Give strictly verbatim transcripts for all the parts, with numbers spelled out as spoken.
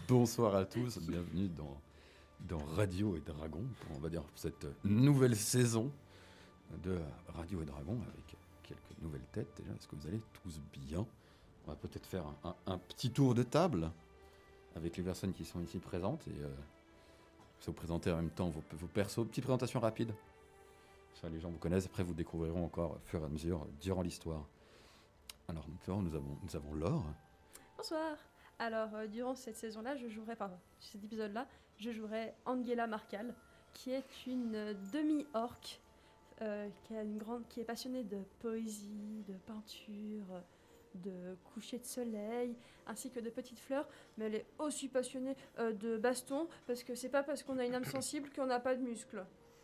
Bonsoir à tous, bienvenue dans, dans Radio et Dragon, pour, on va dire cette nouvelle saison de Radio et Dragon avec quelques nouvelles têtes. Déjà, est-ce que vous allez tous bien? On va peut-être faire un, un, un petit tour de table avec les personnes qui sont ici présentes et euh, vous présenter en même temps vos, vos persos. Petite présentation rapide. Ça, les gens vous connaissent, après vous découvriront encore au fur et à mesure durant l'histoire. Alors, nous avons, nous avons Laure. Bonsoir. Alors, euh, durant cette saison-là, je jouerai, pardon, cet épisode-là, je jouerai Angela Markal, qui est une euh, demi-orque, euh, qui, a une grande, qui est passionnée de poésie, de peinture, de coucher de soleil, ainsi que de petites fleurs, mais elle est aussi passionnée euh, de baston, parce que c'est pas parce qu'on a une âme sensible qu'on n'a pas de muscles.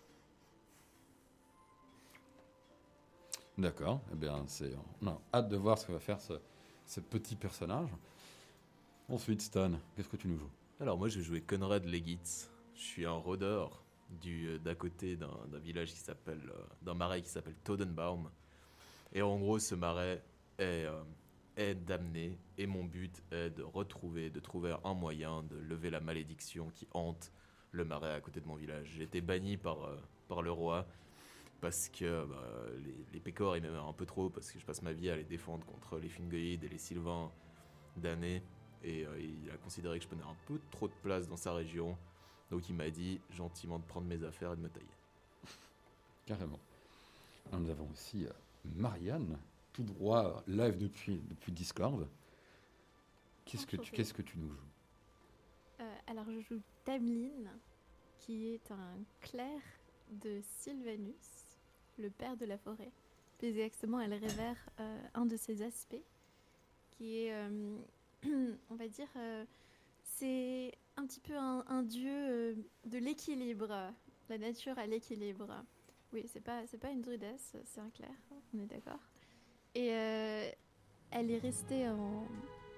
D'accord, eh bien, c'est, on a hâte de voir ce que va faire ce, ce petit personnage. Ensuite, Stan, qu'est-ce que tu nous joues? Alors moi, je vais jouer Conrad Legitz. Je suis un rôdeur du, d'à côté d'un, d'un village qui s'appelle, euh, d'un marais qui s'appelle Todenbaum. Et en gros, ce marais est, euh, est damné. Et mon but est de retrouver, de trouver un moyen de lever la malédiction qui hante le marais à côté de mon village. J'ai été banni par, euh, par le roi parce que bah, les, les pécores, ils m'aimaient un peu trop parce que je passe ma vie à les défendre contre les Fingoïdes et les Sylvains damnés. Et euh, il a considéré que je prenais un peu trop de place dans sa région. Donc il m'a dit gentiment de prendre mes affaires et de me tailler. Carrément. Alors, nous avons aussi euh, Marianne, tout droit, live depuis, depuis Discord. Qu'est-ce que, tu, qu'est-ce que tu nous joues? euh, Alors je joue Tamlin, qui est un clerc de Sylvanus, le père de la forêt. Plus exactement, elle révère euh, un de ses aspects, qui est... Euh, on va dire, euh, c'est un petit peu un, un dieu euh, de l'équilibre, la nature à l'équilibre. Oui, c'est pas, c'est pas une druidesse, c'est un clerc, on est d'accord. Et euh, elle est restée en,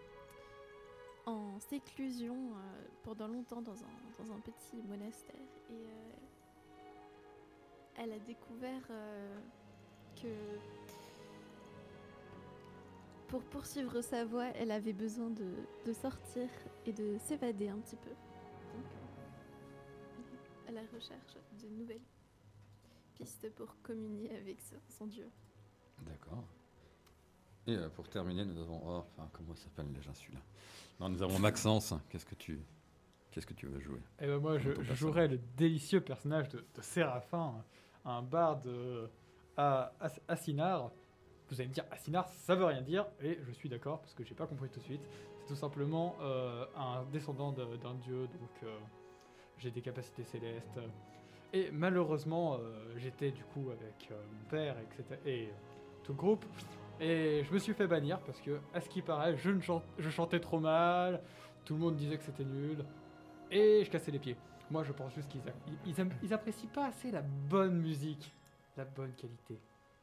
en séclusion euh, pendant longtemps dans un, dans un petit monastère. Et euh, elle a découvert euh, que... pour poursuivre sa voie, elle avait besoin de, de sortir et de s'évader un petit peu. Donc, à la recherche de nouvelles pistes pour communier avec son, son dieu. D'accord. Et euh, pour terminer, nous avons... Oh, enfin, comment il s'appelle déjà celui-là? Non, nous avons Maxence. Qu'est-ce que tu, qu'est-ce que tu veux jouer? Eh ben moi, je, je jouerai le délicieux personnage de, de Séraphin, un barde euh, à, à Assinar. Vous allez me dire, Assinar, ça veut rien dire, et je suis d'accord, parce que j'ai pas compris tout de suite. C'est tout simplement euh, un descendant de, d'un dieu, donc euh, j'ai des capacités célestes. Et malheureusement, euh, j'étais du coup avec euh, mon père, et cetera, et euh, tout le groupe, et je me suis fait bannir, parce que, à ce qui paraît, je, ne chante, je chantais trop mal, tout le monde disait que c'était nul, et je cassais les pieds. Moi, je pense juste qu'ils a, ils, ils, ils apprécient pas assez la bonne musique, la bonne qualité.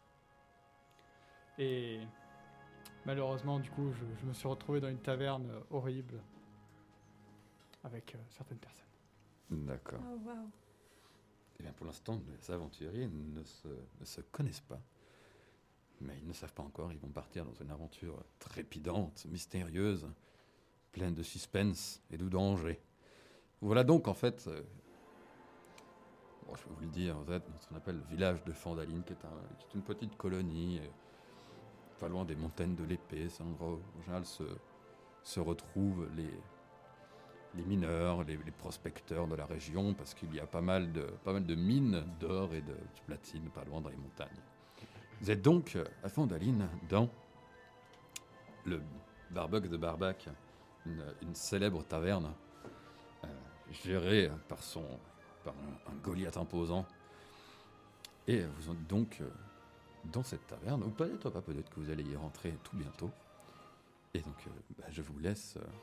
Et malheureusement, du coup, je, je me suis retrouvé dans une taverne euh, horrible avec euh, certaines personnes. D'accord. Oh, waouh. Eh bien, pour l'instant, les aventuriers ne se, ne se connaissent pas. Mais ils ne savent pas encore, ils vont partir dans une aventure trépidante, mystérieuse, pleine de suspense et de danger. Voilà donc, en fait... Euh, bon, je vais vous le dire, vous êtes dans ce qu'on appelle le village de Fandaline, qui est, un, qui est une petite colonie... Euh, pas loin des montagnes de l'épée. C'est un endroit où en général se, se retrouvent les, les mineurs, les, les prospecteurs de la région, parce qu'il y a pas mal de, pas mal de mines d'or et de, de platine pas loin dans les montagnes. Vous êtes donc à Fandaline, dans le Barbuck de Barbac, une, une célèbre taverne euh, gérée par, son, par un, un Goliath imposant. Et vous êtes donc... Euh, dans cette taverne, ou peut-être pas, peut-être que vous allez y rentrer tout bientôt. Et donc, euh, bah, je vous laisse euh,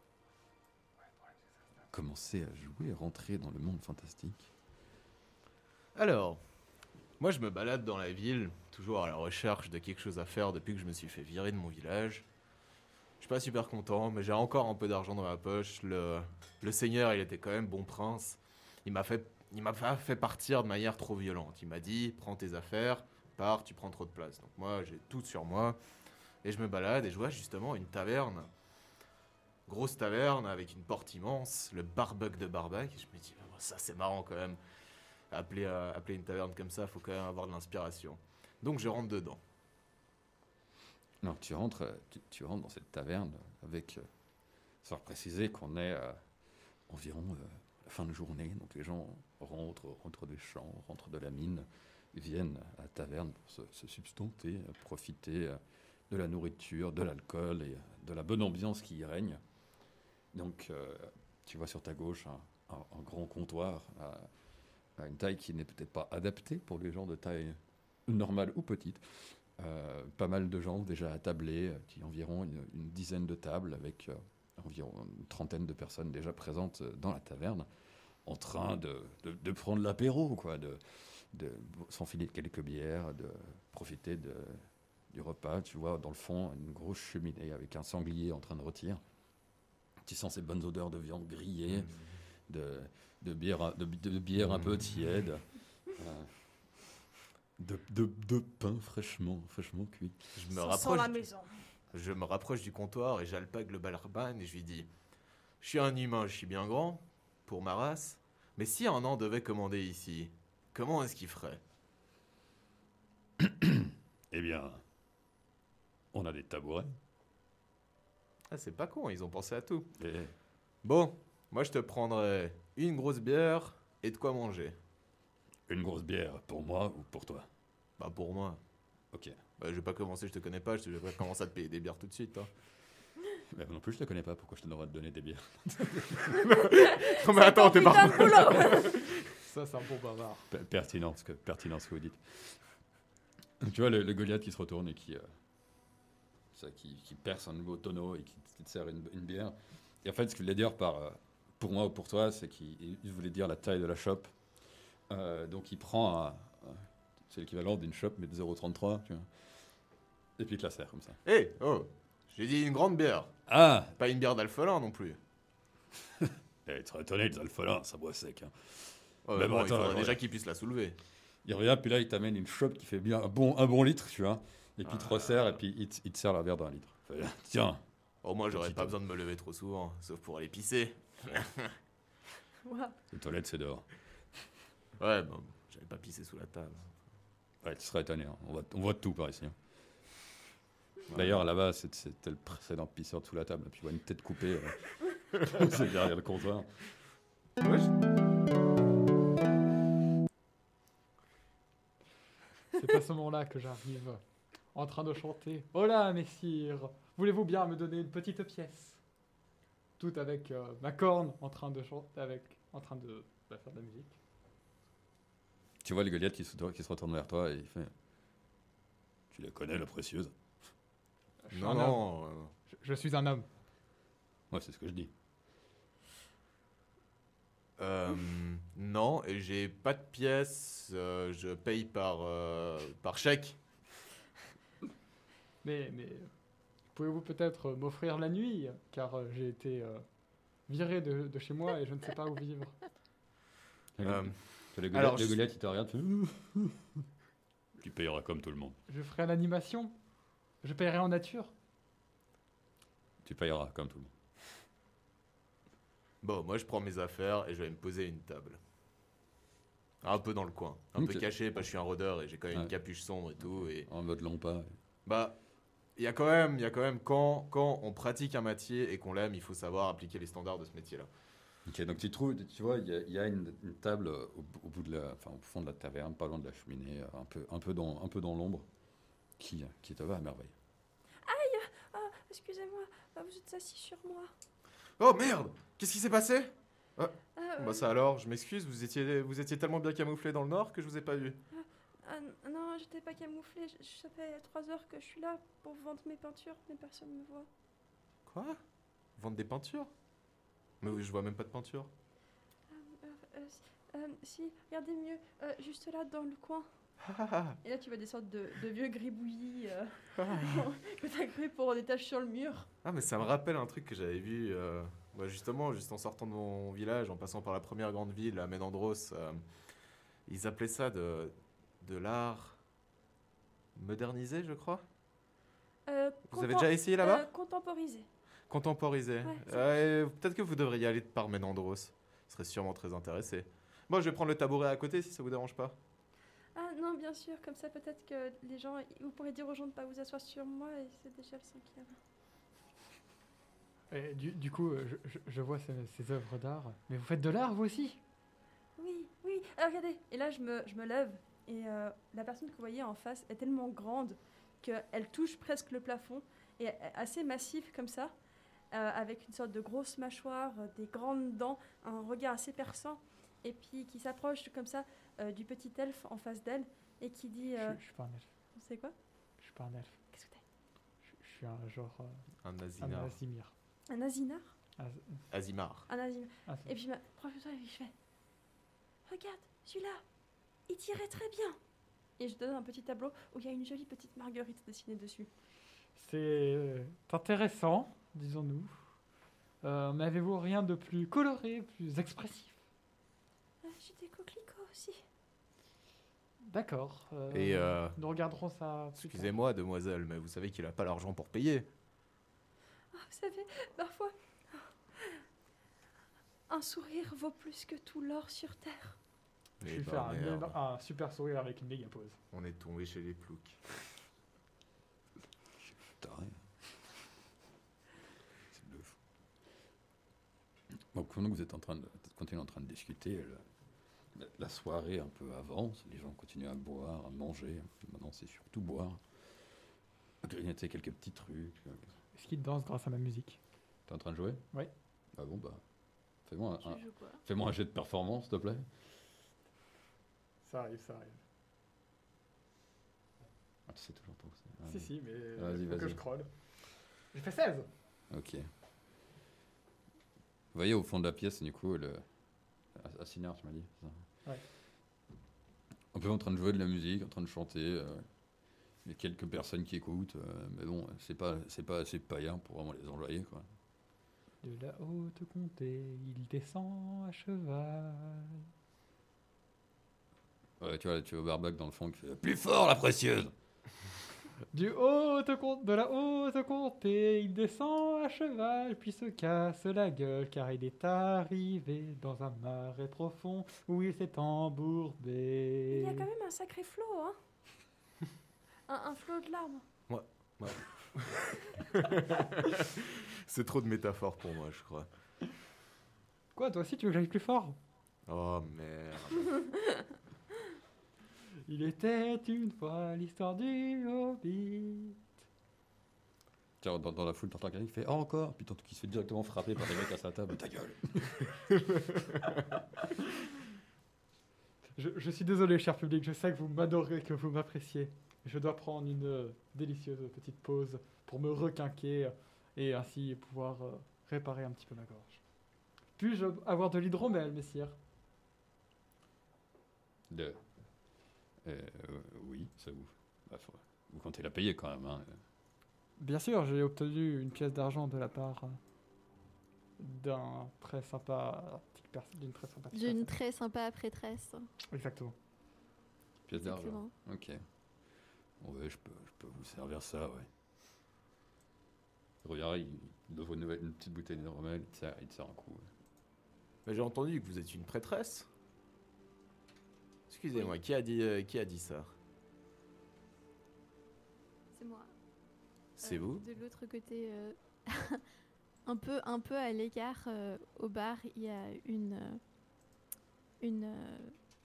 commencer à jouer, rentrer dans le monde fantastique. Alors, moi je me balade dans la ville, toujours à la recherche de quelque chose à faire depuis que je me suis fait virer de mon village. Je suis pas super content, mais j'ai encore un peu d'argent dans ma poche. Le, le seigneur, il était quand même bon prince. Il m'a fait, il m'a pas fait partir de manière trop violente. Il m'a dit, prends tes affaires, pars, tu prends trop de place. Donc moi, j'ai tout sur moi. Et je me balade et je vois justement une taverne grosse taverne avec une porte immense, le Barbuck de Barbac. Et je me dis, ah, bon, ça c'est marrant quand même. Appeler, euh, appeler une taverne comme ça, faut quand même avoir de l'inspiration. Donc je rentre dedans. Non, tu rentres, euh, tu, tu rentres dans cette taverne avec, euh, sans préciser qu'on est euh, environ euh, la fin de journée, donc les gens rentrent, rentrent des champs, rentrent de la mine, viennent à la taverne pour se, se substanter, euh, profiter euh, de la nourriture, de l'alcool et euh, de la bonne ambiance qui y règne. Donc euh, tu vois sur ta gauche un, un- un grand comptoir à, à une taille qui n'est peut-être pas adaptée pour les gens de taille normale ou petite. Euh, pas mal de gens déjà attablés, euh, qui environ une, une dizaine de tables avec euh, environ une trentaine de personnes déjà présentes euh, dans la taverne, en train de, de, de prendre l'apéro, quoi, de, de s'enfiler quelques bières, de profiter de, du repas. Tu vois dans le fond une grosse cheminée avec un sanglier en train de rôtir. Tu sens ces bonnes odeurs de viande grillée, de, de bière, de, de bière un peu tiède. Euh, De, de, de pain fraîchement, fraîchement cuit. Je me, Ça sent rapproche, la maison. je me rapproche du comptoir et j'alpague le barman et je lui dis, je suis un humain, je suis bien grand, pour ma race, mais si un an devait commander ici, comment est-ce qu'il ferait? Eh bien, on a des tabourets. Ah, c'est pas con, ils ont pensé à tout. Et Bon, moi je te prendrais une grosse bière et de quoi manger. une grosse bière pour moi ou pour toi. Bah pour moi. Ok. Bah, je vais pas commencer, je te connais pas, je vais pas commencer à te payer des bières tout de suite. Hein. Mais non plus, je te connais pas. Pourquoi je te devrais te donner des bières? Non mais attends, t'es pas... Ça, c'est un bon bavard. P- Pertinent, ce que, pertinent ce que vous dites. Tu vois le, le Goliath qui se retourne et qui, euh, ça, qui, qui perce un nouveau tonneau et qui, qui te sert une, une bière. Et en fait, ce qu'il voulait dire par euh, pour moi ou pour toi, c'est qu'il il voulait dire la taille de la chope. Euh, donc il prend un, un- c'est l'équivalent d'une chope mais de zéro virgule trente-trois, tu vois. Et puis il te la sert comme ça. Hé, oh, j'ai dit une grande bière, Ah, pas une bière d'alphelin non plus. eh, tu serais étonné, les alphelins, ça boit sec. Hein. Oh, Mais bon, bon, il attends, faudrait ouais. déjà qu'il puisse la soulever. Il revient, puis là il t'amène une chope qui fait bien un bon, un bon litre, tu vois. Et puis il te Ah. resserre et puis il te, il te sert la bière d'un litre. Fait, tiens, Au moins, j'aurais Petit pas homme. besoin de me lever trop souvent, sauf pour aller pisser. Ouah. les toilettes c'est dehors. Ouais, bon, j'allais pas pisser sous la table. Ouais, tu serais étonné, hein. on, voit, on voit tout par ici. hein. D'ailleurs là-bas c'est- c'était le précédent pisseur sous la table, puis il voit une tête coupée, euh, c'est derrière le comptoir. Ouais, je- C'est à ce moment-là que j'arrive, en train de chanter. Hola, messire, voulez-vous bien me donner une petite pièce? Tout avec euh, ma corne, en train de chanter, avec, en train de bah, faire de la musique. Tu vois le Goliath qui se, qui se retourne vers toi et il fait tu la connais la précieuse? Je suis Non, un homme. non. euh, Je, je suis un homme. Ouais, c'est ce que je dis. euh, non, et j'ai pas de pièces, euh, je paye par, euh, par chèque. Mais, mais pouvez-vous peut-être m'offrir la nuit? Car euh, j'ai été euh, viré de, de chez moi et je ne sais pas où vivre. Euh, Le Goliath, alors, le je- Goliath, il te regarde, fait, tu payeras comme tout le monde. Je ferai l'animation. Je paierai en nature. Tu payeras comme tout le monde. Bon, moi je prends mes affaires et je vais me poser à une table. Un peu dans le coin, un Ok. peu caché parce que je suis un rôdeur et j'ai quand même Ouais. une capuche sombre et tout. Et En mode long pas. bah, il y a quand même, il y a quand même quand, quand on pratique un métier et qu'on l'aime, il faut savoir appliquer les standards de ce métier-là. Ok, donc tu trouves, tu vois, il y a, il y a une, une table euh, au, au bout de la, enfin au fond de la taverne, pas loin de la cheminée, euh, un peu, un peu dans, un peu dans l'ombre, qui, qui te va à merveille. Ah, excusez-moi, ah, vous êtes assis sur moi. Oh merde, qu'est-ce qui s'est passé? Ah, Bah ça alors, je m'excuse, vous étiez, vous étiez tellement bien camouflé dans le nord que je vous ai pas vu. ah, non, j'étais pas camouflée. je- Ça fait trois heures que je suis là pour vendre mes peintures, mais personne me voit. Quoi? Vendre des peintures? Mais oui, je vois même pas de peinture. Ah, euh, euh, si- euh, si, regardez mieux, euh, juste là dans le coin. Ah, Et là, tu vois des sortes de, de vieux gribouillis euh, que t'as cru pour des taches sur le mur. Ah, mais ça me rappelle un truc que j'avais vu, euh, bah, justement, juste en sortant de mon village, en passant par la première grande ville, à Ménandros. euh, ils appelaient ça de, de l'art modernisé, je crois. Euh, Vous avez content- déjà essayé là-bas? euh, Contemporisé. Contemporiser. Ouais, c'est- Euh, Peut-être que vous devriez aller de Parménandros. Il serait sûrement très intéressé. Bon, je vais prendre le tabouret à côté si ça vous dérange pas. Ah non, bien sûr, comme ça peut-être que les gens, vous pourrez dire aux gens de pas vous asseoir sur moi et c'est déjà le cinquième. Et du, du coup, euh, je, je- je vois ces, ces œuvres d'art. Mais vous faites de l'art, vous aussi? Oui, oui. Alors regardez, et là je me, je me lève et euh, la personne que vous voyez en face est tellement grande qu'elle touche presque le plafond et est assez massive comme ça, euh, avec une sorte de grosse mâchoire, euh, des grandes dents, un regard assez perçant et puis qui s'approche comme ça euh, du petit elfe en face d'elle et qui dit Je, euh, je suis pas un elfe. c'est quoi? Je suis pas un elfe. Qu'est-ce que t'es? Je, je suis un genre... euh, Un un Azinar. Azimir. Un asinard? Az- Azimar. Un asinard. Az- Et puis je me proche de toi et je fais regarde, celui-là, il tirait très bien. Et je donne un petit tableau où il y a une jolie petite marguerite dessinée dessus. C'est euh, intéressant, disons-nous. Euh, mais avez-vous rien de plus coloré, plus expressif? Ah, j'ai des coquelicots aussi. D'accord. euh, Et euh, Nous regarderons ça plus tard. excusez-moi, demoiselle, mais vous savez qu'il a pas l'argent pour payer. Ah, vous savez, parfois, un sourire vaut plus que tout l'or sur terre. Je Eh vais ben, faire un, merde. éno- un super sourire avec une méga pause. On est tombé chez les ploucs. Taré. C'est le fou. Donc, pendant que vous êtes en train de, continuez en train de discuter, le- la, la soirée un peu avance, les gens continuent à boire, à manger. Maintenant, c'est surtout boire. À grignoter quelques petits trucs. Est-ce qu'il danse grâce à ma musique? T'es en train de jouer? Oui. Ah bon, bah. Fais-moi un, Tu joues quoi? fais-moi un jet de performance, s'il te plaît. Ça arrive, ça arrive. Ah, tu sais toujours pas où c'est. Ah, Si, oui. si, mais Vas-y, faut que vas-y. je scrolle. J'ai fait seize. Ok. Vous voyez au fond de la pièce, du coup, le. Assignard, tu m'as dit c'est ça Ouais. Un peu en train de jouer de la musique, en train de chanter. euh, Il y a quelques personnes qui écoutent, euh, mais bon, c'est pas, c'est pas assez païen pour vraiment les enjoyer, quoi. De la haute comté, il descend à cheval. Ouais, tu vois, tu vois Barbac dans le fond qui fait plus fort la précieuse. Du haute comté, de la haute comté, il descend à cheval, puis se casse la gueule, car il est arrivé dans un marais profond où il s'est embourbé. Il y a quand même un sacré flot, hein. un, un flot de larmes. C'est trop de métaphores pour moi, je crois. Quoi, toi aussi tu veux que j'aille plus fort? Oh merde. Il était une fois l'histoire du Hobbit. Tiens, dans, dans la foule, t'entends quelqu'un qui fait oh, encore, puis t'entends qu'il se fait directement frapper par des mecs à sa table. Ta gueule. Je, je suis désolé, cher public, je sais que vous m'adorez, que vous m'appréciez. Je dois prendre une euh, délicieuse petite pause pour me requinquer et ainsi pouvoir euh, réparer un petit peu ma gorge. Puis-je avoir de l'hydromel, messire? De... Euh, oui, ça vous. Bah, faut- vous comptez la payer quand même. Hein. Bien sûr, j'ai obtenu une pièce d'argent de la part euh, d'un très sympa d'une très sympathique D'une personne. très sympa prêtresse. Exactement. Pièce d'argent. Exactement. Ok. Ouais, je peux, je peux vous servir ça, ouais. Regarde, il, il ouvre une, nouvelle- une petite bouteille de remède, il te sert, il te sert un coup. ouais. Mais j'ai entendu que vous êtes une prêtresse. Excusez-moi, qui a dit euh, qui a dit ça? C'est moi. C'est Euh, vous? De l'autre côté, euh, un peu, un peu à l'écart, euh, au bar, il y a une, euh, une euh,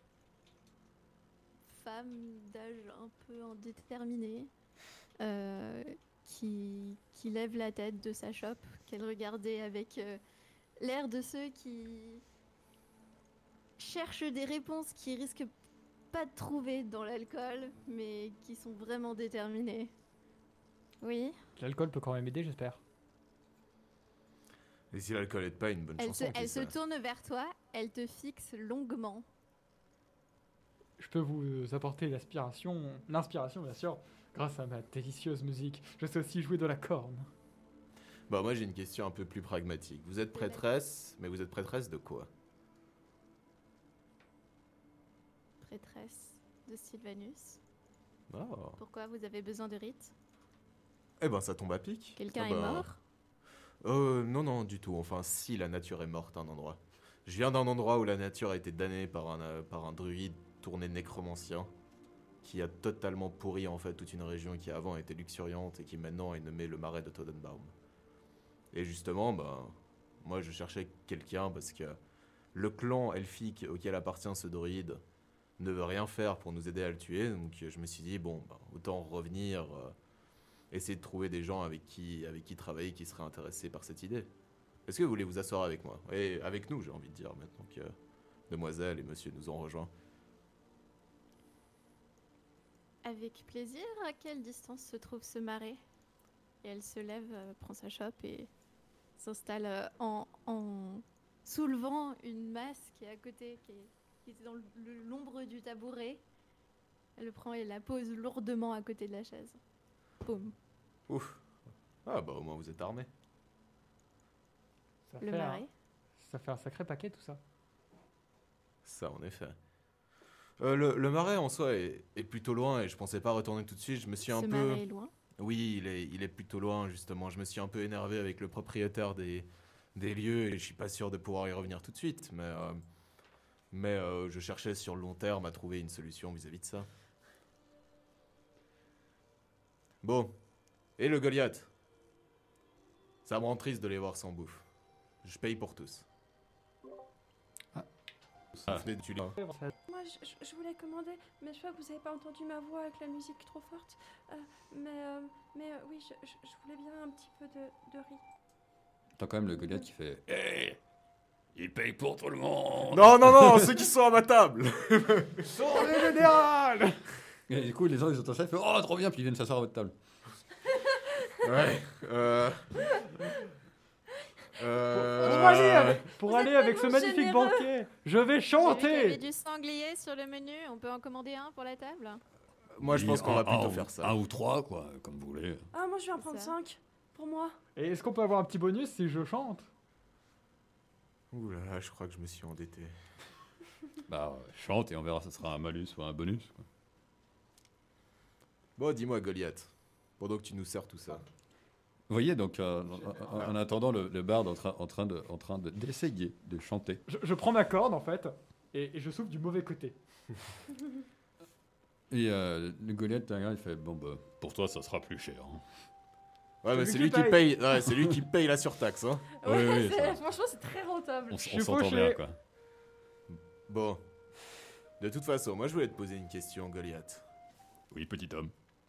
femme d'âge un peu indéterminé euh, qui, qui lève la tête de sa chope, qu'elle regardait avec euh, l'air de ceux qui cherchent des réponses qui risquent pas de trouver dans l'alcool, mais qui sont vraiment déterminés. Oui. L'alcool peut quand même aider, j'espère. Et si l'alcool aide pas, une bonne Elle, se, chanson. qui elle se ça. tourne vers toi, elle te fixe longuement. Je peux vous apporter l'aspiration, l'inspiration bien sûr, grâce à ma délicieuse musique. Je sais aussi jouer de la corne. Bah moi j'ai une question un peu plus pragmatique. Vous êtes prêtresse, mais vous êtes prêtresse de quoi? Prêtresse de Sylvanus. Oh. Pourquoi vous avez besoin de rites? Eh ben ça tombe à pic. Quelqu'un Ah est bah, mort? Euh, non, non, du tout. Enfin, si la nature est morte à un endroit. Je viens d'un endroit où la nature a été damnée par un, euh, par un druide tourné nécromancien qui a totalement pourri en fait toute une région qui avant était luxuriante et qui maintenant est nommée le marais de Todenbaum. Et justement, bah, moi je cherchais quelqu'un parce que le clan elfique auquel appartient ce druide ne veut rien faire pour nous aider à le tuer, donc je me suis dit, bon, bah, autant revenir, euh, essayer de trouver des gens avec qui, avec qui travailler qui seraient intéressés par cette idée. Est-ce que vous voulez vous asseoir avec moi? Et avec nous, j'ai envie de dire, maintenant que demoiselle et monsieur nous ont rejoints. Avec plaisir, à quelle distance se trouve ce marais? Et elle se lève, euh, prend sa chope et s'installe euh, en, en soulevant une masse qui est à côté, qui est, qui est dans le- le- l'ombre du tabouret. Elle le prend et la pose lourdement à côté de la chaise. Boum. Ouf. Ah bah au moins vous êtes armés. Ça Le fait un- marais. Ça fait un sacré paquet tout ça. Ça en effet. Euh, le, le marais en soi est, est plutôt loin et je pensais pas retourner tout de suite. Je me suis un Ce peu... marais est loin. Oui, il est, il est plutôt loin justement. Je me suis un peu énervé avec le propriétaire des, des lieux et je suis pas sûr de pouvoir y revenir tout de suite. Mais, euh, mais euh, je cherchais sur le long terme à trouver une solution vis-à-vis de ça. Bon. Et le Goliath? Ça me rend triste de les voir sans bouffe. Je paye pour tous. Ah. Vous venez de tuer les- Moi, je, je- je voulais commander, mais je crois que vous avez pas entendu ma voix avec la musique trop forte. Euh, mais euh, mais euh, oui, je, je- je voulais bien un petit peu de, de riz. T'as quand même le Goliath qui fait Hé, il paye pour tout le monde. Non, non, non, ceux qui sont à ma table. Sur le général. Et du coup, les gens ils entendent ça, ils font oh trop bien, puis ils viennent s'asseoir à votre table. Ouais. Euh... Euh... Pour aller avec, pour Vous aller êtes avec ce tellement magnifique généreux. banquet, je vais J'ai vu qu'il y avait chanter. du sanglier sur le menu. On peut en commander un pour la table? Moi, je pense qu'on va Un- plutôt un ou- faire ça. Un ou trois, quoi, comme vous voulez. Ah, moi, je vais en C'est prendre ça. cinq pour moi. Et est-ce qu'on peut avoir un petit bonus si je chante? Ouh là là, je crois que je me suis endetté. Bah, chante et on verra, ça sera un malus ou un bonus. Quoi. Bon, dis-moi, Goliath, pendant que tu nous sers tout ça. Vous voyez, donc, euh, en, en- en attendant, le, le barde en train, en train de, en train de- d'essayer de chanter. Je, je prends ma corde en fait et, et je souffle du mauvais côté. Et euh, le Goliath, t'as un gars, il fait bon, bah, pour toi, ça sera plus cher. hein. Ouais, mais Celui c'est qui lui qui paye. paye. Ouais, c'est lui qui paye la surtaxe, hein. Oui, Ouais, oui, c'est- ça- franchement, c'est très rentable. On, s- Je on suis s'entend fauché. bien, quoi. Bon. De toute façon, moi, je voulais te poser une question, Goliath. Oui, petit homme.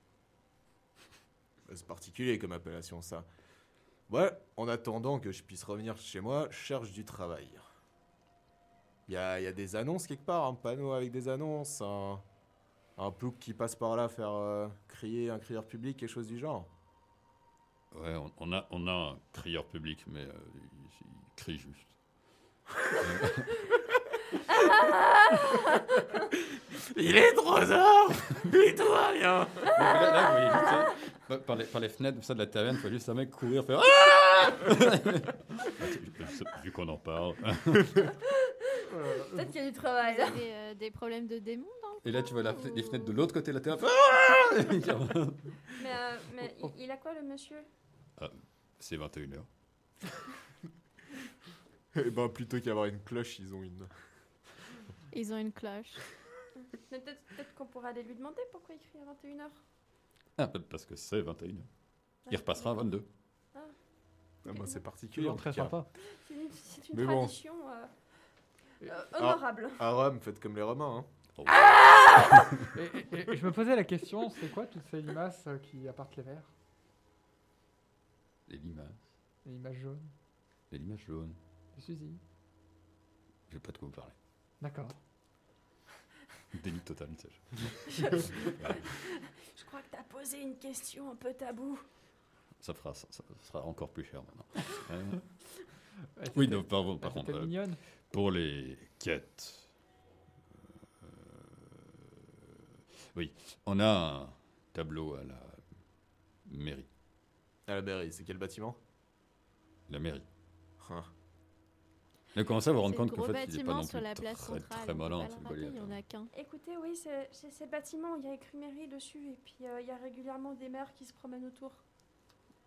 C'est particulier comme appellation, ça. Ouais, en attendant que je puisse revenir chez moi, je cherche du travail. Il y a, y a des annonces quelque part, un panneau avec des annonces, un, un plouc qui passe par là faire euh, crier un crieur public, quelque chose du genre. Ouais, on, on a, on a un crieur public, mais euh, il, il crie juste. Il est trois heures et tout va bien. Donc là, là, vous voyez juste, tu sais, par- par, les, par les fenêtres ça, de la taverne, tu vois juste un mec courir, faire ah Vu qu'on en parle. Peut-être qu'il y a du travail Vous là. avez euh, des problèmes de démons dans le Et là, tu vois la, coin, les ou- fenêtres de l'autre côté de la taverne. Ah Mais, euh, mais il, il a quoi le monsieur? C'est vingt et une heures. Eh ben, plutôt qu'avoir une cloche, ils ont une. Ils ont une cloche. Mais peut-être peut-être qu'on pourrait aller lui demander pourquoi il crie à vingt et une heures. Ah, parce que c'est vingt et une heures. Il repassera à vingt-deux. Ah ben, c'est particulier. Toujours en très tout cas. sympa. C'est une, c'est une Mais bon. tradition euh, euh, honorable. À Rome, faites comme les Romains, hein. Oh. Et, et- et je me posais la question, c'est quoi toutes ces limaces euh, qui appartent les verts? Les limaces. Les limaces jaunes, Les limaces jaunes. les fusils. Je vais pas de quoi vous parler. D'accord. Déni total, tu sais. Je crois que t'as posé une question un peu tabou. Ça, fera, ça, ça sera encore plus cher maintenant. Euh, Ouais, oui, c'était- non, pardon, ouais, par contre, c'était euh, mignonne. pour les quêtes. euh, oui, on a un tableau à la mairie. À la mairie, c'est quel bâtiment? La mairie. Hein. Mais commencez à vous rendre C'est le compte qu'en gros fait, il est pas bâtiment non sur plus la place très, centrale. très on peut malin, pas ce le rater, Goliath. il y en a qu'un. Écoutez, oui, c'est c'est ces bâtiments, il y a écrit mairie dessus, et puis euh, il y a régulièrement des maires qui se promènent autour.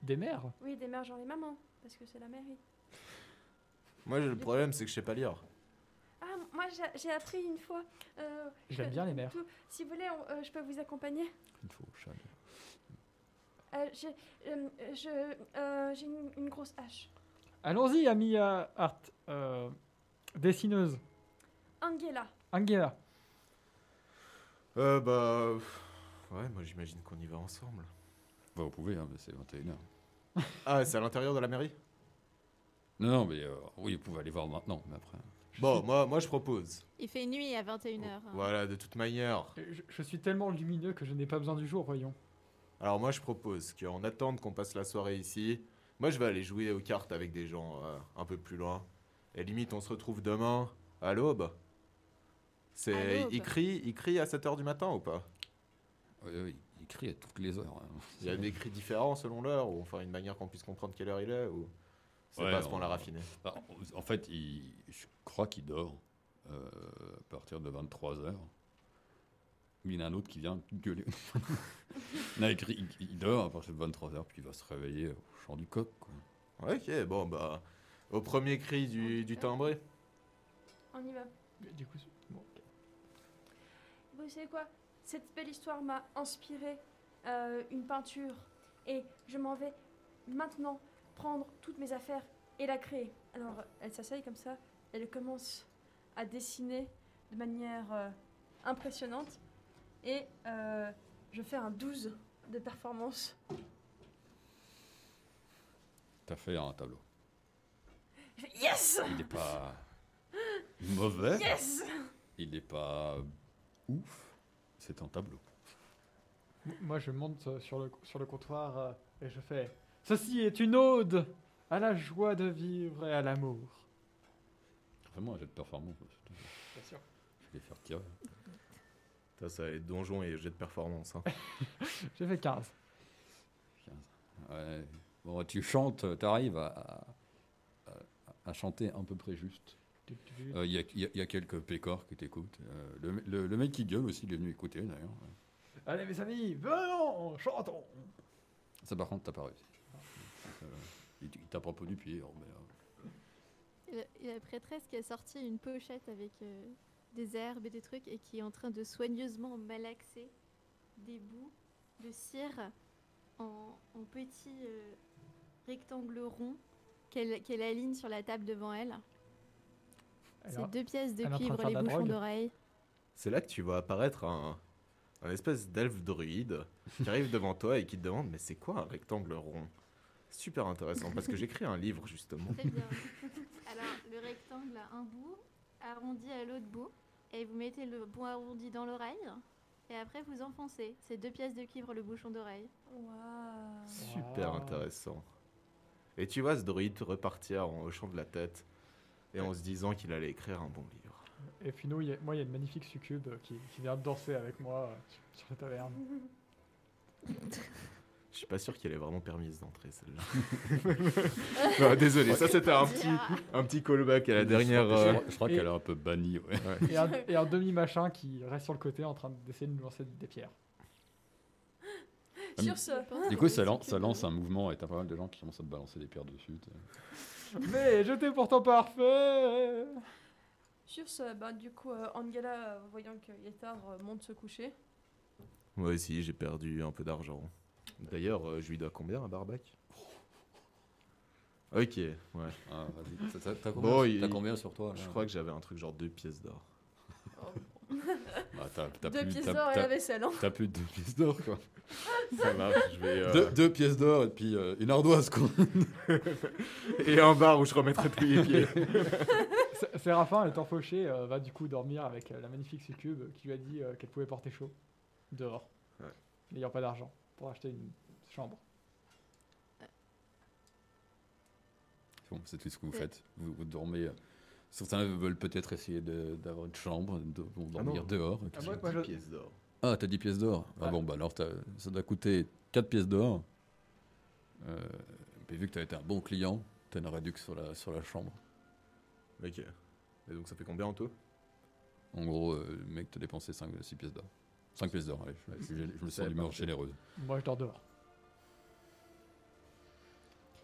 Des mères? Oui, des mères, genre les mamans, parce que c'est la mairie. Moi, le problème, c'est que je sais pas lire. Ah, moi j'ai- j'ai appris une fois. euh, J'aime que- bien les mères. tout- Si vous voulez, on- euh, je peux vous accompagner. Il faut au chat. Euh, j'ai euh, je, euh, j'ai une, une grosse hache. Allons-y, amie euh, Art. Euh, dessineuse. Angela. Angela. Euh, bah. pff, Ouais, moi, j'imagine qu'on y va ensemble. Bah, vous pouvez, hein, mais c'est vingt et une heures. Ah, c'est à l'intérieur de la mairie? Non, non, mais euh, oui, vous pouvez aller voir maintenant, mais après. Bon, moi, moi, je propose. Il fait nuit à vingt et une heures. Voilà, de toute manière. Je, je suis tellement lumineux que je n'ai pas besoin du jour, voyons. Alors, moi, je propose qu'en attendant qu'on passe la soirée ici, moi, je vais aller jouer aux cartes avec des gens euh, un peu plus loin. Et limite, on se retrouve demain à l'aube. À C'est. l'aube. Il crie, il crie à sept heures du matin ou pas? Oui, oui, il crie à toutes les heures. hein. Il y a des cris différents selon l'heure, ou enfin une manière qu'on puisse comprendre quelle heure il est, ou. C'est Ouais, pas ce qu'on on- l'a raffiné. Ah, en fait, il, je crois qu'il dort euh, à partir de vingt-trois heures. Mais il y en a un autre qui vient gueuler. Non, il, crie- il- il dort à partir de vingt-trois heures, puis il va se réveiller au chant du coq. Quoi. Ok, bon, bah. Au premier cri du, du timbré. On y va. Mais Du coup, c'est- bon, ok. Vous savez quoi? Cette belle histoire m'a inspiré euh, une peinture. Et je m'en vais maintenant prendre toutes mes affaires et la créer. Alors, elle s'asseye comme ça. Elle commence à dessiner de manière euh, impressionnante. Et euh, je fais un douze de performance. T'as fait un tableau. Je fais yes! Il n'est pas mauvais, Yes! il n'est pas ouf, c'est un tableau. Moi, je monte euh, sur le, sur le comptoir euh, et je fais « Ceci est une ode à la joie de vivre et à l'amour. Vraiment un jet de performance. » Bien sûr. Je vais les faire tirer. Ça, ça va être donjon et jet de performance. Hein. J'ai fait quinze. quinze. Ouais. Bon, tu chantes, tu arrives à, à, à chanter à peu près juste. Tu- tu- Il y, a- y a- y a quelques pécores qui t'écoutent. Euh, le, le- le mec qui gueule aussi, il est venu écouter d'ailleurs. Allez, mes amis, venons, chantons. Ça, par contre, t'as pas réussi. Euh, il il t'a propos du pied. Mais, euh, Il y a- il y a la prêtresse qui a sorti une pochette avec euh, des herbes et des trucs et qui est en train de soigneusement malaxer des bouts de cire en, en petits euh, rectangles ronds qu'elle qu'elle aligne sur la table devant elle. C'est Alors, deux pièces de elle est en train de cuivre, faire les de la bouchons drogue. d'oreilles. C'est là que tu vois apparaître un, un espèce d'elfe druide qui arrive devant toi et qui te demande mais c'est quoi un rectangle rond? Super intéressant parce que j'écris un livre justement. Très bien. Alors, le rectangle a un bout arrondi à l'autre bout et vous mettez le bout arrondi dans l'oreille et après vous enfoncez. C'est deux pièces de cuivre le bouchon d'oreille. Waouh! Super Wow. intéressant. Et tu vois ce druide repartir en hochant de la tête et en se disant qu'il allait écrire un bon livre. Et puis nous, il y a- moi, il y a une magnifique succube euh, qui, qui vient danser avec moi euh, sur, sur la taverne. Je suis pas sûr qu'elle est vraiment permise d'entrer celle-là. Non, désolé, ça c'était un petit, un petit callback à la dernière. Je euh, crois, je crois et- qu'elle est un peu bannie. Ouais. ouais. Et un, et un demi-machin qui reste sur le côté en train d'essayer de nous lancer des pierres. Sur ce, Du coup, ça, lance, ça lance un mouvement et t'as pas mal de gens qui commencent à te balancer des pierres dessus. t'sais. Mais j'étais pourtant parfait. sur ce bah, du coup, euh, Angela, euh, voyant qu'il est tard, euh, monte se coucher. Moi aussi, j'ai perdu un peu d'argent. D'ailleurs, euh, je lui dois combien à Barbac? Ok, ouais. Ah, vas-y. T'as- T'as t'as combien, Bon, t'as il- combien sur toi là Je crois que j'avais un truc genre deux pièces d'or. Bah, t'as- t'as Deux plus- pièces t'as- d'or et t'as- la vaisselle. Hein. T'as plus de deux pièces d'or quoi. Ça marche, je vais. euh, Deux, deux pièces d'or et puis euh, une ardoise quoi. Et un bar où je remettrai tous les pieds. S- Séraphin, étant fauché, euh, va du coup dormir avec euh, la magnifique succube qui lui a dit euh, qu'elle pouvait porter chaud dehors, Ouais. n'ayant pas d'argent pour acheter une chambre. Bon, c'est tout ce que vous Ouais. faites. Vous, vous dormez. euh, Certains veulent peut-être essayer de- d'avoir une chambre, de, vont Ah dormir non. dehors. Ah, moi- moi, dix je- pièces d'or. Ah, t'as dix pièces d'or. Ah Ouais. bon, bah alors t'as- ça doit coûter quatre pièces d'or. Euh, puis vu que t'as été un bon client, t'as une réduction sur la, sur la chambre. Ok. Et donc ça fait combien en tout? En gros, euh, le mec t'a dépensé cinq, six pièces d'or. cinq pièces d'or, allez. Je, je- je me C'est sens d'humeur parfait. généreuse. Moi, je dors dehors.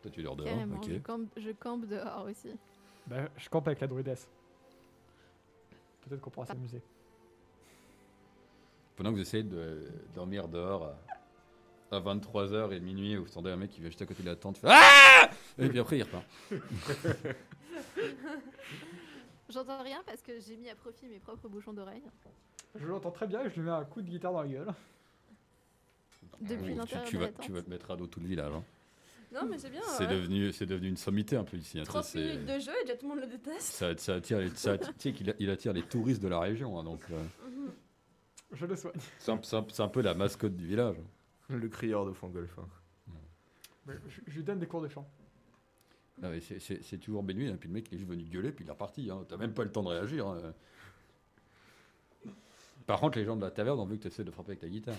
Toi, tu dors dehors, Carrément, ok. je, campe, je campe dehors aussi. Bah, je campe avec la druidesse. Peut-être qu'on pourra s'amuser. Pendant que vous essayez de dormir dehors à, à vingt-trois heures et minuit, vous entendez un mec qui vient juste à côté de la tente, fait ah et puis après il repart. J'entends rien parce que j'ai mis à profit mes propres bouchons d'oreille. Je l'entends très bien et je lui mets un coup de guitare dans la gueule. Depuis Tu- l'intérieur tu, de vas, la tente. tu vas te mettre à dos tout le village. Hein. Non, mais c'est bien. C'est ouais. devenu, c'est devenu une sommité un peu ici. Hein. trente Ça, c'est- minutes de jeu et déjà tout le monde le déteste. ça, ça attire, les, ça attire, tu sais qu'il a- il attire les touristes de la région. Hein, donc euh, Mhm. Je le soigne. c'est, un, c'est un- c'est un peu la mascotte du village. Le crieur de Fangolfin. Mais Je, je lui donne des cours de chant. Ah, mais c'est, c'est, c'est toujours bénuit. Hein. Puis le mec il est juste venu gueuler puis il est reparti. Hein. T'as même pas le temps de réagir. Hein. Par contre, les gens de la taverne ont vu que tu essaies de frapper avec ta guitare.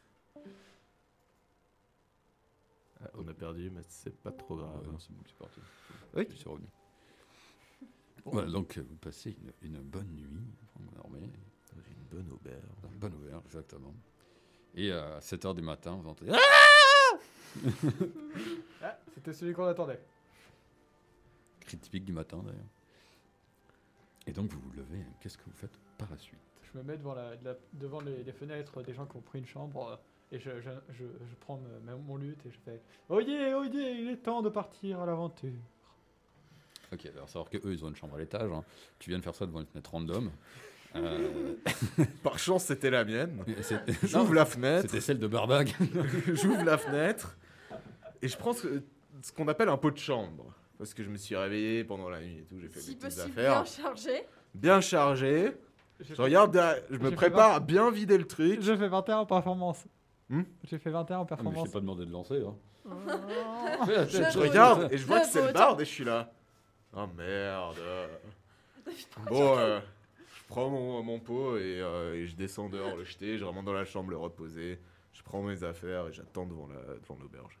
Ah, on a perdu, mais c'est pas trop grave. Ah, non, c'est bon, c'est parti. Oui. Je suis revenu. Voilà, donc euh, vous passez une, une bonne nuit, vous dormez, Dans une bonne auberge. dans une bonne auberge, exactement. Et à sept heures du matin, vous entendez ah Ah, c'était celui qu'on attendait. cri typique du matin d'ailleurs. Et donc vous vous levez, qu'est-ce que vous faites par la suite? Je me mets devant, la, la- devant les, les fenêtres des gens qui ont pris une chambre euh, et je, je, je, je prends me- mon luth et je fais Oyez, oyez, il est temps de partir à l'aventure. Ok, alors savoir que eux ils ont une chambre à l'étage, hein. Tu viens de faire ça devant une fenêtre random. Euh, Par chance, c'était la mienne. c'est- J'ouvre non, la fenêtre, C'était celle de Barbag. j'ouvre la fenêtre, et je prends ce, ce qu'on appelle un pot de chambre. Parce que je me suis réveillé pendant la nuit et tout, j'ai fait Si mes petites possible, affaires. bien chargé. Bien chargé. J'ai Je regarde, derrière- je J'ai me fait prépare à bien vider le truc. J'ai fait vingt et un en performance. Hmm J'ai fait vingt et un en Ah, mais je performance. t'ai pas demandé de lancer. Hein. Oh. Je, Je je vote. regarde et je vois Je que c'est le vote. barde et je suis là. Oh merde. Bon, euh, je prends mon, mon pot et, euh, et je descends dehors le jeter. Je remonte dans la chambre le reposer. Je prends mes affaires et j'attends devant la- devant l'auberge.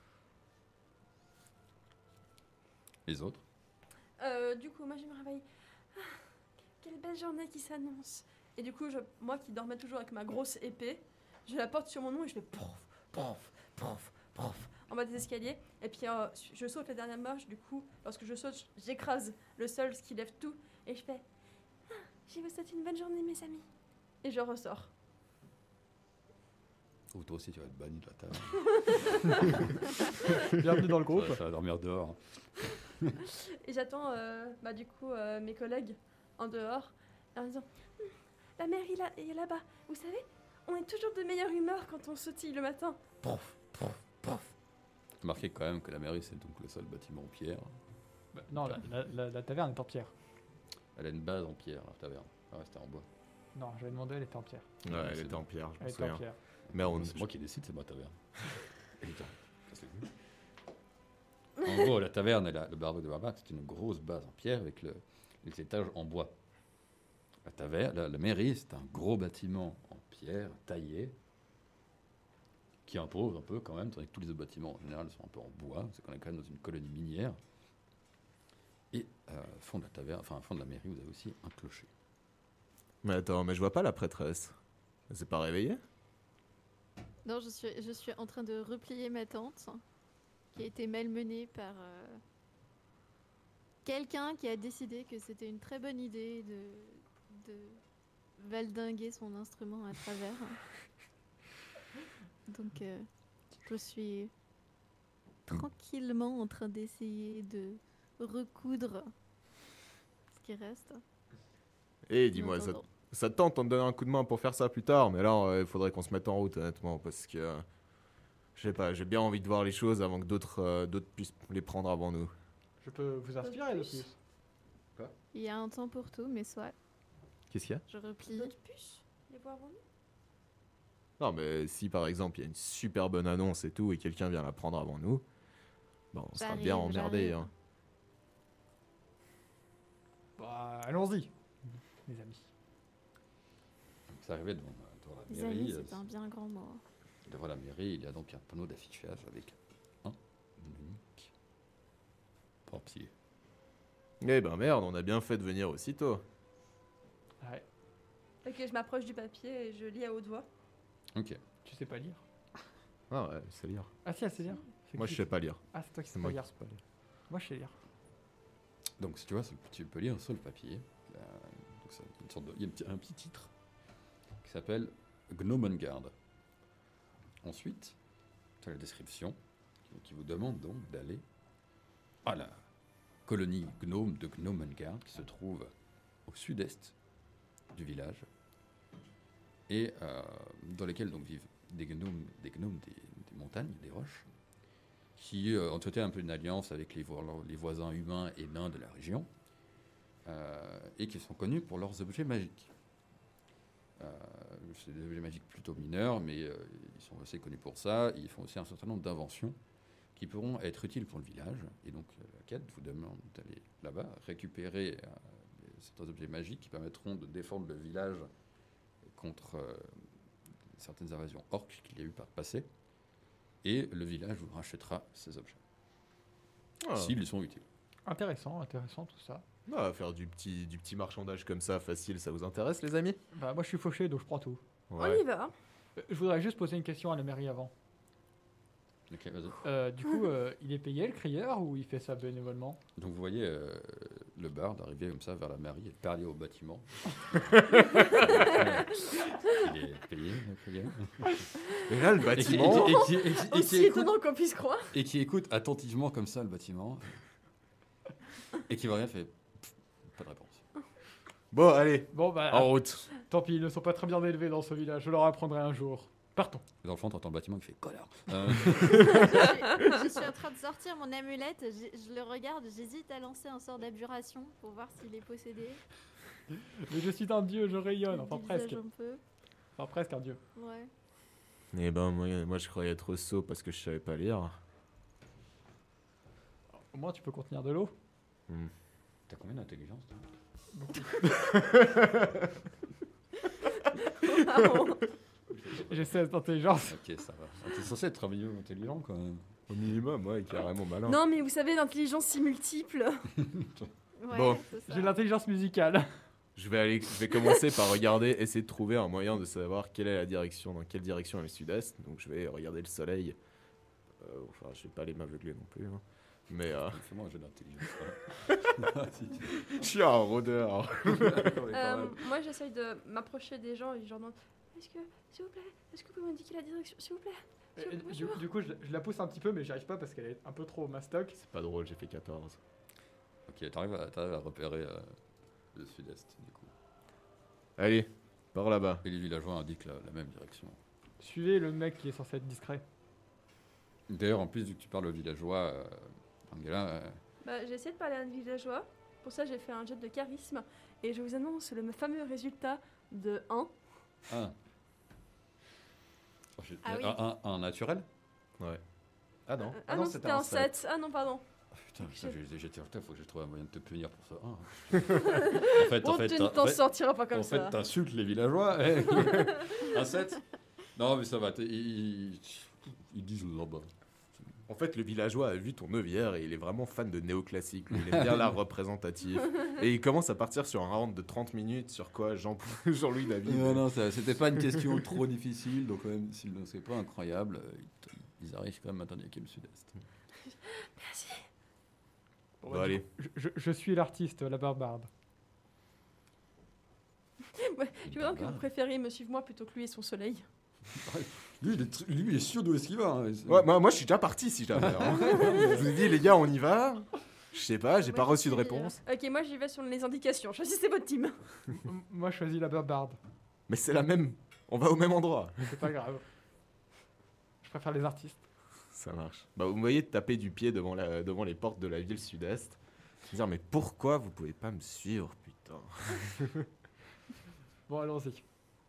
Les autres? Euh, du coup, moi je me réveille. Ah, quelle belle journée qui s'annonce. Et du coup, je, moi qui dormais toujours avec ma grosse épée, je la porte sur mon nom et je fais prof, prof, prof, prof en bas des escaliers. Et puis euh, je saute la dernière marche. Du coup, lorsque je saute, j'écrase le sol, ce qui lève tout. Et je fais ah, je vous souhaite une bonne journée, mes amis. Et je ressors. Ou toi aussi tu vas être banni de la table. Bienvenue dans le groupe. Ça, ça va dormir dehors. Et j'attends euh, bah, du coup euh, mes collègues en dehors en disant Hum, la mairie là, est là-bas. Vous savez, on est toujours de meilleure humeur quand on sautille le matin. Prof, prof, prof. Remarquez quand même que la mairie, c'est donc le seul bâtiment en pierre. Bah, non, la, la- la- la taverne est en pierre. Elle a une base en pierre, la taverne. Ah ouais, c'était en bois. Non, j'avais demandé, elle était en pierre. Ouais, Ouais, elle c'est était en pierre, je Elle me était en souviens. pierre. Mais on, C'est moi qui décide, c'est ma taverne. Putain, casse les couilles. En gros, la taverne et la- le bar de Barbak, c'est une grosse base en pierre avec le, les étages en bois. La taverne, la, la mairie, c'est un gros bâtiment en pierre taillé qui impose un peu quand même, tandis que tous les autres bâtiments en général sont un peu en bois, c'est qu'on est quand même dans une colonie minière. Et euh, au fond de la taverne, enfin au fond de la mairie, vous avez aussi un clocher. Mais attends, mais je vois pas la prêtresse. Elle s'est pas réveillée? Non, je suis, je suis en train de replier ma tente, qui a été malmenée par euh, quelqu'un qui a décidé que c'était une très bonne idée de, de valdinguer son instrument à travers. Donc, euh, je suis tranquillement en train d'essayer de recoudre ce qui reste. Eh, dis-moi, En ça, attendant. ça te tente, on te donne un coup de main pour faire ça plus tard, mais là, il faudrait qu'on se mette en route, honnêtement, parce que, euh, je sais pas, j'ai bien envie de voir les choses avant que d'autres euh, d'autres puissent les prendre avant nous. Je peux vous inspirer de plus. plus. Il y a un temps pour tout, mais soit Qu'est-ce qu'il y a? je replie. D'autres puces les voir avant nous. Non, mais si par exemple il y a une super bonne annonce et tout, et quelqu'un vient la prendre avant nous, bon, on sera J'arrive, bien emmerdé. j'arrive. Hein. Bah, allons-y, mes amis. Vous arrivez devant, devant la Les mairie. amis, euh, c'est un bien grand mot. Devant la mairie, il y a donc un panneau d'affichage avec un unique papier. Eh ben merde, on a bien fait de venir aussitôt. Ouais, Ok, je m'approche du papier et je lis à haute voix. Ok. tu sais pas lire. Ah ouais, c'est lire. Ah si, elle sait lire. C'est Moi, qui je sais pas lire. Ah, c'est toi qui C'est sais moi pas qui lire. sais pas lire. Moi, je sais lire. Donc, si tu vois, tu peux lire sur le papier. euh, donc ça, une sorte de- il y a un petit, un petit titre qui s'appelle Gnomengard. Ensuite, tu as la description qui, qui vous demande donc d'aller à la colonie gnome de Gnomengard qui se trouve au sud-est du village et euh, dans lesquels donc vivent des gnomes, des, gnomes des, des montagnes, des roches, qui euh, ont été un peu une alliance avec les, vo- les voisins humains et nains de la région, euh, et qui sont connus pour leurs objets magiques. Euh, c'est des objets magiques plutôt mineurs, mais euh, ils sont assez connus pour ça. Ils font aussi un certain nombre d'inventions qui pourront être utiles pour le village. Et donc, euh, la quête vous demande d'aller là-bas, récupérer euh, certains objets magiques qui permettront de défendre le village contre euh, certaines invasions orques qu'il y a eu par le passé. Et le village vous rachètera ces objets, Ah. s'ils sont utiles. Intéressant, intéressant tout ça. Ah, faire du petit, du petit marchandage comme ça, facile, ça vous intéresse, les amis? Bah, moi, je suis fauché, donc je prends tout. On y va. Euh, Je voudrais juste poser une question à la mairie avant. Ok, vas-y. Euh, du coup, euh, il est payé le crieur ou il fait ça bénévolement? Donc vous voyez euh, le barde arriver comme ça vers la mairie et parler au bâtiment. Il est payé, le crieur. Et là, le Et qui, et bâtiment... qui- et qui- et qui- et qui Aussi écoute, étonnant qu'on puisse croire. et qui écoute attentivement comme ça le bâtiment. Et qui va rien fait. Pff, pas de réponse. Bon, allez, Bon, bah, en route. tant pis, ils ne sont pas très bien élevés dans ce village. Je leur apprendrai un jour. Partons. Dans le fond, t'entends le bâtiment qui fait connard. Euh, je, je suis en train de sortir mon amulette, j'ai- je le regarde, j'hésite à lancer un sort d'abjuration pour voir s'il est possédé. Mais je suis un dieu, je rayonne. Enfin, Je presque. dévisage un peu. Enfin, presque un dieu. Ouais. Eh ben, moi, moi, je croyais être sot parce que je savais pas lire. Au moins, tu peux contenir de l'eau. Hmm. T'as combien d'intelligence toi Wow. J'ai seize d'intelligence. Ok, ça va. Ah, T'es censé être un milieu intelligent quand même. Au minimum, ouais, carrément malin. Non, mais vous savez, l'intelligence si multiple. Ouais, Bon. c'est ça. J'ai l'intelligence musicale. Je vais aller, je vais commencer par regarder, essayer de trouver un moyen de savoir quelle est la direction, dans quelle direction est le sud-est. Donc je vais regarder le soleil. Euh, enfin, je vais pas aller m'aveugler non plus. hein. Mais euh, Fais-moi un jeu d'intelligence. Si tu- je suis un rôdeur. Ouais, quand Euh, même. moi, j'essaye de m'approcher des gens et je leur demande Est-ce que, s'il vous plaît, est-ce que vous pouvez m'indiquer la direction, s'il vous plaît Et- S'il et vous plaît, du, bonjour. du coup, je, je la pousse un petit peu, mais j'y arrive pas parce qu'elle est un peu trop mastoc. C'est pas drôle, j'ai fait quatorze. Ok, t'arrives à, t'arrives à repérer euh, le sud-est du coup. Allez, par là-bas. Et les villageois indiquent la, la même direction. Suivez le mec qui est censé être discret. D'ailleurs, en plus, vu que tu parles aux villageois, euh, Angela, euh, Bah, j'ai essayé de parler à un villageois. Pour ça, j'ai fait un jet de charisme. Et je vous annonce le fameux résultat de un. un. Oh, j'ai- Ah oui. un, un- un naturel. Ouais. Ah non. Euh, ah non, c'était un sept. Ah non, pardon. Oh, putain, Je- putain, j'ai- j'étais en retard, faut que je trouve un moyen de te punir pour ça. Ah. en fait, en Oh, fait, tu t'as- ne t'en en fait- sortiras pas comme en ça. fait, t'insultes les villageois. eh. un sept. Non, mais ça va. t'es- Ils, ils- ils disent là-bas. En fait, le villageois a vu ton œuvrière et il est vraiment fan de néoclassique. Il aime bien l'art représentatif. Et il commence à partir sur un round de trente minutes sur quoi Jean- Jean-Louis David. Non, non, ça- c'était pas une question trop difficile, donc même s'il ne serait pas incroyable, euh, ils, ils arrivent quand même à indiquer le sud-est. Merci. Bon, Bon, bah, du allez. coup, je, je- je suis l'artiste, la barbarde. Je veux donc que vous préfériez me suivre moi plutôt que lui et son soleil. Lui, il est, tr- lui, il est sûr d'où est-ce qu'il va. hein. C'est- Ouais, moi, moi, je suis déjà parti si jamais. hein. Je vous ai dit, les gars, on y va. Je sais pas, j'ai Moi, pas je reçu de suis, réponse. euh, Ok, moi j'y vais sur les indications. Choisissez votre team. M- Moi, je choisis la barbarde. Mais c'est la même. On va au même endroit. C'est pas grave. Je préfère les artistes. Ça marche. Bah, vous me voyez taper du pied devant, la, devant les portes de la ville sud-est. Dire, mais pourquoi vous pouvez pas me suivre, putain? Bon, allons-y.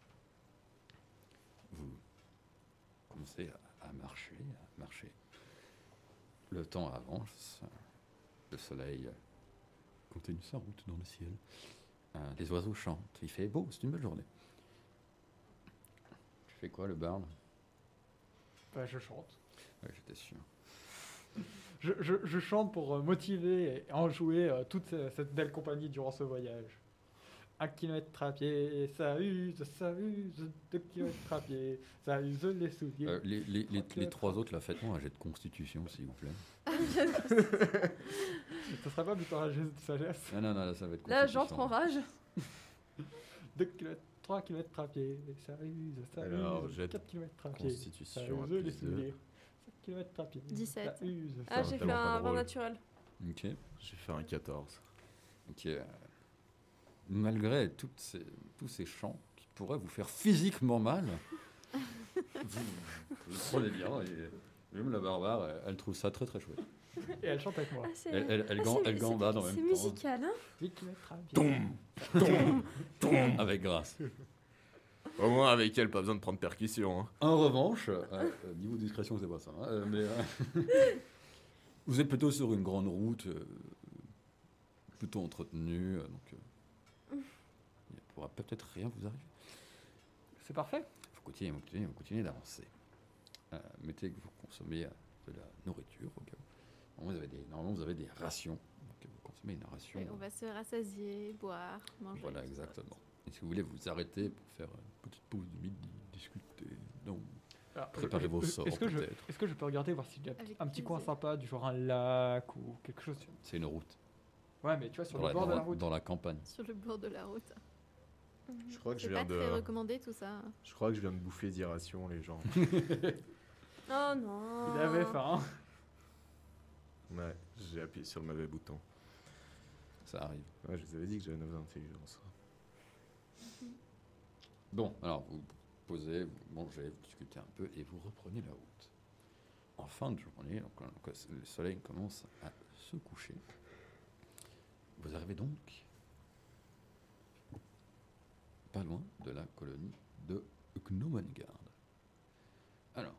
Vous commencez à, à marcher, à marcher. Le temps avance. Le soleil continue sa route dans le ciel. Euh, les oiseaux chantent. Il fait beau, c'est une belle journée. Tu fais quoi, le barde? Bah, je chante. Ouais, j'étais sûr. Je, je- je chante pour euh, motiver et enjouer euh, toute euh, cette belle compagnie durant ce voyage. Un kilomètre à pied, ça use, ça use. Deux kilomètres à pied, ça use les souliers. Euh, les, les, les, Ok. les trois autres, là, faites-moi un jet de constitution, s'il vous plaît. Ce serait pas plutôt un geste de sagesse. Ah non, non, là, ça va être Là, constitution. j'entre en rage. Deux kilomètres, trois kilomètres à pied, ça use, ça Alors, use. jette quatre kilomètres à pied, ça Constitution à use les plus deux. souliers. sept kilomètres à pied, dix-sept. ça use. Ah, Ça, j'ai fait tellement pas un vingt drôle. naturel. Ok. J'ai fait un quatorze. Ok. euh, Malgré toutes ces, tous ces chants qui pourraient vous faire physiquement mal, vous, vous le prenez bien. Et même la barbare, elle, elle trouve ça très très chouette. Et elle chante avec moi. Ah, c'est Elle, elle, elle, ah, gam- c'est- elle c'est- gambade en même C'est temps. musical, hein. huit kilomètres à pied. Tom Tom Tom Avec grâce. Au moins, avec elle, pas besoin de prendre percussion. Hein. En revanche, euh, euh, niveau discrétion, c'est pas ça. hein, euh, mais euh, vous êtes plutôt sur une grande route, euh, plutôt entretenue, euh, donc euh, il ne pourra peut-être rien vous arriver. C'est parfait. Vous continuez, vous continuez, vous continuez d'avancer. Euh, mettez que vous consommez euh, de la nourriture au cas où. Normalement, vous avez des, normalement, vous avez des rations. Donc, vous consommez une ration. Et on va se rassasier, boire, manger. Voilà, tout ça. exactement. Et si vous voulez vous arrêter pour faire une petite pause de midi, discuter, donc Alors, préparez euh, vos euh, sorts Est-ce que, je, peut-être. est-ce que je peux regarder voir s'il y a Avec un petit coin plaisir. sympa, du genre un lac ou quelque chose. C'est une route. Ouais, mais tu vois, sur Dans le la, bord dans de la la- route. dans la campagne. Sur le bord de la route. Je crois que je C'est viens pas très de. recommandé tout ça. Je crois que je viens de bouffer dix rations, les gens. Oh non. Il avait faim. Ouais, j'ai appuyé sur le mauvais bouton. Ça arrive. Ouais, je vous avais dit que j'avais neuf d'intelligence. Bon, alors vous posez, vous mangez, vous discutez un peu et vous reprenez la route. En fin de journée, donc, quand le soleil commence à se coucher, vous arrivez donc pas loin de la colonie de Gnomengard. Alors,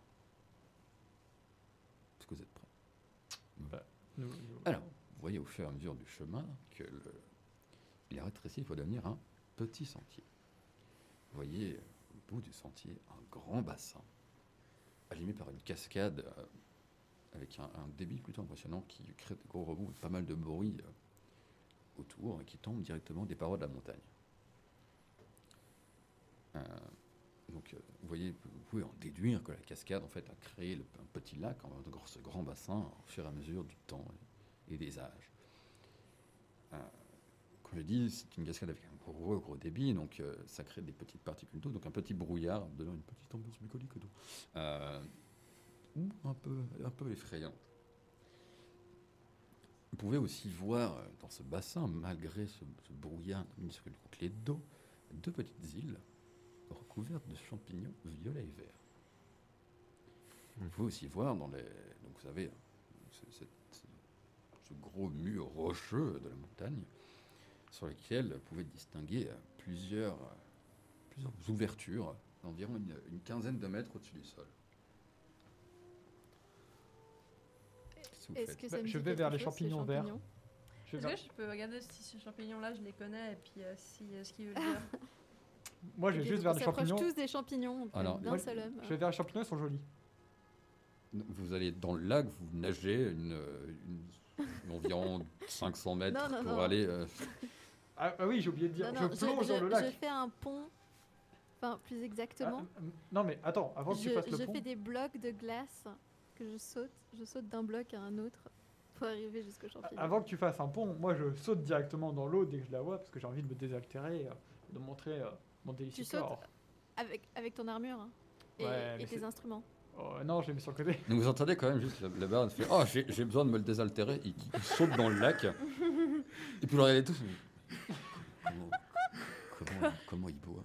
est-ce que vous êtes prêts? Nous- nous- Alors, vous voyez au fur et à mesure du chemin que le, il est rétréci pour devenir un petit sentier. Vous voyez au bout du sentier un grand bassin, animé par une cascade euh, avec un, un débit plutôt impressionnant qui crée de gros rebonds et pas mal de bruit euh, autour et qui tombe directement des parois de la montagne. Euh, donc, euh, vous voyez, vous pouvez en déduire que la cascade en fait a créé le- un petit lac, en de gros- ce grand bassin, au fur et à mesure du temps et, et des âges. Euh, comme je dis, c'est une cascade avec un gros, gros débit, donc euh, ça crée des petites particules d'eau, donc un petit brouillard, donnant une petite ambiance bucolique d'eau, euh, ou un peu, un peu effrayante. Vous pouvez aussi voir euh, dans ce bassin, malgré ce, ce brouillard minuscule bouclier d'eau, deux petites îles recouvertes de champignons violets et verts. Vous pouvez aussi voir dans les. Donc vous savez, ce, cette- ce gros mur rocheux de la montagne, sur lequel vous pouvez distinguer euh, plusieurs, euh, plusieurs ouvertures d'environ une, une quinzaine de mètres au-dessus du sol. Qu'est-ce que vous Est-ce faites que ça Bah, me je dit vais quelque vers les chose, ces champignons verts. champignons Je vais Est-ce vers- que je peux regarder si ce champignon-là, je les connais et puis euh, si euh, ce qu'il veut dire. Moi, je vais Ok, juste donc vers on les s'approche champignons. tous des champignons Alors, d'un moi, seul homme. Je vais vers les champignons, ils sont jolis. Vous allez dans le lac, vous nagez une, une- une- environ cinq cents mètres Non, non, pour non. aller. euh, Ah, ah oui, j'ai oublié de dire. Non, non, je plonge je, dans le je- lac. je fais un pont. Enfin, plus exactement. Ah, non, mais attends, avant que je tu fasses le je pont. fais des blocs de glace que je saute. Je saute d'un bloc à un autre pour arriver jusqu'au champignon. Avant que tu fasses un pont, moi je saute directement dans l'eau dès que je la vois parce que j'ai envie de me désaltérer, euh, de montrer euh, mon délicieux Tu sautes corps. Avec, avec ton armure hein, et, Ouais, mais et tes c'est- instruments. Oh, non, je l'ai mis sur le côté. Donc vous entendez quand même juste le, le barde fait oh j'ai j'ai besoin de me le désaltérer, il, il saute dans le lac et puis vous le regardez tous. Comment, comment, comment il boit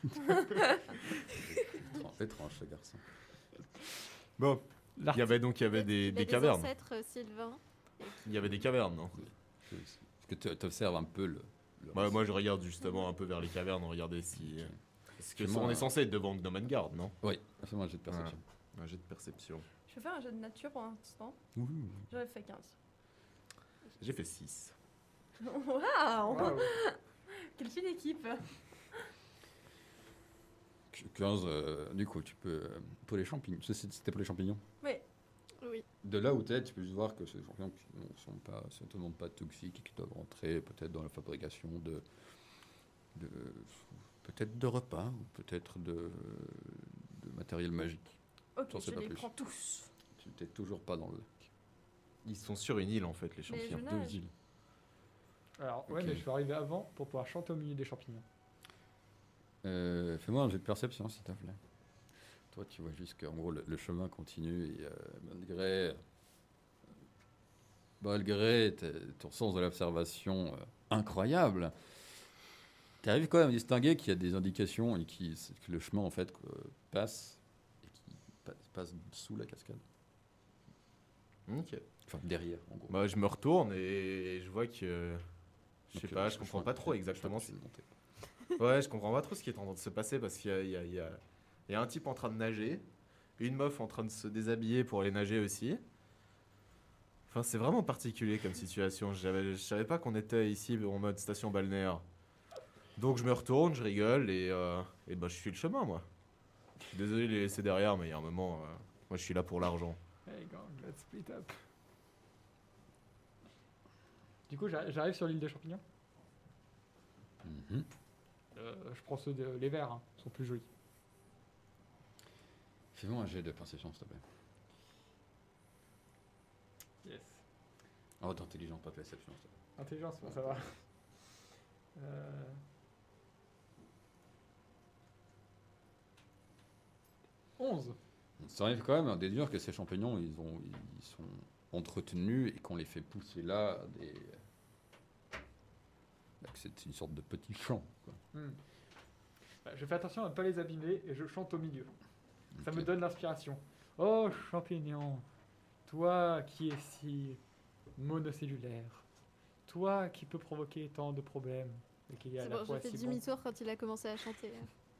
Étrange- Étrange ce garçon. Bon, il y avait donc il y avait des, Il a des cavernes. ancêtres euh, sylvains. Il y avait des cavernes, non? Est-ce que tu observes un peu le. le Moi, moi, je regarde justement un peu vers les cavernes, regarder si. euh, Parce que Fais-moi on un- est censé être devant Gnomengard, non? Oui, fais-moi un jet de perception. Un jet de perception. Je vais faire un jeu de nature pour l'instant. Ouh. J'avais fait quinze. J'ai fait six. Waouh Waouh. Quelle fine équipe. quinze, euh, du coup, tu peux. euh, pour les champignons. C'était pour les champignons. Oui. Oui. De là où tu es, tu peux juste voir que ces champignons qui ne sont pas, certainement pas toxiques et qui doivent rentrer peut-être dans la fabrication de, de, peut-être de repas, ou peut-être de, de matériel magique. Ok, J'en sais je pas les plus. prends tous. Tu n'es toujours pas dans le lac. Ils sont sur une île en fait, les Mais champignons. je Deux nage. îles. Alors, ouais, Ok. mais je vais arriver avant pour pouvoir chanter au milieu des champignons. Euh, Fais-moi un jet de perception, s'il te plaît. Toi, tu vois juste qu'en gros, le, le chemin continue et euh, malgré, malgré t- ton sens de l'observation euh, incroyable, tu arrives quand même à distinguer qu'il y a des indications et qui, que le chemin en fait euh, passe et qui pa- passe sous la cascade. Ok. Enfin, derrière, en gros. Bah, je me retourne et je vois que. Je sais Donc, pas, euh, je comprends crois pas que trop tu- exactement. je crois que tu es monté. Ouais, je comprends pas trop ce qui est en train de se passer parce qu'il y a, il y a- il y a- il y a un type en train de nager, une meuf en train de se déshabiller pour aller nager aussi. Enfin, c'est vraiment particulier comme situation. J'avais, je savais pas qu'on était ici en mode station balnéaire. Donc je me retourne, je rigole et, euh, et bah, je suis le chemin, moi. Je suis désolé de les laisser derrière, mais il y a un moment, euh, moi je suis là pour l'argent. Hey gang, let's split up. Du coup, j'a- j'arrive sur l'île des champignons. Mhm. Euh, je prends ceux de, les verts, hein, ils sont plus jolis. Fais-moi un jet de perception, s'il te plaît. Yes. Oh, d'intelligence, pas de perception. s'il te plaît. Intelligence, bon, ça va. Euh... onze. Ça arrive quand même à déduire que ces champignons, ils, ont, ils sont entretenus et qu'on les fait pousser là, des... bah, que c'est une sorte de petit champ. Quoi. Hmm. Bah, je fais attention à ne pas les abîmer et je chante au milieu. Ça Ok. me donne l'inspiration. Oh champignon, toi qui es si monocellulaire, toi qui peux provoquer tant de problèmes et qui est à C'est la bon, fois j'ai fait si bon. demi-tour quand il a commencé à chanter.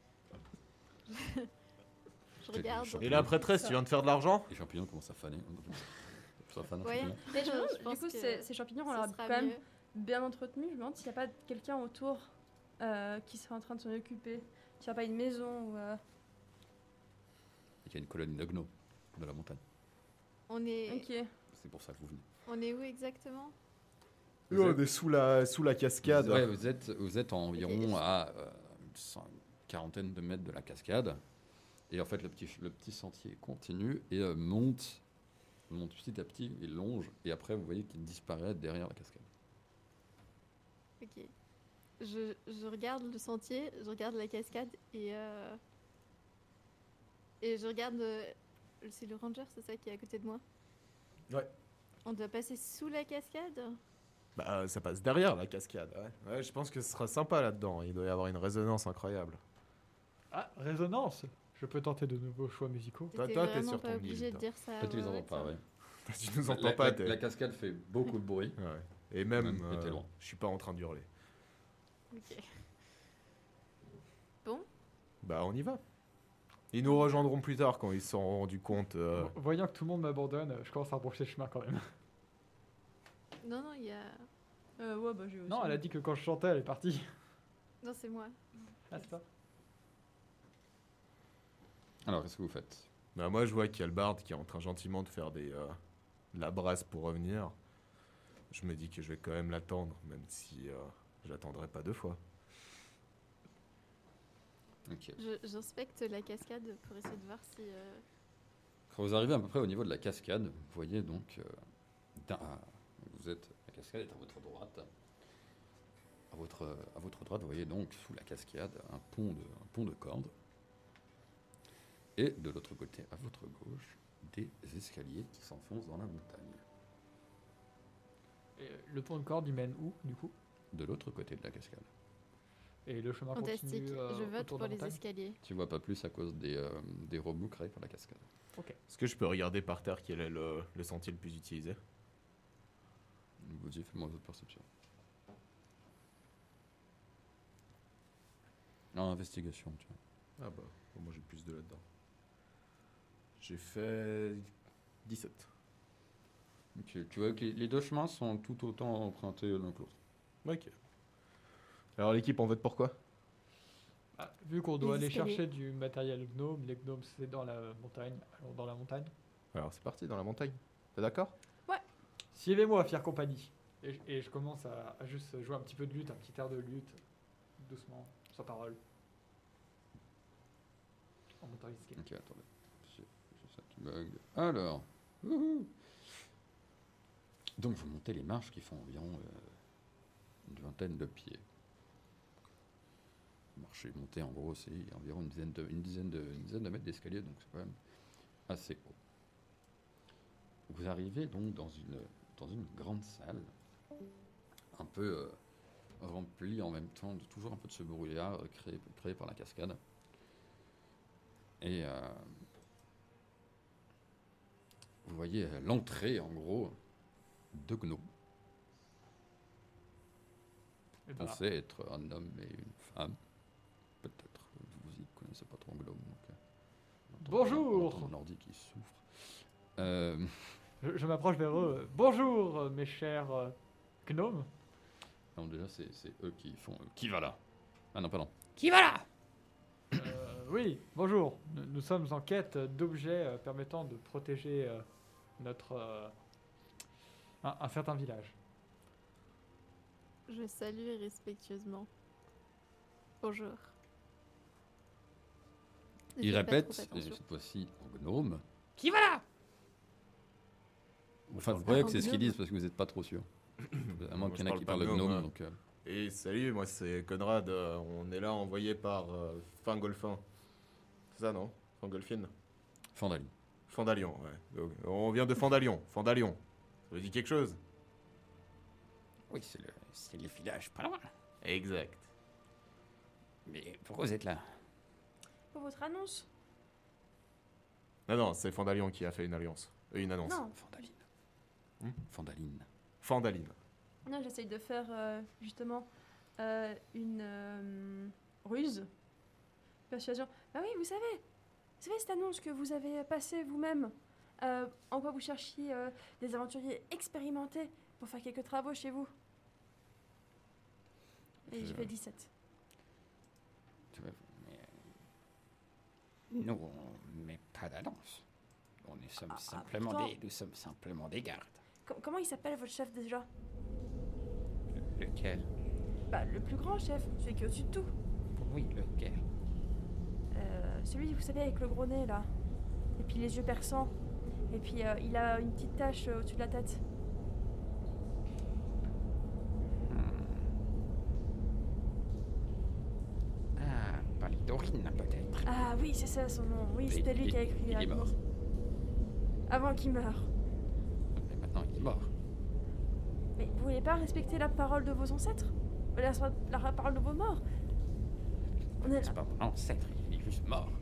Je regarde. Et la prêtresse, tu viens de faire de l'argent? Les champignons commencent à faner. Ça fane un Ouais. champignon. Mais je me demande, Je pense du coup, que ces, ces champignons ont Ce l'air sera quand même mieux. bien entretenus. Je me demande s'il n'y a pas quelqu'un autour euh, qui serait en train de s'en occuper. S'il n'y a pas une maison ou. euh, Il y a une colonie de gnomes de la montagne. On est, Ok. C'est pour ça que vous venez. on est où exactement? Nous, on est sous la, sous la cascade. Ouais, vous êtes, vous êtes environ Ok. à euh, une cent- quarantaine de mètres de la cascade. Et en fait, le petit, le petit sentier continue et euh, monte, monte petit à petit, il longe. Et après, vous voyez qu'il disparaît derrière la cascade. Ok. Je, je regarde le sentier, je regarde la cascade et euh, et je regarde. euh, c'est le ranger, c'est ça qui est à côté de moi. Ouais. On doit passer sous la cascade. Bah, ça passe derrière la cascade. Ouais. Ouais, je pense que ce sera sympa là-dedans. Il doit y avoir une résonance incroyable. Ah, résonance. Je peux tenter de nouveaux choix musicaux. Toi- T'es toi, t'es vraiment sur pas ton obligé île, de toi. dire ça. Toi, tu les ouais, entends ouais, pas, ça. ouais. Tu nous entends La, pas, la- t'es- la cascade fait beaucoup de bruit. Ouais. Et même, Même, mais t'es euh, loin. je suis pas en train d'hurler. Ok. Bah, on y va. Ils nous rejoindront plus tard quand ils se seront rendus compte. euh, Voyant que tout le monde m'abandonne, je commence à rebrousser le chemin quand même. Non, non, il y a. Euh, ouais, bah j'ai aussi. Non, elle a dit que quand je chantais, elle est partie. Non, c'est moi. Ah, c'est ça. Alors, qu'est-ce que vous faites? Bah, moi, je vois qu'il y a le barde qui est en train gentiment de faire des, euh, de la brasse pour revenir. Je me dis que je vais quand même l'attendre, même si euh, j'attendrai pas deux fois. Ok. Je- J'inspecte la cascade pour essayer de voir si. euh, Quand vous arrivez à peu près au niveau de la cascade, vous voyez donc, euh, d'un- à- vous êtes, la cascade est à votre droite. À votre, à votre droite, vous voyez donc sous la cascade un pont de, un pont de corde. Et de l'autre côté, à votre gauche, des escaliers qui s'enfoncent dans la montagne. Et le pont de corde, il mène où, du coup? De l'autre côté de la cascade. Et le chemin Fantastique. continue euh, Je vote autour pour de la les montagne. escaliers. Tu vois pas plus à cause des, euh, des remous créés par la cascade. Est-ce que je peux regarder par terre quel est le, le sentier le plus utilisé? Vas-y, fais-moi votre perception. Non, investigation, tu vois. Ah bah, bon, moi j'ai plus de là-dedans. J'ai fait dix-sept. Ok, tu vois que les- les deux chemins sont tout autant empruntés l'un que l'autre. Ok. Alors l'équipe, on vote pour quoi? Ah, vu qu'on doit Les aller escaliers. chercher du matériel gnome, les gnomes c'est dans la montagne, allons dans la montagne. Alors c'est parti, dans la montagne. T'es d'accord? Suivez-moi, fière compagnie. Et, je- et je commence à, à juste jouer un petit peu de lutte, un petit air de lutte, doucement, sans parole. en montant les escaliers. Ok, attendez. J'ai j'ai ça qui bug. Alors. Wouhou. Donc vous montez les marches qui font environ euh, une vingtaine de pieds. Marcher, monter en gros, c'est environ une dizaine de, une dizaine de, une dizaine de mètres d'escalier, donc c'est quand même assez haut. Vous arrivez donc dans une, dans une grande salle, un peu euh, remplie en même temps, de, toujours un peu de ce brouillard euh, créé, créé par la cascade. Et euh, vous voyez euh, l'entrée, en gros, de gnomes. Et Vous ben, pensez être un homme et une femme. Peut-être. Vous y connaissez pas trop Gnome. Donc, euh, on entend- Bonjour. on entend mon ordi qui souffre. Euh, je, je m'approche vers eux. Bonjour, euh, mes chers euh, gnomes. non, déjà, c'est c'est eux qui font. euh, qui va là? Ah non, pardon. Qui va là? Euh, oui, bonjour. Nous, nous sommes en quête d'objets euh, permettant de protéger euh, notre euh, un, un certain village. Je salue respectueusement. Bonjour. Ne Il faites pas répète, trop et attention. cette fois-ci en gnome. Qui va là? Enfin, vous croyez que c'est ce qu'ils gnome. disent parce que vous n'êtes pas trop sûr. À moins Moi, qu'il y je en a parle qui pas parlent de gnome, gnome. ouais. Donc, euh, Et salut, moi c'est Conrad, euh, on est là envoyé par euh, Fingolfin. C'est ça, non? Fingolfin? Fandali. Fandalion, ouais. Donc, on vient de Fandalion. Fandalion. Ça vous dit quelque chose? Oui, c'est le, c'est le village pas loin. Exact. Mais pourquoi vous êtes là? Pour votre annonce? Non, non, c'est Fandalion qui a fait une alliance. Euh, une annonce. Non, Fandaline. Hmm Fandaline. Fandaline. non, j'essaye de faire euh, justement euh, une euh, ruse. Persuasion. Bah oui, vous savez, vous savez cette annonce que vous avez passée vous-même, euh, en quoi vous cherchiez euh, des aventuriers expérimentés pour faire quelques travaux chez vous. Et Je- j'ai fait dix-sept. Tu vois, mais, euh, nous, on met pas d'annonce. On est sommes Ah, ah, simplement pourtant- des, nous sommes simplement des gardes. Com- comment il s'appelle votre chef déjà? Le- lequel? Bah le plus grand chef, celui qui est au-dessus de tout. Oui, lequel? Euh, celui, vous savez, avec le gros nez là. Et puis les yeux perçants. Et puis euh, il a une petite tache euh, au-dessus de la tête. Ah, Palidorine peut-être. Ah oui, c'est ça son nom. Oui, Et c'était lui il- qui a écrit il la est mort. annonce. Avant qu'il meure. Mais maintenant, il est mort. Mais vous voulez pas respecter la parole de vos ancêtres? La, la parole de vos morts? On est là. C'est pas mon ancêtre, il est juste mort.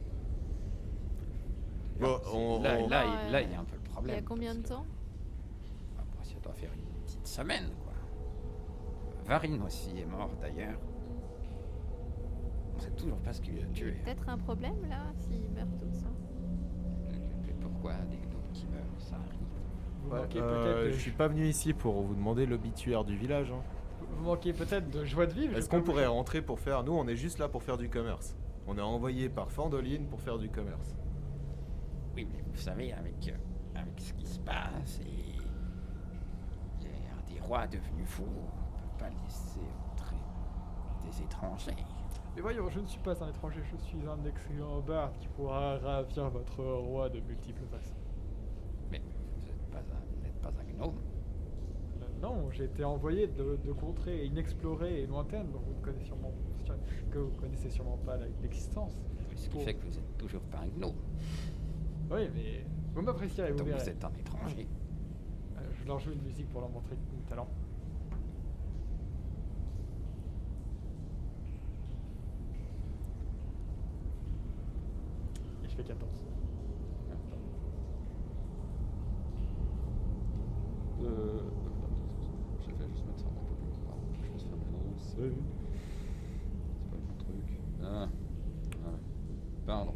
Bon, on, Là, on- là, Ah, il, là, ouais. il y a un peu le Il y problème. a combien de parce que- temps? Ah, bon, ça doit faire une petite semaine, quoi. Varine aussi est mort, d'ailleurs. On sait toujours pas ce qu'il a Il y a tué. peut-être un problème là, s'ils meurent tous. hein. Mais pourquoi des gnomes qui meurent, ça arrive. Vous Ouais, manquez euh, peut-être de, je suis pas venu ici pour vous demander l'obituaire du village. hein. vous manquez peut-être de joie de vivre. je Est-ce peux qu'on vous- pourrait rentrer pour faire... Nous, on est juste là pour faire du commerce. On est envoyé par Fandoline pour faire du commerce. Oui, mais vous savez, avec, euh, avec ce qui se passe, et il y a des rois devenus fous, on peut pas laisser entrer des étrangers. Mais voyons, je ne suis pas un étranger, je suis un excellent barde qui pourra ravir votre roi de multiples façons. Mais vous n'êtes pas, un- vous n'êtes pas un gnome. Euh, non, j'ai été envoyé de, de contrées inexplorées et lointaines, dont vous ne connaissez sûrement, que vous connaissez sûrement pas la- l'existence. Ce qui Bon. fait que vous n'êtes toujours pas un gnome. Oui, mais vous m'apprécierez, vous Donc verrez. vous êtes un étranger. Euh, je leur joue une musique pour leur montrer mon talent. Et je fais quatorze. Euh, je vais juste mettre ça un peu plus haut. Pardon, je vais juste fermer l'annonce. C'est pas le bon truc. Ah, voilà. Pardon.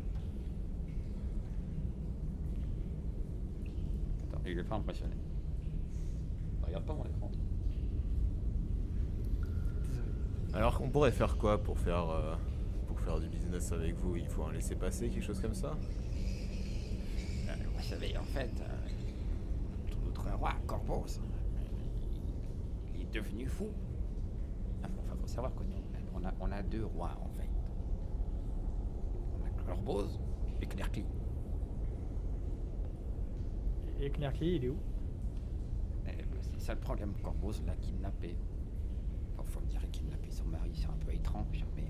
Attends, il est pas impressionné. Regarde pas mon écran. Alors, on pourrait faire quoi pour faire, euh, pour faire du business avec vous? Il faut un laisser-passer, quelque chose comme ça? Euh, vous savez, en fait, euh, notre roi, Corvos, il est devenu fou. Enfin, faut savoir que nous, on a, on a deux rois, en fait. On a Corvos Et Clercly. Et Knerkli, il est où? Eh ben, c'est ça le problème, Corbeuse l'a kidnappé. Enfin, faut me dire kidnapper son mari, c'est un peu étrange, mais...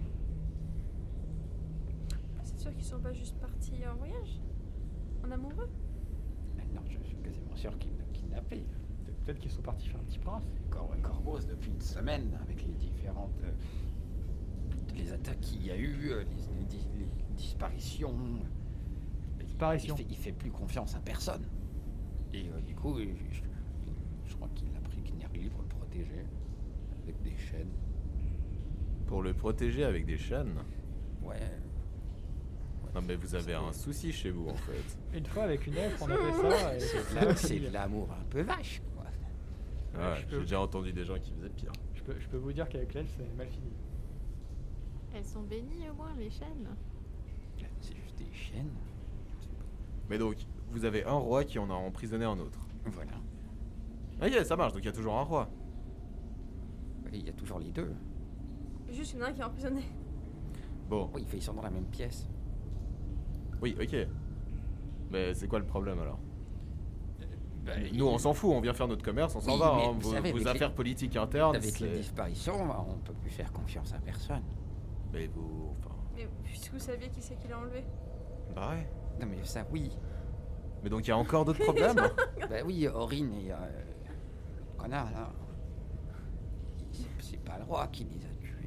C'est sûr qu'ils sont pas juste partis en voyage? En amoureux? mais non, je suis quasiment sûr qu'il l'a kidnappé. Pe- Peut-être qu'ils sont partis faire un petit prince. Cor Corbeuse, depuis une semaine, avec les différentes... euh, les attaques qu'il y a eu, euh, les, les di- les disparitions... Il Disparition. fait, il fait plus confiance à personne. Et euh, du coup, je, je- je crois qu'il a pris Knergli pour le protéger, avec des chaînes. Pour le protéger avec des chaînes. Ouais. Non mais vous avez un souci chez vous en fait. Une fois avec une elfe, on a fait ça. Et C'est de ça la- s'est c'est fini. de l'amour un peu vache, quoi. Ouais, je peux- j'ai déjà entendu des gens qui faisaient pire. Je peux, je peux vous dire qu'avec l'elfe, c'est mal fini. Elles sont bénies au moins, les chaînes. C'est juste des chaînes. Mais donc, vous avez un roi qui en a emprisonné un autre. Voilà. Ah yeah, ça marche, donc il y a toujours un roi. Et il y a toujours les deux. Juste il y en a un qui est emprisonné. Bon, Oui, ils sont dans la même pièce. oui, ok. Mais c'est quoi le problème alors? Ben, Nous on s'en fout, on vient faire notre commerce, on s'en Oui, va. mais hein. vous Vos, savez, vos avec affaires les- politiques internes, Avec les c'est... disparitions, bah, on peut plus faire confiance à personne. Mais vous... Enfin... Mais puisque vous saviez qui c'est qui l'a enlevé? Bah ouais. Non mais ça, oui. Mais donc il y a encore d'autres problèmes? Bah oui, Aurine et euh, le connard là. C'est c'est pas le roi qui les a tués.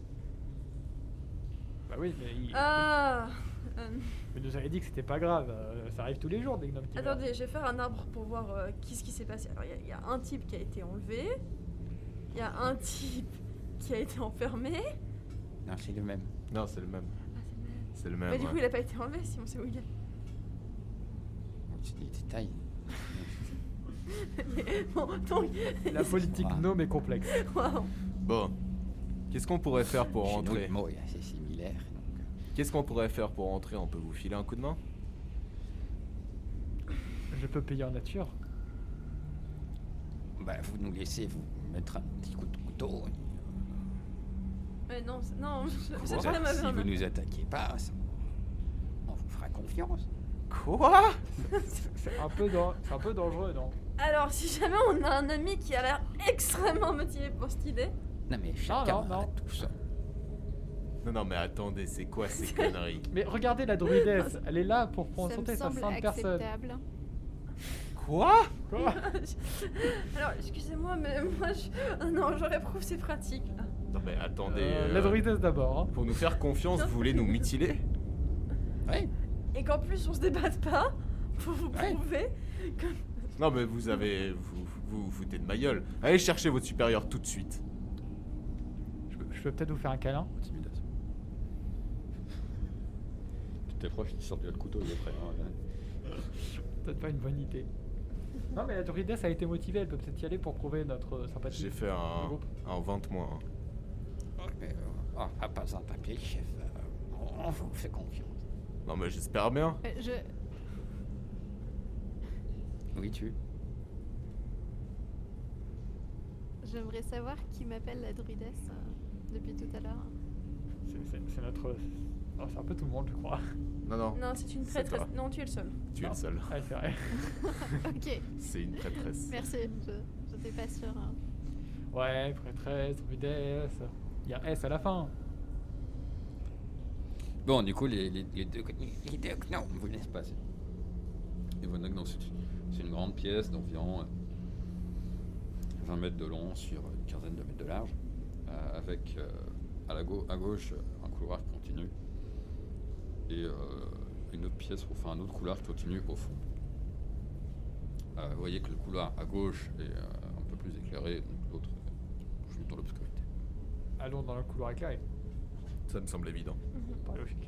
Bah oui, mais il, Ah euh, il nous avait dit que c'était pas grave. euh, Ça arrive tous les jours des gnomes qui meurent. Attendez, je vais faire un arbre pour voir euh, qui ce qui s'est passé. Alors il y a- il y, a un type qui a été enlevé. Il y a un type qui a été enfermé. Non, c'est le même. Non, c'est le même. Ah, c'est le même. C'est le même. Mais du ouais. coup il a pas été enlevé si on sait où il est. Donc, c'est des détails. Bon, donc... La politique Ah. gnome est complexe. Waouh. Bon. Qu'est-ce qu'on pourrait faire pour Chez nous, rentrer? le mot est assez similaire. Donc, euh, Qu'est-ce qu'on pourrait faire pour rentrer? On peut vous filer un coup de main? Je peux payer en nature. bah, vous nous laissez vous mettre un petit coup de couteau. et, Mais non, c'est- non, je- Quoi ça euh, jamais m'avait si un- vous nous attaquez pas, ça- on vous fera confiance. Quoi? C'est un peu dan- c'est un peu dangereux, non? Alors si jamais on a un ami qui a l'air extrêmement motivé pour cette idée, Non mais chacun non, non. a tout ça. Non, non, mais attendez, c'est quoi ces conneries? Mais regardez la druidesse, elle est là pour prendre Ça son me thé, sa semble sainte personne. acceptable. Quoi? Quoi? alors excusez-moi, mais moi je... ah non, je réprouve ces pratiques là. Non, mais attendez. Euh, euh, La druidesse d'abord. Hein. Pour nous faire confiance, vous voulez nous mutiler? Ouais. Et qu'en plus on se débatte pas pour vous Ouais. prouver que... Non, mais vous avez. Vous vous, vous foutez de ma gueule. Allez chercher votre supérieur tout de suite. Je peux, je peux peut-être vous faire un câlin. Intimidation. Tu t'approches, il sort le couteau, il est prêt. hein, Peut-être pas une bonne idée. Non, mais la druidesse a été motivée, elle peut peut-être y aller pour prouver notre sympathie. J'ai fait un, groupe. un vingt moins. Ouais, mais, euh, on va pas en taper, chef. euh, on, on vous fait confiance. Non, mais j'espère bien. Euh, je... Oui, tu. J'aimerais savoir qui m'appelle la druidesse euh, depuis tout à l'heure. C'est- C'est c'est notre. Oh, c'est un peu tout le monde, je crois. Non, non, Non, c'est une C'est prêtresse. toi. Non, tu es le seul. tu es Non. le seul. Ouais, c'est vrai. Ok, C'est une prêtresse. merci. Je n'étais pas sûre. hein. Ouais, prêtresse, druidesse. Il y a S à la fin. Bon, du coup, les, les, les deux, les deux gnomes vous laissent passer. Et voilà, donc c'est c'est une grande pièce d'environ euh, vingt mètres de long sur une quinzaine de mètres de large, euh, avec euh, à, la gau- à gauche euh, un couloir qui continue et euh, une autre pièce, enfin un autre couloir qui continue au fond. Euh, vous voyez que le couloir à gauche est euh, un peu plus éclairé, donc l'autre est juste dans l'obscurité. Allons dans le couloir éclairé. Ça me semble évident. Pas logique.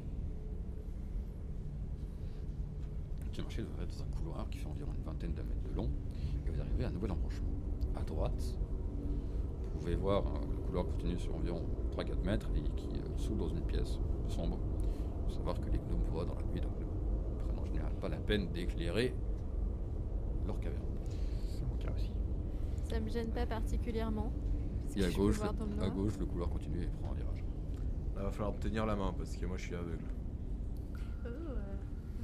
Qui marchez, vous arrivez dans un couloir qui fait environ une vingtaine de mètres de long, et vous arrivez à un nouvel embranchement. À droite, vous pouvez voir hein, le couloir continue sur environ trois à quatre mètres et qui euh, s'ouvre dans une pièce sombre. Il faut savoir que les gnomes voient dans la nuit, donc ne prennent en général pas la peine d'éclairer leur caverne. C'est mon cas aussi. Ça me gêne pas particulièrement. parce Et que à je peux gauche, voir dans le le, à noir. gauche, le couloir continue et prend un virage. Il va falloir me tenir la main parce que moi je suis aveugle. Oh, euh,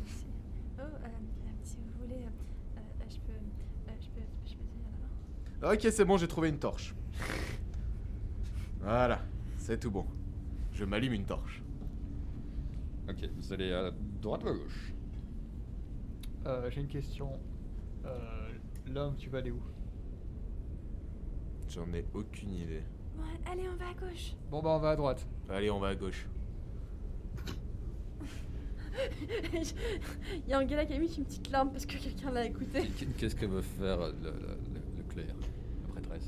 euh, euh, si vous voulez, euh, euh, je peux, euh, je peux, je peux dire. Ok, c'est bon, j'ai trouvé une torche. Voilà, c'est tout bon. Je m'allume une torche. Ok, vous allez à droite ou à gauche? Euh, J'ai une question. Euh, L'homme, tu vas aller où? J'en ai aucune idée. Bon, allez, on va à gauche. Bon bah on va à droite. Allez, on va à gauche. Il y a Angela qui a mis une petite larme parce que quelqu'un l'a écouté. Qu'est-ce que veut faire le, le, le, le clerc, la prêtresse?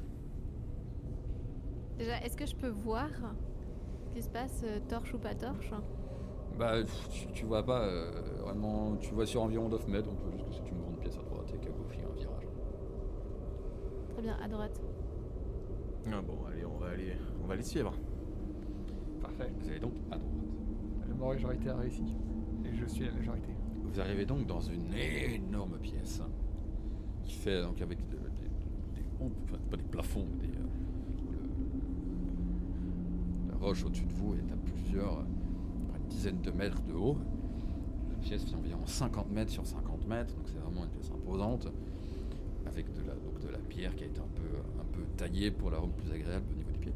Déjà, est-ce que je peux voir ce qui se passe, euh, torche ou pas torche? Bah, tu, tu vois pas euh, vraiment. Tu vois sur environ neuf mètres, on peut juste que c'est une grande pièce à droite et qu'à gauche il y a un virage. Très bien, à droite. Ah bon, allez, on va aller, on va les suivre. Parfait. Vous allez donc à droite. La majorité a réussi. Et je suis la majorité. Vous arrivez donc dans une énorme pièce qui fait donc avec de- des, des hauts, enfin pas des plafonds, mais des, euh, le- la roche au-dessus de vous est à plusieurs, euh, une dizaine de mètres de haut. La pièce fait environ cinquante mètres sur cinquante mètres, donc c'est vraiment une pièce imposante, avec de la, donc de la pierre qui a été un peu, un peu taillée pour la rendre plus agréable au niveau des pieds.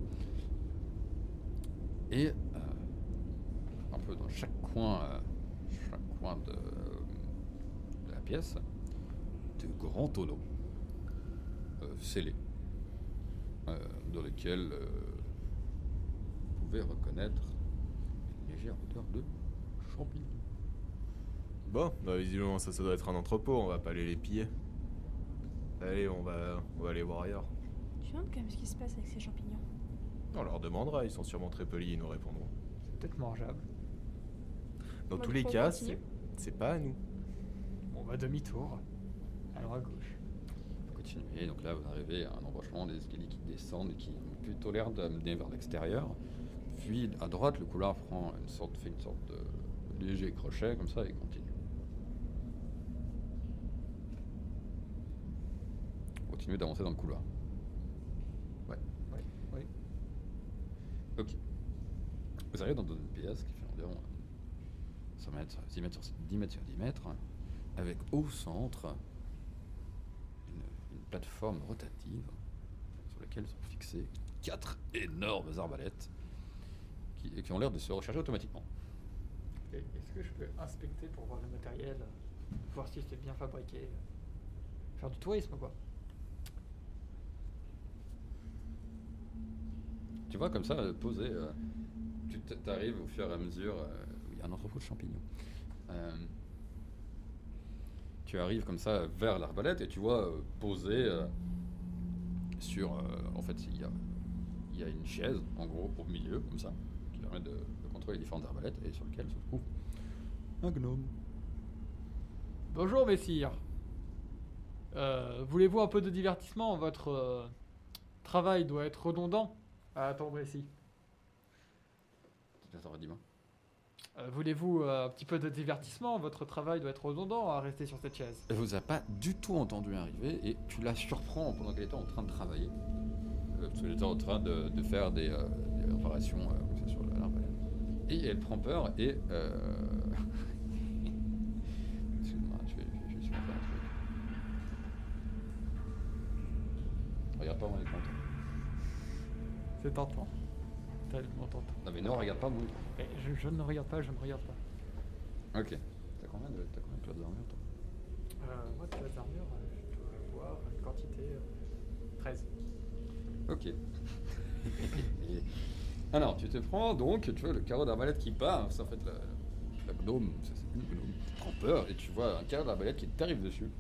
Et euh, un peu dans chaque coin, euh, chaque coin de, de la pièce, de grands tonneaux euh, scellés, euh, dans lesquels euh, vous pouvez reconnaître une légère odeur de champignons. Bon, bah visiblement ça, ça doit être un entrepôt, on va pas aller les piller. Allez, on va, on va aller voir ailleurs. Tu vois quand même ce qui se passe avec ces champignons. On leur demandera, ils sont sûrement très polis, ils nous répondront. C'est peut-être mangeable. Dans Moi, tous je les crois cas, qu'on continue. c'est c'est pas à nous. Bon bah demi-tour. Alors à gauche. Vous continuez, donc là vous arrivez à un embranchement des escaliers qui descendent et qui ont plutôt l'air d'amener vers l'extérieur. Puis à droite, le couloir prend une sorte, fait une sorte de léger crochet comme ça et continue. Continuez d'avancer dans le couloir. Ouais. Oui, oui. Ok. Vous arrivez dans une pièce qui fait environ cent mètres, dix mètres sur dix mètres sur dix mètres, avec au centre une, une plateforme rotative sur laquelle sont fixées quatre énormes arbalètes qui, qui ont l'air de se recharger automatiquement. Et Est-ce que je peux inspecter pour voir le matériel, voir si c'est bien fabriqué, faire du tourisme quoi? Tu vois comme ça, euh, posé, euh, tu t'arrives au fur et à mesure, euh, il y a un entrepôt de champignons. Euh, tu arrives comme ça vers l'arbalète et tu vois euh, posé euh, sur, euh, en fait, il y a, il y a une chaise, en gros, au milieu, comme ça, qui permet de, de contrôler les différentes arbalètes et sur lequel se trouve un gnome. Bonjour messire. Euh, Voulez-vous un peu de divertissement? Votre euh, travail doit être redondant à attendre ici. Attends, dis-moi. Euh, Voulez-vous euh, un petit peu de divertissement? Votre travail doit être redondant à rester sur cette chaise. Elle vous a pas du tout entendu arriver et tu la surprends pendant qu'elle était en train de travailler. Euh, parce qu'elle était en train de, de faire des, euh, des réparations euh, comme ça sur l'arbalète. Et elle prend peur et... Euh... Excuse-moi, je vais, je vais juste faire un truc. Regarde pas mon écran. toi. C'est tentant. Tellement tentant. Non mais non, regarde pas mon écran. Mais je, je ne regarde pas, je ne regarde pas. Ok. T'as combien de, t'as combien de classes d'armure toi? Euh, moi, de classe d'armure, euh, je dois avoir une quantité euh, treize. Ok. Et- Alors, tu te prends donc, tu vois le carreau d'arbalète qui part, c'est en fait la, la gnome, ça, c'est une gnome, tu prends peur et tu vois un carreau d'arbalète qui t'arrive dessus.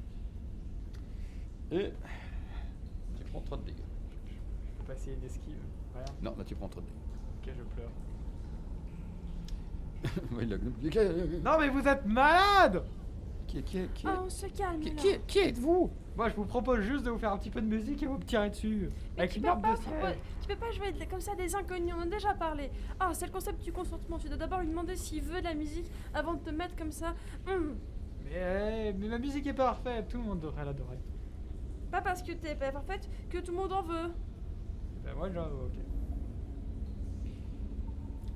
Et tu prends trois de dégâts. Je peux passer une esquive. Rien. Non, là tu prends trois de Ok, je pleure. dégâts. Oui, la gnome. Qui, qui, Non, mais vous êtes malade! qui, qui, qui, Oh, on se calme qui, là. qui- qui êtes-vous? Moi, je vous propose juste de vous faire un petit peu de musique et vous me tirez dessus. Mais Avec tu une peux, arme pas, de siège. proposer- tu peux pas jouer de- comme ça des inconnus, on en a déjà parlé. Ah, c'est le concept du consentement. Tu dois d'abord lui demander s'il veut de la musique avant de te mettre comme ça. Hum. Mais, mais ma musique est parfaite, tout le monde devrait l'adorer. Pas parce que t'es pas parfaite que tout le monde en veut. Ben moi, genre, ok.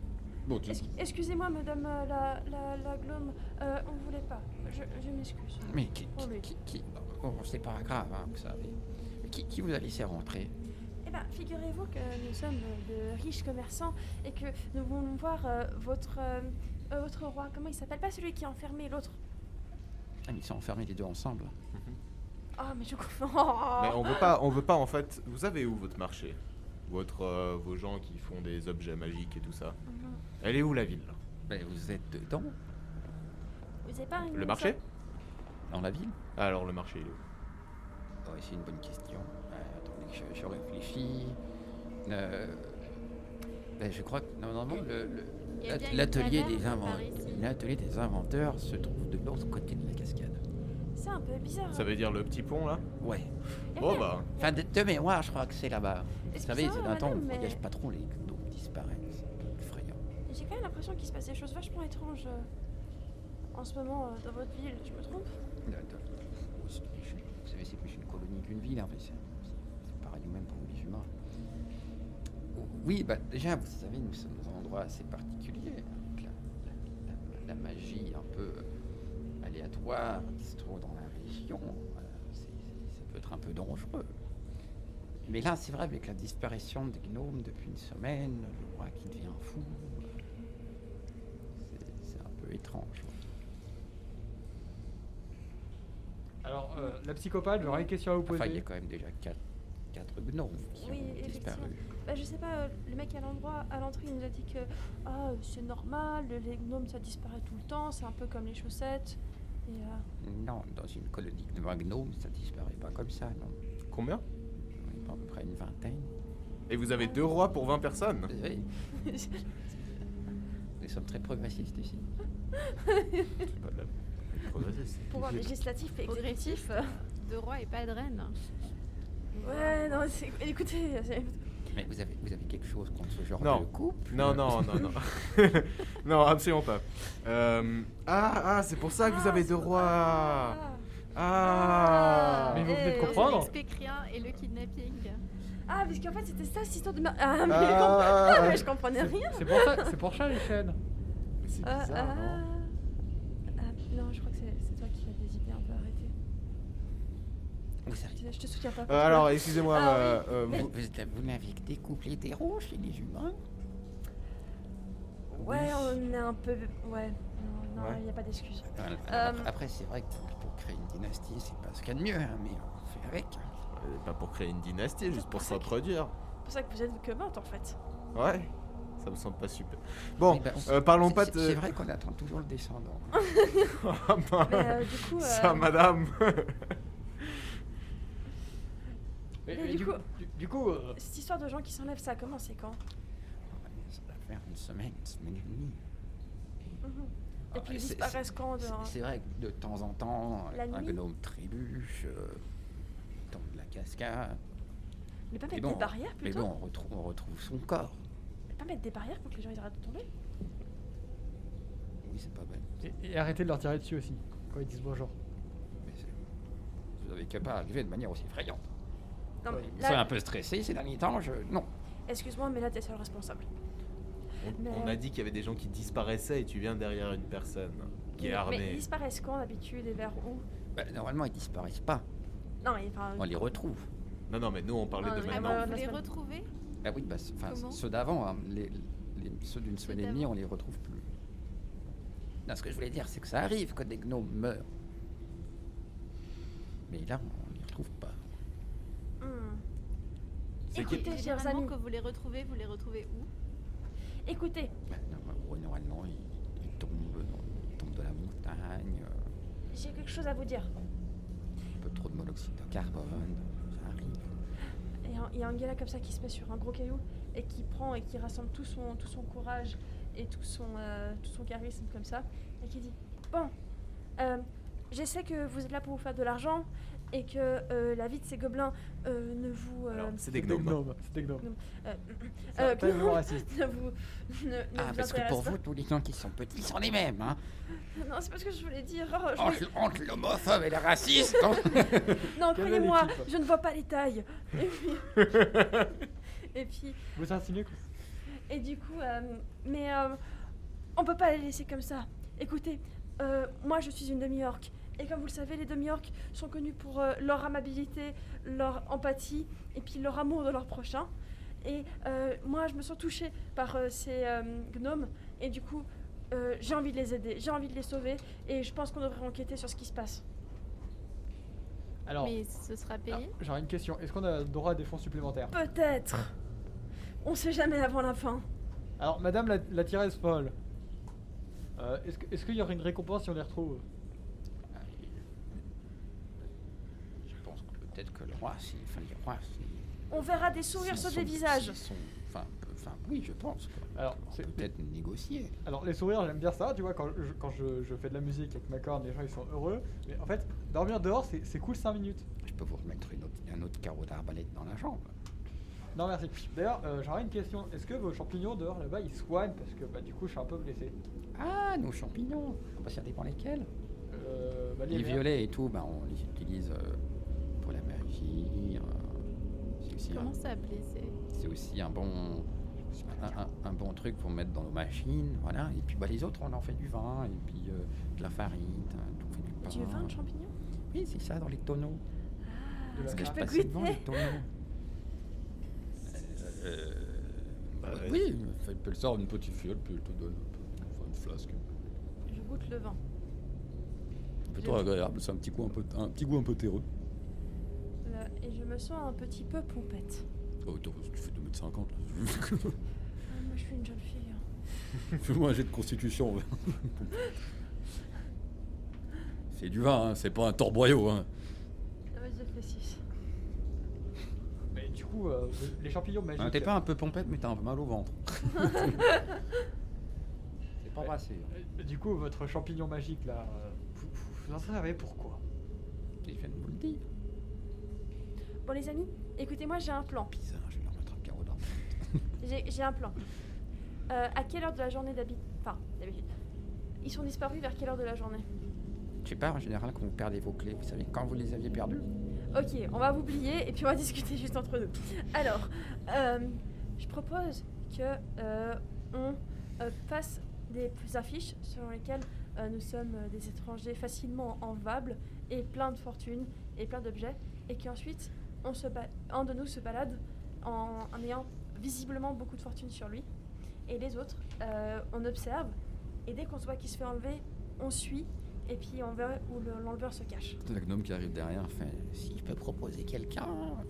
Bon, tu... Es- Excusez-moi, madame euh, la, la, la gnome, euh, on voulait pas. Je, je m'excuse. Mais qui, Oh, qui, oui. qui, qui- oh, c'est pas grave, hein, vous savez. Qui, qui vous a laissé rentrer? Eh bien, figurez-vous que nous sommes de riches commerçants et que nous voulons voir euh, votre, euh, euh, votre roi. Comment il s'appelle? Pas celui qui est enfermé, l'autre. Ah, mais ils sont enfermés les deux ensemble. Ah, mais je confonds. Mais on veut pas, on veut pas en fait. Vous savez où votre marché? Votre, euh, vos gens qui font des objets magiques et tout ça. Mhm. Elle est où la ville? Mais vous êtes dedans, Vous avez pas un Le marché? dans la ville? Alors le marché il est où? Oh, c'est une bonne question. Euh, attendez que je, je réfléchis. Euh, ben, je crois que normalement le, le- Il y a bien une l'atelier taverne des, par inven- ici. l'atelier des inventeurs se trouve de l'autre côté de la cascade. C'est un peu bizarre. Ça veut dire le petit pont là? Ouais. Y a Bon rien. bah. Enfin, de, de mémoire, je crois que c'est là-bas. Vous savez, Excusez-moi, c'est d'un temps où madame, on ne mais voyage pas trop, les gnomes disparaissent. C'est un peu effrayant. J'ai quand même l'impression qu'il se passe des choses vachement étranges euh, en ce moment euh, dans votre ville. Je me trompe? De- de- oui, c'est- je- Vous savez, c'est plus une colonie qu'une ville, hein, mais c'est c'est pareil même pour les humains. Oui, bah déjà, vous savez, nous sommes dans un endroit assez particulier, avec la, la- la- la magie un peu euh, aléatoire qui se trouve dans la région. euh, c'est- c'est- ça peut être un peu dangereux. Mais là, c'est vrai, avec la disparition des gnomes depuis une semaine, le roi qui devient fou, euh, c'est- c'est un peu étrange. ouais. Alors, euh, la psychopathe, j'aurais une question à vous poser. Enfin, il y a quand même déjà quatre, quatre gnomes qui Oui, ont disparu. effectivement. Bah, je sais pas, euh, le mec à l'endroit, à l'entrée, il nous a dit que ah, c'est normal, le- les gnomes ça disparaît tout le temps, c'est un peu comme les chaussettes. Et euh, Non, dans une colonie de vingt gnomes, ça disparaît pas comme ça, non. Combien? On est à peu près une vingtaine. Et vous avez deux rois pour vingt personnes? Oui. Nous sommes très progressistes ici. C'est pas de la progressiste. pouvoir législatif et exécutif. Progressif, de roi et pas de reine. Ouais, non, c'est- écoutez, c'est- Mais vous avez, vous avez quelque chose contre ce genre Non. de couple? Non, non, non, non. Non, absolument pas. Euh, Ah, ah, c'est pour ça que vous avez deux rois. Ah, Ah. Mais vous venez de Eh, On comprendre. n'explique rien et le kidnapping. ah, parce qu'en fait c'était ça cette histoire de mar- Ah, mais, Ah. ah, mais je comprenais rien. C'est pour ça, c'est pour ça les chaînes. Mais c'est Ah, bizarre, ah, non? ah, non, je crois que c'est c'est toi qui as des idées un peu arrêtées. Vous, savez, Je, je te soutiens pas. Euh, alors, excusez-moi, Ah, euh, oui. euh, vous, vous- vous, vous n'avez que des couples hétéros chez les humains? Ouais, on est un peu. Ouais, non, non, Ouais. il n'y a pas d'excuse. Alors, Euh, après, après, c'est vrai que pour, pour créer une dynastie, c'est pas ce qu'il y a de mieux, hein, mais on fait avec. Euh, pas pour créer une dynastie, juste pour s'introduire. C'est pour ça que vous êtes que vingt en fait. Ouais, ça me semble pas super. Bon, Eh ben, on- euh, parlons c'est- pas c'est- de. C'est vrai qu'on attend toujours le descendant. Ah, bah, Mais euh, du coup. ça, euh, madame. Mais, Mais mais du du, coup- du, du coup, euh, Cette histoire de gens qui s'enlèvent, ça a commencé quand? Ça va faire une semaine, une semaine et demie. Mhm. Et Ah, puis ils c'est- disparaissent quand de... C'est c'est vrai que de temps en temps, La un nuit gnome trébuche, euh, tombe de la cascade. Mais pas Et mettre bon, des barrières Mais plutôt? bon, on retrouve, on retrouve son corps. Mais pas mettre des barrières pour que les gens ils arrêtent de tomber? Oui, c'est pas bête. et, et arrêtez de leur tirer dessus aussi quand ils disent bonjour. Mais c'est- vous avez qu'à pas arriver de manière aussi effrayante. Non, mais Vous là, soyez un peu stressé ces derniers temps, je... Non. excuse-moi, mais là t'es seul responsable. On, Mais- on a dit qu'il y avait des gens qui disparaissaient et tu viens derrière une personne qui est Mais- Mais ils armée. disparaissent quand d'habitude et vers où? Bah, normalement, ils disparaissent pas. Non, mais enfin. On les retrouve. Non, non, mais nous on parlait Ah, de oui, Ah maintenant. bah, bon, vous la les semaine- retrouvez? Ah oui, bah, c'est- enfin, Comment ceux d'avant, hein, les, les- ceux d'une semaine et demie, d'avant on les retrouve plus. Non, ce que je voulais dire, c'est que ça arrive que des gnomes meurent. Mais là, on les retrouve pas. Hmm. C'est Écoutez, qui- chers Généralement, amis, quand vous les retrouvez, vous les retrouvez où? écoutez, Bah, non, normalement, ils, ils tombent, dans- ils tombent de la montagne. euh, j'ai quelque chose à vous dire. un peu trop de monoxyde de carbone, ça arrive. Et un- il y a un gars là comme ça qui se met sur un gros caillou et qui prend et qui rassemble tout son, tout son courage et tout son, euh, tout son charisme comme ça et qui dit bon, euh, je sais que vous êtes là pour vous faire de l'argent et que euh, la vie de ces gobelins euh, ne vous euh, Alors, c'est des C'est gnomes. C'est des gnomes. euh, Ça, euh, pas de raciste. ne vous ne, ne Ah, vous parce que intéresse pour pas. vous, tous les gens qui sont petits sont les mêmes, hein. Non, c'est pas ce que je voulais dire. Oh, je Entre, entre l'homophobe et le raciste, hein. Non, Quelle croyez-moi, équipe. je ne vois pas les tailles. Et puis, et puis, Vous insinuez que Et du coup, euh, mais euh, on peut pas les laisser comme ça. Écoutez, euh, moi je suis une demi-orque. Et comme vous le savez, les demi-orques sont connus pour euh, leur amabilité, leur empathie et puis leur amour de leur prochain. Et euh, moi, je me sens touchée par euh, ces euh, gnomes. Et du coup, euh, j'ai envie de les aider, j'ai envie de les sauver. Et je pense qu'on devrait enquêter sur ce qui se passe. Alors, Mais ce sera alors, payé. j'aurais une question. Est-ce qu'on a droit à des fonds supplémentaires? Peut-être. On sait jamais avant la fin. Alors, madame la, la tiresse folle, euh, est-ce que- est-ce qu'il y aurait une récompense si on les retrouve? Ah, et- Je pense que peut-être que le roi, si, enfin les rois, si, On verra des sourires s'ils sur des sont- visages. s'ils sont- Enfin, peu- enfin, oui, je pense. que- Alors, on c'est- peut peut-être négocier. Alors les sourires, j'aime bien ça, tu vois, quand, je, quand je, je fais de la musique avec ma corne, les gens ils sont heureux. Mais en fait, dormir dehors, c'est c'est cool cinq minutes. Je peux vous remettre une autre- un autre carreau d'arbalète dans la jambe. Non merci. D'ailleurs, euh, j'aurais une question. Est-ce que vos champignons dehors là-bas, ils soignent? Parce que bah, du coup, je suis un peu blessé. Ah, nos champignons. Bah, ça dépend lesquels. Euh, bah, Les verts. violets et tout, bah, on les utilise euh, pour la magie. euh, c'est aussi, un, Comment ça, blessé? c'est aussi un bon, un, un- un bon truc pour mettre dans nos machines, voilà. Et puis bah, les autres, on en fait du vin et puis euh, de la farine, on fait du pain. Tu veux vin de champignons? Oui, c'est ça, dans les tonneaux. De la Est-ce que merde. je peux Passez devant goûter? les tonneaux. Euh, Bah, Euh, vas-y. oui, il peut le sort une petite fiole, puis il te donne un peu, enfin, une flasque. Je goûte le vin. Plutôt agréable, c'est un petit goût un peu, un petit goût un peu terreux. Là, et je me sens un petit peu pompette. Oh, attends, tu fais deux mètres cinquante. Ah, moi, je suis une jeune fille. hein. Fais-moi un jet de constitution. C'est du vin, hein, c'est pas un torboyau. Hein. Ah, vas-y, je fais six. Mais du coup, euh, les champignons magiques. Hein, T'es pas un peu pompette, mais t'as un peu mal au ventre. C'est pas Ouais. brassé. euh, Du coup, votre champignon magique là, euh, vous, vous- vous en savez pourquoi? Il vient de vous le dire. Bon, les amis, écoutez-moi, j'ai un plan. Bizarre, je vais leur mettre un carreau d'arbalète. J'ai j'ai un plan. Euh, à quelle heure de la journée d'habitude Enfin, d'habitude. Ils sont disparus vers quelle heure de la journée? Je sais pas, en général, quand vous perdez vos clés, vous savez quand vous les aviez perdues? Ok, on va vous oublier et puis on va discuter juste entre nous. Alors, euh, je propose que euh, on euh, fasse des affiches selon lesquelles euh, nous sommes euh, des étrangers facilement enlevables et plein de fortune et plein d'objets, et qu'ensuite on se ba- un de nous se balade en, en ayant visiblement beaucoup de fortune sur lui, et les autres euh, on observe, et dès qu'on se voit qu'il se fait enlever, on suit et puis on verra où le- l'enleveur se cache. Le gnome qui arrive derrière fait. Si je peux proposer quelqu'un.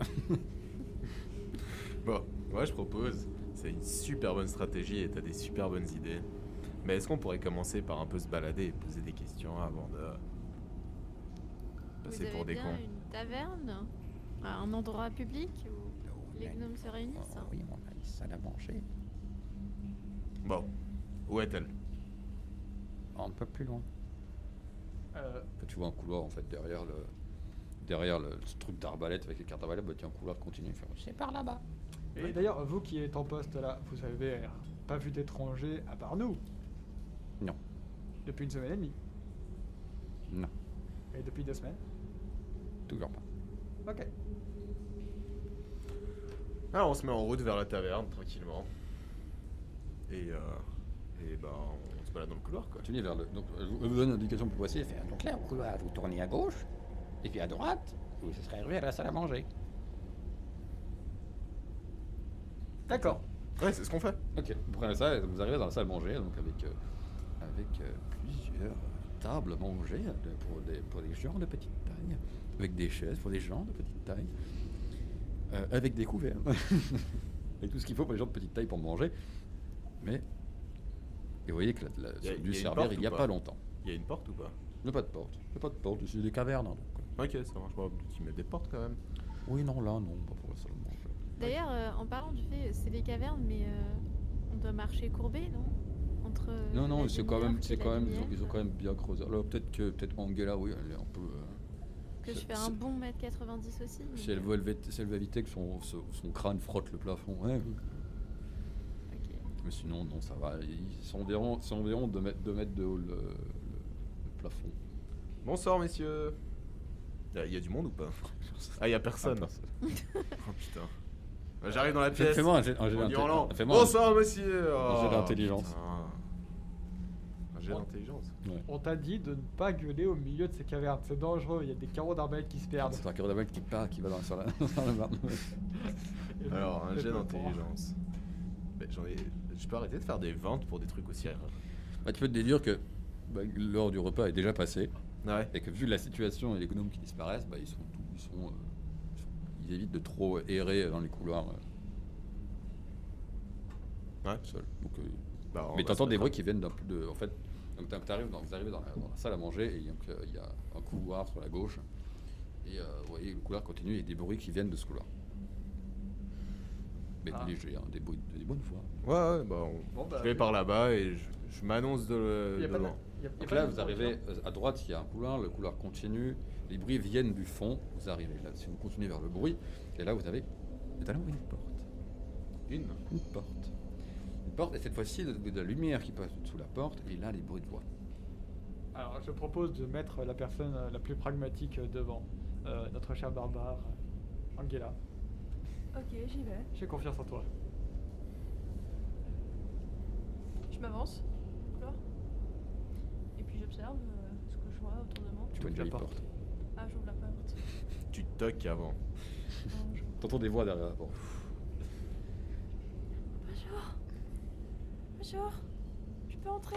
Bon, moi je propose, c'est une super bonne stratégie et t'as des super bonnes idées. Mais est-ce qu'on pourrait commencer par un peu se balader et poser des questions avant de Vous passer avez pour des bien cons? une taverne? À un endroit public où les gnomes se réunissent? Oh, oui, on a une salle à manger. Bon, où est-elle? Un peu plus loin. Euh, Tu vois un couloir en fait derrière le. Derrière le, ce truc d'arbalète avec les cartes d'arbalète, bah, il y a un couloir qui continue. Fait, C'est par là-bas. Et d'ailleurs, vous qui êtes en poste là, vous avez pas vu d'étrangers à part nous? Non. Depuis une semaine et demie. Non, Et depuis deux semaines? toujours pas. Ok. Alors on se met en route vers la taverne tranquillement. Et euh, et ben on se balade dans le couloir quoi. Continue vers le. Donc, euh, je vous donne une indication plus précise. Fait, donc là, au couloir, vous tournez à gauche, et puis à droite, vous ce serait arrivé à la salle à manger. D'accord. Ouais, c'est ce qu'on fait. Ok, vous prenez ça et vous arrivez dans la salle à manger, donc avec, euh, avec euh, plusieurs tables à manger de- pour, des, pour des gens de petite taille, avec des chaises pour des gens de petite taille, euh, avec des couverts, avec tout ce qu'il faut pour les gens de petite taille pour manger. Mais, et vous voyez que la, la, Y a- c'est dû y a une servir porte il ou n'y a pas pas longtemps. Il y a une porte ou pas? Il n'y a pas de porte, il n'y a pas de porte, c'est des cavernes. hein, donc, euh. Ok, ça marche pas. Tu mets des portes quand même. Oui, non, là, non, pas pour la salle à manger. D'ailleurs, euh, en parlant du fait, c'est des cavernes, mais euh, on doit marcher courbé, non? Entre. euh, Non, non, la c'est quand même, demi-orque c'est et la quand même, ils ont, demi-elfe. ils ont quand même bien creusé. Alors peut-être que, peut-être Angela, oui, elle est un peu. euh, Que je c'est- fais un c'est- bon mètre quatre-vingt-dix aussi. Si mais- elle veut, élever- si elle veut éviter que son, son, son crâne frotte le plafond, ouais, oui. Ok. Mais sinon, non, ça va. Ils sont environ, c'est environ deux mètres, deux mètres de haut le, le- le plafond. Bonsoir messieurs. Il y, a du monde ou pas? Ah, il y a personne. Ah, personne. Oh putain. Bah, j'arrive dans la pièce. Fais-moi un jet un jet en d'inté- hurlant. fais-moi un- Bonsoir, monsieur. un jet Oh, d'intelligence. putain. Un jet d'intelligence. On t'a dit de ne pas gueuler au milieu de ces cavernes, c'est dangereux, il y a des carreaux d'arbalète qui se perdent. C'est un carreau d'aveugle qui part, qui va dans, sur la, dans la barre. Alors, un Et jet le d'intelligence. Mais j'en ai. Je peux arrêter de faire des ventes pour des trucs aussi rares. Bah, tu peux te déduire que bah, l'heure du repas est déjà passée Ouais. et que vu la situation et les gnomes qui disparaissent, bah, ils sont tout, ils sont, euh, ils évitent de trop errer dans les couloirs euh, Ouais. seuls. Donc, euh, Bah, on mais va t'entends se des mettre bruits qui viennent d'un peu de, en fait, donc t'as- t'arrives dans, vous arrivez dans la, dans la salle à manger et donc euh, il y a un couloir sur la gauche et euh, vous voyez le couloir continue et des bruits qui viennent de ce couloir. Mais Ah. légers, hein, des bruits, des bonnes fois. Ouais, ouais, bah, on- Bon, bah, je vais par là-bas et je, je m'annonce de, Il y a pas de- devant. il y a- il y a Donc pas là, de vous arrivez nourriture. euh, à droite, il y a un couloir, le couloir continue, les bruits viennent du fond, vous arrivez là, si vous continuez vers le bruit, et là vous avez étonnamment une porte. Une. Une porte. Une porte, et cette fois-ci, de, de la lumière qui passe sous la porte, et là, les bruits de voix. Alors, je propose de mettre la personne euh, la plus pragmatique euh, devant, euh, notre chère barbare, euh, Angela. Ok, j'y vais. J'ai confiance en toi. Je m'avance. D'accord. Et puis j'observe euh, ce que je vois autour de moi. Tu vois une ouvres la jolie porte. porte. Ah, j'ouvre la porte. Tu toques avant. Bonjour. T'entends des voix derrière la porte. Bonjour. Bonjour. Je peux entrer?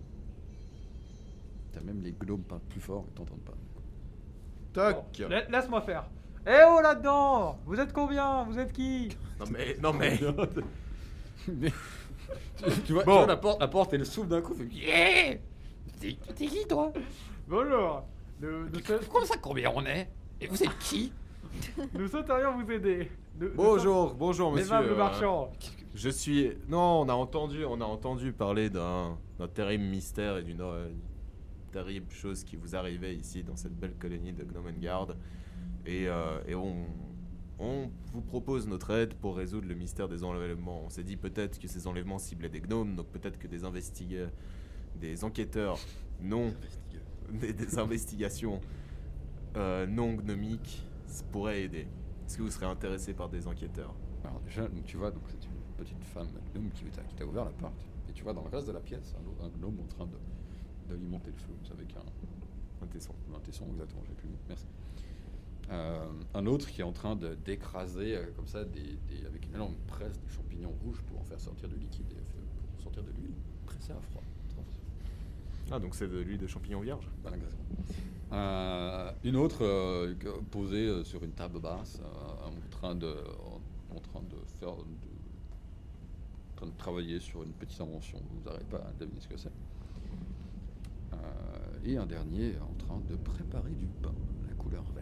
T'as même les gnomes parlent plus fort, ils t'entendent pas. Toc. Bon, la- laisse-moi faire. Eh oh là-dedans! Vous êtes combien? Vous êtes qui? Non mais, non mais. Mais- tu, tu vois, Bon. tu vois la porte, la porte, elle s'ouvre d'un coup, fait yeah. T'es t'es qui toi? Bonjour. Nous, nous, sou- Comment ça, combien on est? Et vous êtes qui? nous souhaiterions vous aider. Nous- nous Bonjour, bonjour sommes Les monsieur. aimables euh, marchands. Je suis. Non, on a entendu, on a entendu parler d'un d'un terrible mystère et d'une euh, terrible chose qui vous arrivait ici dans cette belle colonie de Gnomengard. Et, euh, et on, on vous propose notre aide pour résoudre le mystère des enlèvements. On s'est dit peut-être que ces enlèvements ciblaient des gnomes, donc peut-être que des investigateurs, des enquêteurs non, des, des investigations euh, non gnomiques pourraient aider. Est-ce que vous serez intéressé par des enquêteurs? Alors déjà, donc, tu vois, donc c'est une petite femme gnome qui t'a qui t'a ouvert la porte. Et tu vois dans le reste de la pièce un, un gnome en train de d'alimenter le feu avec un, Un tesson. un tesson, exactement, j'ai plus le mot, merci. Euh, un autre qui est en train de d'écraser euh, comme ça des, des- avec une énorme presse des champignons rouges pour en faire sortir du liquide et faire- pour sortir de l'huile pressée à froid. Ah, donc c'est de l'huile de champignon vierge? Voilà, exactement. Euh, une autre euh, que- posée euh, sur une table basse, euh, en train de, en, en train de faire, de, en train de travailler sur une petite invention. Vous n'arrivez pas à deviner ce que c'est. Euh, et un dernier en train de préparer du pain, la couleur verte.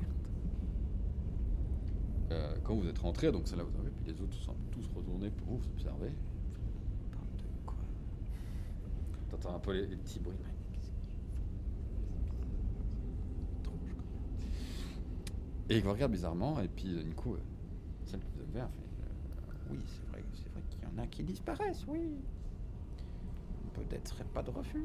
Euh, quand vous êtes rentré, donc c'est là où vous avez, puis les autres sont tous retournés pour vous observer. Parle de quoi? T'entends un peu les, les petits bruits. Mais qu'est-ce qu'ils font? Étrange, quoi. Et il vous regarde bizarrement, et puis du coup, euh, celle qui vous a ouvert fait euh, oui, c'est vrai, c'est vrai qu'il y en a qui disparaissent, oui. Peut-être serait pas de refus.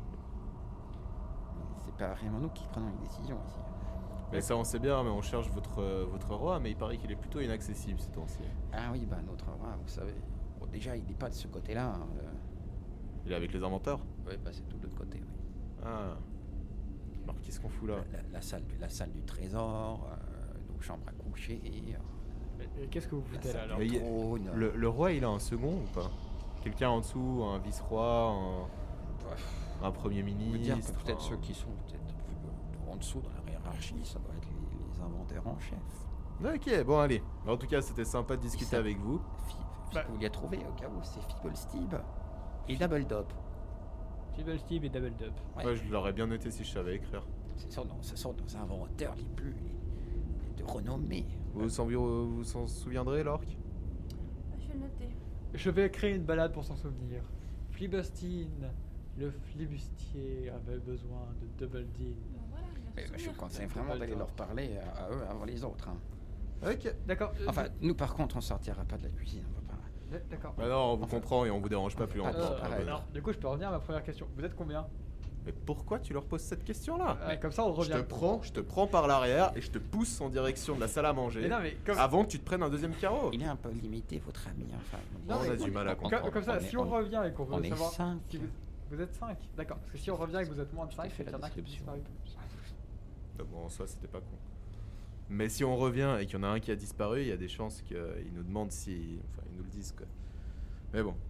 Mais c'est pas vraiment nous qui prenons les décisions ici. Mais ça on sait bien, mais on cherche votre, euh, votre roi, mais il paraît qu'il est plutôt inaccessible ces temps-ci. Ah oui, bah notre roi, vous savez. Bon, déjà, il n'est pas de ce côté-là. hein, euh. Il est avec les inventeurs? Oui, bah c'est tout de l'autre côté, oui. Ah. Alors qu'est-ce qu'on fout là? La, la- la salle, du- la salle du trésor, euh, nos chambres à coucher, euh, Mais- mais Qu'est-ce que vous la foutez là salle alors Mais du il- trône. Le, le roi il a un second ou pas? Quelqu'un en dessous, un vice-roi, un, un premier On peut ministre? dire que peut-être un- ceux qui sont peut-être plus en dessous dans la hiérarchie, ça doit être les, les inventaires en chef. Ok, bon allez. En tout cas, c'était sympa de discuter ça- avec vous. Fi- Bah. Vous l'avez trouvé au cas où, c'est Fibblestib et Double Dop. Double Steve et Double Dub. Ouais. Ouais, je l'aurais bien noté si je savais écrire. Ce sont, nos- ce sont nos inventeurs les plus les- de renommée. Vous vous en, vous s'en souviendrez, l'orque? Ah, je vais le noter. Je vais créer une balade pour s'en souvenir. Flibustine, le flibustier avait besoin de Double Dean. Bon, voilà, il va Mais se je souvenir. conseille Double vraiment d'aller Dop. leur parler à, à eux avant les autres. hein. Ok. D'accord. euh, Enfin, nous par contre, on sortira pas de la cuisine, on va pas. je- D'accord. Bah non, on vous Enfin, comprend et on vous dérange pas plus pas longtemps. de- Euh, pareil. alors, du coup, je peux revenir à ma première question. Vous êtes combien? Mais pourquoi tu leur poses cette question-là? Ouais, comme ça, on Je revient. te prends, je te prends par l'arrière et je te pousse en direction de la salle à manger Mais non, mais comme, avant que tu te prennes un deuxième carreau. Il est un peu limité, votre ami. Enfin, Non, on mais- a du mal à comme- comprendre. comme ça, On est- si on on- revient et qu'on on veut est savoir cinq. si vous, vous êtes cinq, d'accord. Parce que si on revient et que vous êtes moins de Je t'ai cinq, fait il y la en a qui description. disparaissent. Ah bon, en soi, c'était pas con. Mais si on revient et qu'il y en a un qui a disparu, il y a des chances qu'ils nous demandent si. Enfin, ils nous le disent quoi. Mais bon.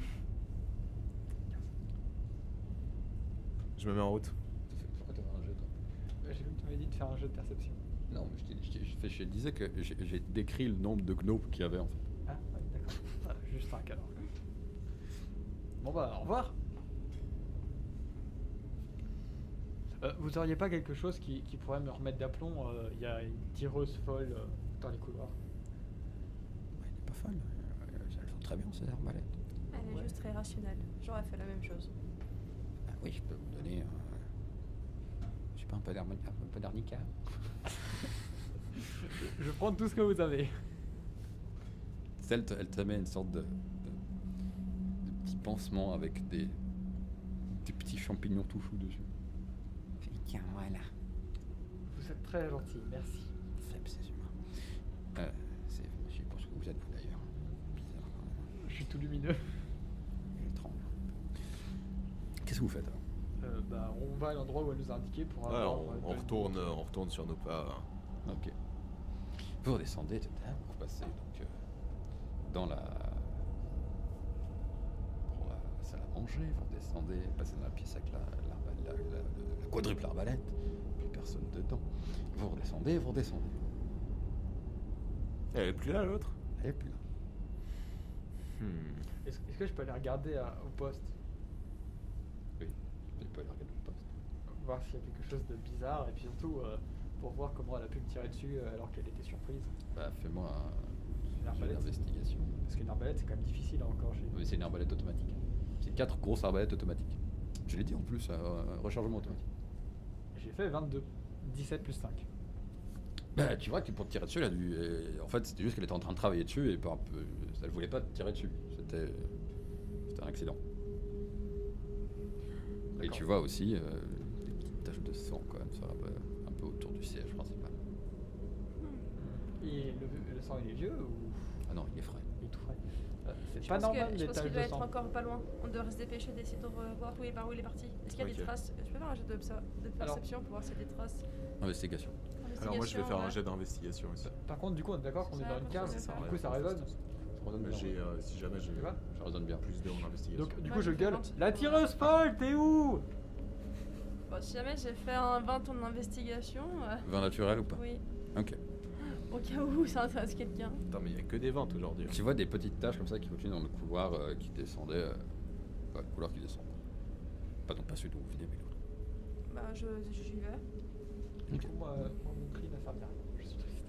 Je me mets en route. Pourquoi t'as fait un jet, toi? J'ai vu que tu m'avais dit de faire un jeu de perception. Non, mais je, t'ai- je, t'ai- je, fais- je disais que j'ai j'ai décrit le nombre de gnopes qu'il y avait en fait. Ah, ouais, d'accord. Ah, juste cinq alors. Bon bah, au revoir. Euh, vous auriez pas quelque chose qui, qui pourrait me remettre d'aplomb? Il y a une tireuse folle euh, dans les couloirs. Ouais, elle est pas folle. Euh, Elles sont très bien ces arbalètes. Elle est Ouais. juste très rationnelle. J'aurais fait la même chose. Ah oui, je peux vous donner. Euh, je sais pas, un peu d'arnica. Un peu d'arnica. Je prends tout ce que vous avez. Celle, te- elle te met une sorte de, de, de petit pansement avec des, des petits champignons tout choux dessus. Tiens, voilà. Vous êtes très gentil, merci. Faible, ces humains. Euh, c'est, je pense que vous êtes vous d'ailleurs. Bizarre quand même. Je suis tout lumineux. Étrange. Qu'est-ce que vous faites alors? Euh, bah, on va à l'endroit où elle nous a indiqué pour Ouais, avoir. on, euh, on de- retourne, on retourne sur nos pas. Ok. Vous redescendez, et cetera. Vous passez donc euh, dans la pour la salle à manger. Vous redescendez, passez dans la pièce avec la, l'arba- la, la- la quadruple arbalète. Plus personne dedans. Vous redescendez, vous redescendez. Elle est plus là l'autre? Elle est plus là. Hmm. Est-ce est-ce que je peux aller regarder à- au poste? Oui. Vous pouvez aller regarder le poste. Voir s'il y a quelque chose de bizarre et puis surtout euh, pour voir comment elle a pu me tirer dessus euh, alors qu'elle était surprise. Bah, fais-moi un Une jet arbalète. d'investigation. Parce qu'une arbalète c'est quand même difficile à encorcher. Oui, c'est une arbalète automatique. C'est quatre grosses arbalètes automatiques. Je l'ai dit en plus, euh, rechargement automatique. J'ai fait vingt-deux. dix-sept plus cinq. Bah, tu vois que pour te tirer dessus, elle a dû. euh, en fait, c'était juste qu'elle était en train de travailler dessus et par un peu, elle voulait pas te tirer dessus. C'était, c'était un accident. Et D'accord. tu vois aussi euh, des petites taches de sang quand même sur la- un peu autour du siège principal. Et le, le sang il est vieux ou Ah non, il est frais. il est tout frais? Euh, C'est Je pas pense normal que, je les pense taches qu'il de doit être sang. encore pas loin. On devrait se dépêcher d'essayer de revoir où il, par où il est parti. Est-ce qu'il y a Ok. des traces? Je peux faire un jet de, de perception pour voir s'il y a des traces. Investigation. Alors moi je vais faire un Investigation, jet d'investigation aussi. Par contre, du coup, on est d'accord qu'on est Ça, dans une cave. ça, ça, Du ça. coup, ça résonne. Ça résonne bien. J'ai, euh, si jamais j'ai Tu vois Ça résonne bien. plus de en investigation. Donc, du Moi, coup, je j'ai fait gueule. vingt. La tireuse folle, t'es où? Bon, si jamais j'ai fait un vingt en investigation, euh, Vin naturel ou pas? oui. Ok. Au cas où ça intéresse quelqu'un. Putain mais il y a que des ventes aujourd'hui. Tu vois des petites taches comme ça qui continuent dans le couloir euh, qui descendaient. Euh, ouais, le couloir qui descend. Pas non pas celui d'où vous venez, mais l'autre. Bah, je, j'y vais. Du Ok. coup, moi, euh, moi, mon cri n'a servi à rien. Je suis triste.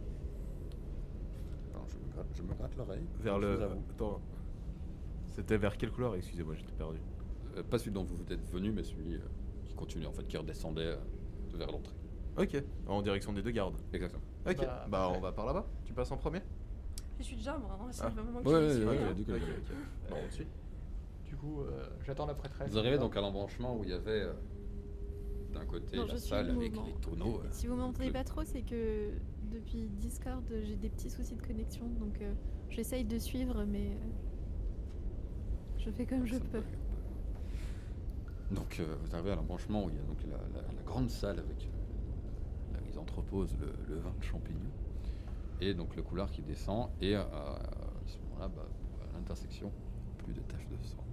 Alors, je, me gratte, je me gratte l'oreille. Vers je le. vous avoue. Attends. C'était vers quel couloir? Excusez-moi, j'étais perdu. Euh, pas celui dont vous êtes venu, mais celui euh, qui continue, en fait, qui redescendait euh, vers l'entrée. Ok. En direction des deux gardes. Exactement. Ok. Bah, Bah, ouais. on va par là-bas. Tu passes en premier? Je suis déjà moi, hein, c'est Ah. le moment que Ouais, je ouais, suis ouais, là. ouais, du coup, Ok, je- ok. Bon, on suit. Du coup, euh, j'attends la prêtresse. Vous arrivez donc à l'embranchement où il y avait euh, d'un côté Non, la je suis salle le avec mouvement. les tonneaux. euh, Si vous m'entendez le- pas trop, c'est que depuis Discord, j'ai des petits soucis de connexion, donc euh, j'essaye de suivre, mais euh, je fais comme je ça me peux. bug un peu. Donc euh, vous arrivez à l'embranchement où il y a donc la, la- la grande salle avec euh, là où ils entreposent le, le vin de champignons et donc le couloir qui descend et euh, à ce moment-là, bah, à l'intersection, plus de taches de sang.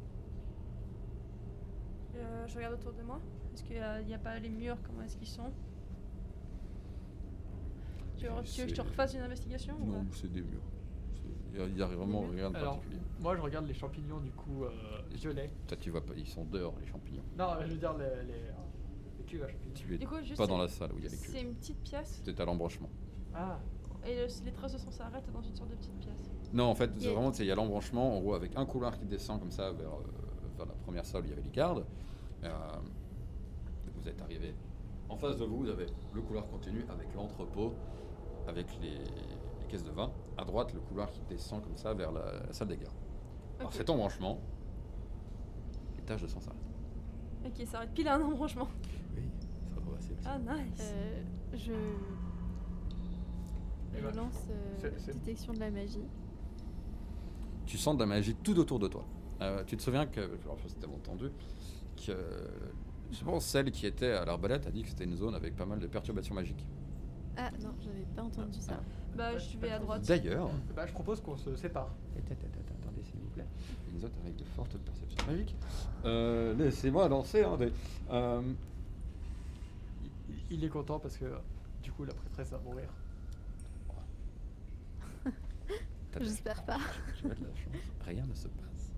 Euh, je regarde autour de moi. Est-ce qu'il n'y a, a pas les murs? Comment est-ce qu'ils sont? Tu veux, tu veux que je te C'est- refasse une investigation ou Non, pas? c'est des murs. Il n'y a, vraiment Des murs rien de Alors, particulier. moi, je regarde les champignons, du coup, euh, violets. Toi, tu vois pas, ils sont dehors les champignons. Non, je veux dire les, les, les cuves à champignons. Tu es Du coup, juste pas c'est- dans la salle où il y a les C'est cuves. une petite pièce C'est à l'embranchement. Ah, et le- les traces de sang s'arrêtent dans une sorte de petite pièce. Non, en fait, c'est Et- vraiment, c'est- il y a l'embranchement, en gros, avec un couloir qui descend comme ça vers, euh, vers la première salle où il y avait les gardes. Euh, vous êtes arrivé. En face de vous, vous avez le couloir continu avec l'entrepôt, avec les, les caisses de vin. À droite, le couloir qui descend comme ça vers la, la salle des gardes. Alors Ok. cet embranchement, les taches de sang s'arrêtent. Ok, ça arrête pile à un embranchement. Oui, ça va assez Ah, nice. Euh, je Eh je ben, lance euh, c'est- c'est- détection de la magie. Tu sens de la magie tout autour de toi. Euh, tu te souviens que, alors, je t'avais entendu, que je pense celle qui était à l'arbalète a dit que c'était une zone avec pas mal de perturbations magiques. Ah non, j'avais pas entendu ça. Bah, je vais à droite. D'ailleurs, Bah, je propose qu'on se sépare. Attends, attends, attends, attendez, s'il vous plaît. une zone avec de fortes perceptions magiques. Euh, laissez-moi lancer un des. Euh, Il, il est content parce que du coup la prêtresse va mourir. t'as de la J'espère chance. pas. Tu as de la chance. Rien ne se passe.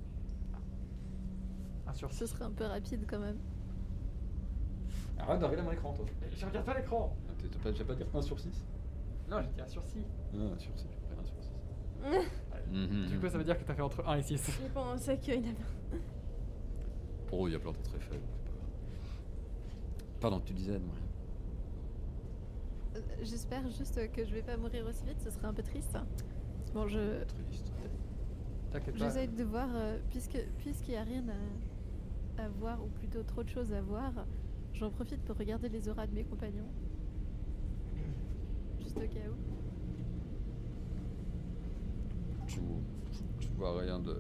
Un sur Ce serait un peu rapide quand même. Arrête de regarder mon écran, toi. Je regarde pas l'écran. Tu n'as pas, j'ai pas dire un sur six. Non, j'ai dit un sur six. Un sur six. Un sur six. Mhm. Du coup, ça veut dire que t'as fait entre un et six. J'ai pensé qu'il y avait. Oh, il y a plein d'autres effets. c'est pas grave. Pardon, tu disais, Marie. Euh, J'espère juste que je vais pas mourir aussi vite, ce serait un peu triste. Bon, je Triste. T'inquiète pas. j'essaye de voir, euh, puisque puisqu'il y a rien à, à voir, ou plutôt trop de choses à voir, j'en profite pour regarder les auras de mes compagnons. Juste au cas où. Tu, tu vois rien de.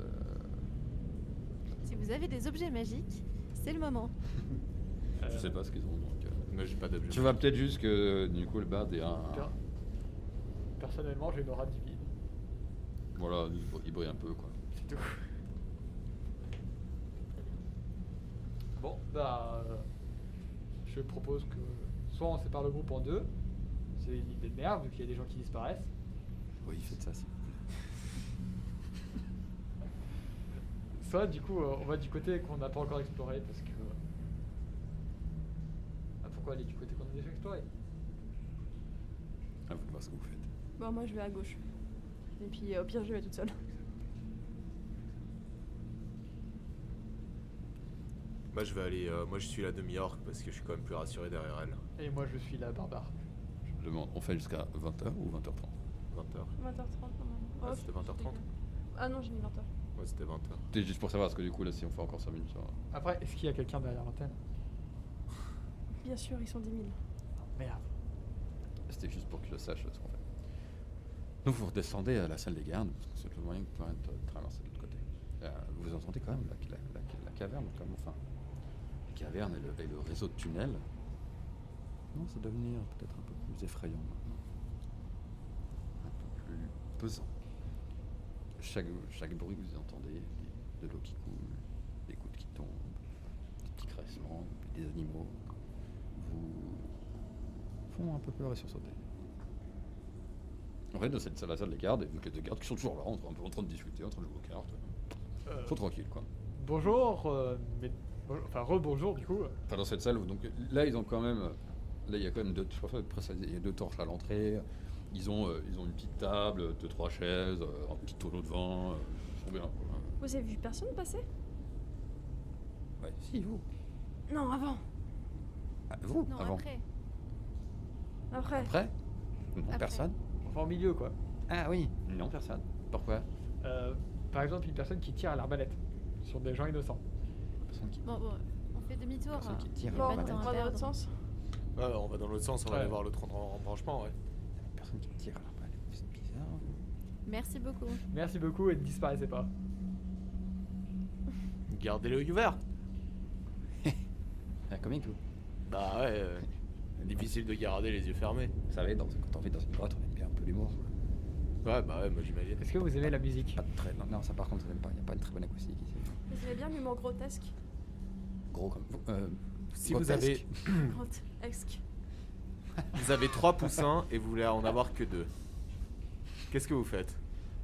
Si vous avez des objets magiques, c'est le moment. Euh, Je sais pas ce qu'ils ont. Donc, euh, Moi, j'ai pas d'objet. Tu vois peut-être juste que du coup le bard est un. per- Personnellement, j'ai une aura divine. Voilà, il il brille un peu quoi. C'est tout. Bon, bah. euh, je propose que soit on sépare le groupe en deux. C'est une idée de merde vu qu'il y a des gens qui disparaissent. Oui, faites ça s'il vous plaît. Soit du coup, euh, on va du côté qu'on n'a pas encore exploré parce que. Ah, pourquoi aller du côté qu'on a déjà exploré? À vous de voir ce que vous faites. Bon, moi, je vais à gauche. Et puis, euh, au pire, je vais toute seule. Moi, je vais aller. euh, moi, je suis la demi-orque parce que je suis quand même plus rassuré derrière elle. Et moi, je suis la barbare. Je demande, on fait jusqu'à vingt heures ou vingt heures trente? vingt heures. vingt heures trente, quand même. Ah, Oh, c'était vingt heures trente? Ah non, j'ai mis vingt heures. Ouais, c'était vingt heures. C'était juste pour savoir, parce que du coup là si on fait encore cinq minutes ça va. Après, est-ce qu'il y a quelqu'un derrière l'antenne? Bien sûr, ils sont dix mille. Merde. C'était juste pour que je sache ce qu'on fait. Donc vous redescendez à la salle des gardes, parce que c'est le moyen que vous pouvez traverser de l'autre côté. Euh, vous entendez quand même la, la, la, la caverne, quand même, enfin. La caverne et le, et le réseau de tunnels. Non, ça doit devenir peut-être un peu plus effrayant maintenant. Un peu plus pesant. Chaque, chaque bruit que vous entendez, des- de l'eau qui coule, des gouttes qui tombent, des petits cressements, des animaux, vous font un peu peur et sursauter. En fait, dans cette salle, la salle des gardes, donc les deux gardes qui sont toujours là, en train, un peu en train de discuter, en train de jouer aux cartes. Euh, Ils sont tranquilles, quoi. bonjour, euh, mais, bonjour- enfin re-bonjour du coup. Enfin, dans cette salle, où- donc là, ils ont quand même. Là, il y a quand même deux, je crois, presque, il y a deux torches à l'entrée. Ils ont, euh, ils ont une petite table, deux, trois chaises, euh, un petit tonneau de vin. euh, ils sont bien, quoi. Vous avez vu personne passer? Ouais, si, vous. Non, avant. Ah, vous, Non, avant. après. Après. Après Non, Après. personne. Enfin, au milieu quoi. Ah oui, non, personne. Pourquoi Euh, par exemple, une personne qui tire à l'arbalète sur des gens innocents. Personne qui, Bon, bon, on fait demi-tour. personne qui tire. Bon, à on pas va de l'arbalète. temps à dans perdre. l'autre sens. Ouais, on va dans l'autre sens, on va Ouais. aller voir l'autre en- embranchement, ouais. Personne qui tire à l'arbalète. C'est bizarre. Merci beaucoup. Merci beaucoup et ne disparaissez pas. Gardez l'œil ouvert. Ah, comique, vous. Bah ouais, euh, difficile de garder les yeux fermés. Vous savez, dans, quand on vit dans une grotte, on aime bien un peu l'humour. Ouais, bah ouais, moi j'imagine. Est-ce que vous aimez la musique? Pas de très. Non, non, ça par contre, on n'aime pas. Il n'y a pas une très bonne acoustique ici. Vous avez bien l'humour grotesque. Gros comme. Euh, Si vous avez, grotesque. Grotesque. vous avez trois poussins et vous voulez en avoir que deux, qu'est-ce que vous faites?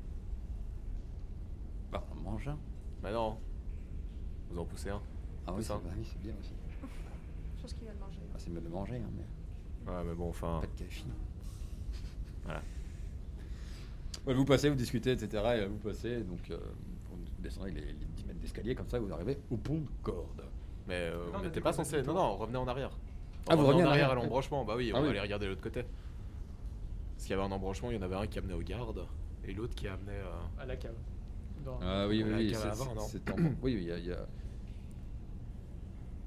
Bah, on mange un. Bah non. Vous en poussez un. Ah oui, c'est Poussin. bah oui, c'est bien aussi. Je pense qu'il va le manger. Ah, c'est mieux de le manger, hein, mais. Ouais, mais bon, enfin. Pas de café. Voilà. Ouais, vous passez, vous discutez, et cetera. Et vous passez, donc euh, vous descendez les, les dix mètres d'escalier, comme ça, vous arrivez au pont de corde. Mais euh, Non, on mais n'était du pas coup, on a censé. fait le Non, tour. non, revenez en arrière. Ah, vous Revenez revenez en en arrière à arrière. l'embranchement. Bah oui, on Ah va oui. aller regarder de l'autre côté. Parce qu'il y avait un embranchement, il y en avait un qui amenait aux gardes et l'autre qui amenait. euh, À la cave. Dans- Ah oui, oui, la oui. cave à c'est- vin, non c'est- c'est en- Oui, oui, il y a. il y a-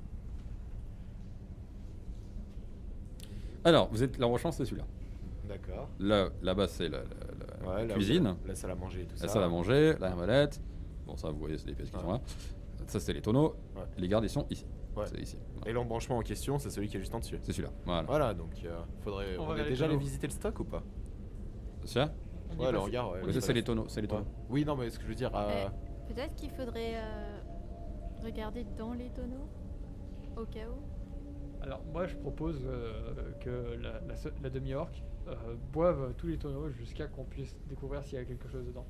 Alors, vous êtes l'embranchement, c'est celui-là. D'accord. Là, là-bas, c'est la, la- la Ouais, là, cuisine. où- La salle à manger et tout ça. La salle à manger, la arbalète. Bon, ça, vous voyez, c'est des pièces qui Ouais. sont là. Ça, c'est les tonneaux. Ouais. Les gardes, ils sont ici. Ouais. C'est ici. Voilà. Et l'embranchement en question, c'est celui qui est juste en dessus. C'est celui-là. Voilà. Voilà, donc euh, faudrait. On On, va est vers les déjà allé tonneaux. visiter le stock ou pas? C'est ça On y Ouais, le passe- regard, ouais. on Ouais, y ça, passe. c'est les tonneaux. C'est les Ouais. tonneaux. Oui, non, mais ce que je veux dire. euh, Eh, Peut-être qu'il faudrait euh, regarder dans les tonneaux, au cas où. Alors moi je propose euh, que la, la, se- la demi-orque euh, boive tous les tonneaux jusqu'à qu'on puisse découvrir s'il y a quelque chose dedans.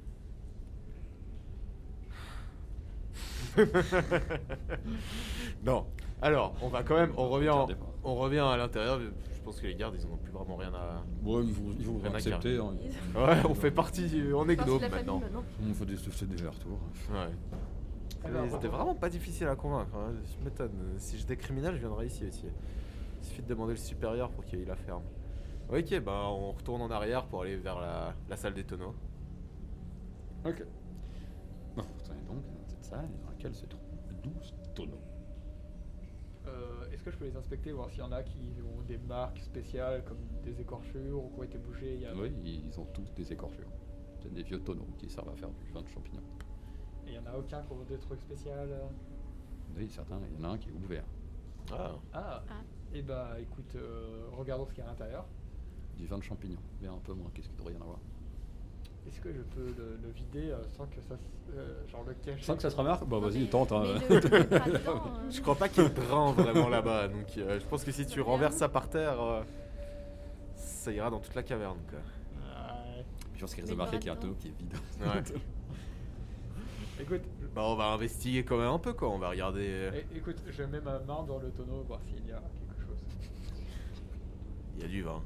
Non. Alors, on va quand même. On revient, Regardez pas. on revient à l'intérieur. Je pense que les gardes, ils en ont plus vraiment rien à. Bon, il faut, il faut Rien à accepter. Hein. Ils- Ouais, on fait partie. du- On est Enfin, c'est gnome la famille maintenant. maintenant. On fait des, c'est des allers-retours. Ouais. Alors, Mais C'était vraiment pas difficile à convaincre. hein. Je m'étonne. Si j'étais criminel, je viendrais ici aussi. Il suffit de demander le supérieur pour qu'il la ferme. Ok, bah on retourne en arrière pour aller vers la, la salle des tonneaux. Ok. Bon, vous retournez donc dans cette salle dans laquelle se trouvent douze tonneaux. Euh, Est-ce que je peux les inspecter, voir s'il y en a qui ont des marques spéciales comme des écorchures ou qui ont été bougées il y a... Oui, ils ont tous des écorchures. C'est des vieux tonneaux qui servent à faire du vin de champignon. Et il y en a aucun qui ont des trucs spéciaux euh Oui, certains, il y en a un qui est ouvert. Ah. Ah, Ah. et bah écoute, euh, regardons ce qu'il y a à l'intérieur. Du vin de champignon, mais un peu moins, qu'est-ce qu'il devrait y en avoir? Est-ce que je peux le, le vider euh, sans que ça... se- euh, genre le cacher Sans que ça se remarque? Bah Non, vas-y, mais- tente. Hein. mais le- le pas dedans, hein. Je crois pas qu'il y ait de drain vraiment là-bas. Donc euh, je pense que si tu Rien. renverses ça par terre, euh, ça ira dans toute la caverne. Quoi. Ouais. Je pense qu'il Mais reste remarqué pas qu'il y a un dedans. tonneau qui est vide. Ouais. Écoute, Bah on va investiguer quand même un peu quoi. On va regarder. euh, é- écoute, je mets ma main dans le tonneau, voir s'il y a quelque chose. Il y a du vin.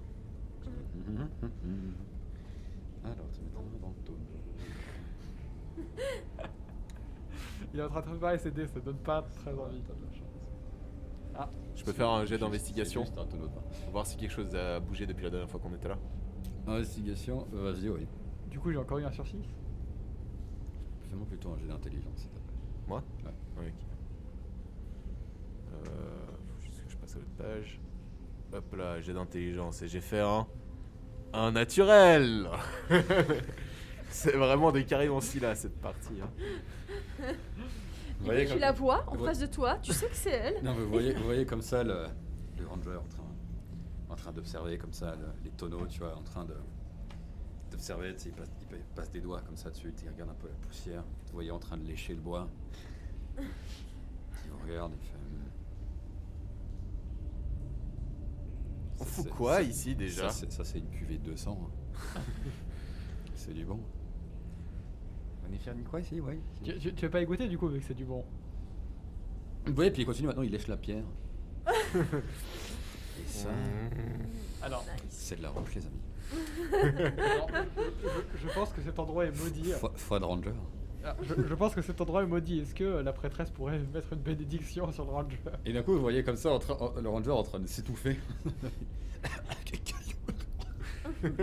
Alors, tu mets ta main dans le tonneau. Il est en train de préparer ses dés, ça donne pas très envie. t'as de la chance. Ah, Je peux faire un jet Juste- d'investigation c'est juste un tonneau de vin. pour voir si quelque chose a bougé depuis la dernière fois qu'on était là. Investigation, euh, vas-y, oui. du coup j'ai encore eu un sur six. Fais-moi plutôt un jet d'intelligence, s'il te plaît. Moi Ouais. Oui, ok. Euh, faut juste que je passe à l'autre page. Hop là, jet d'intelligence et j'ai fait un. Un naturel. C'est vraiment des carrés aussi là cette partie. hein. Vous Et voyez puis tu comme- la vois en vous face de toi, tu sais que c'est elle. Non, mais vous voyez, vous voyez comme ça le, le ranger en train, en train d'observer comme ça le- les tonneaux, tu vois, en train de d'observer, tu sais, il passe, il pa- il passe des doigts comme ça dessus, il regarde un peu la poussière, vous voyez en train de lécher le bois. Il vous regarde, il fait... hmm. On Ça, fout c'est- quoi ça- ici déjà? Ça, c'est- ça, c'est une cuvée de deux cents. hein. C'est du bon. On est faire quoi ici, ouais. Tu, tu, tu veux pas y goûter du coup vu que c'est du bon. Vous voyez, puis il continue maintenant, il lèche la pierre. Et ça, Mmh. Alors, c'est de la roche, les amis. alors, je, je pense que cet endroit est maudit. Fo- Foie de ranger. Ah, Je, je pense que cet endroit est maudit. Est-ce que euh, la prêtresse pourrait mettre une bénédiction sur le ranger? Et d'un coup, vous voyez comme ça en train- en- le ranger en train de s'étouffer. Quel caillou.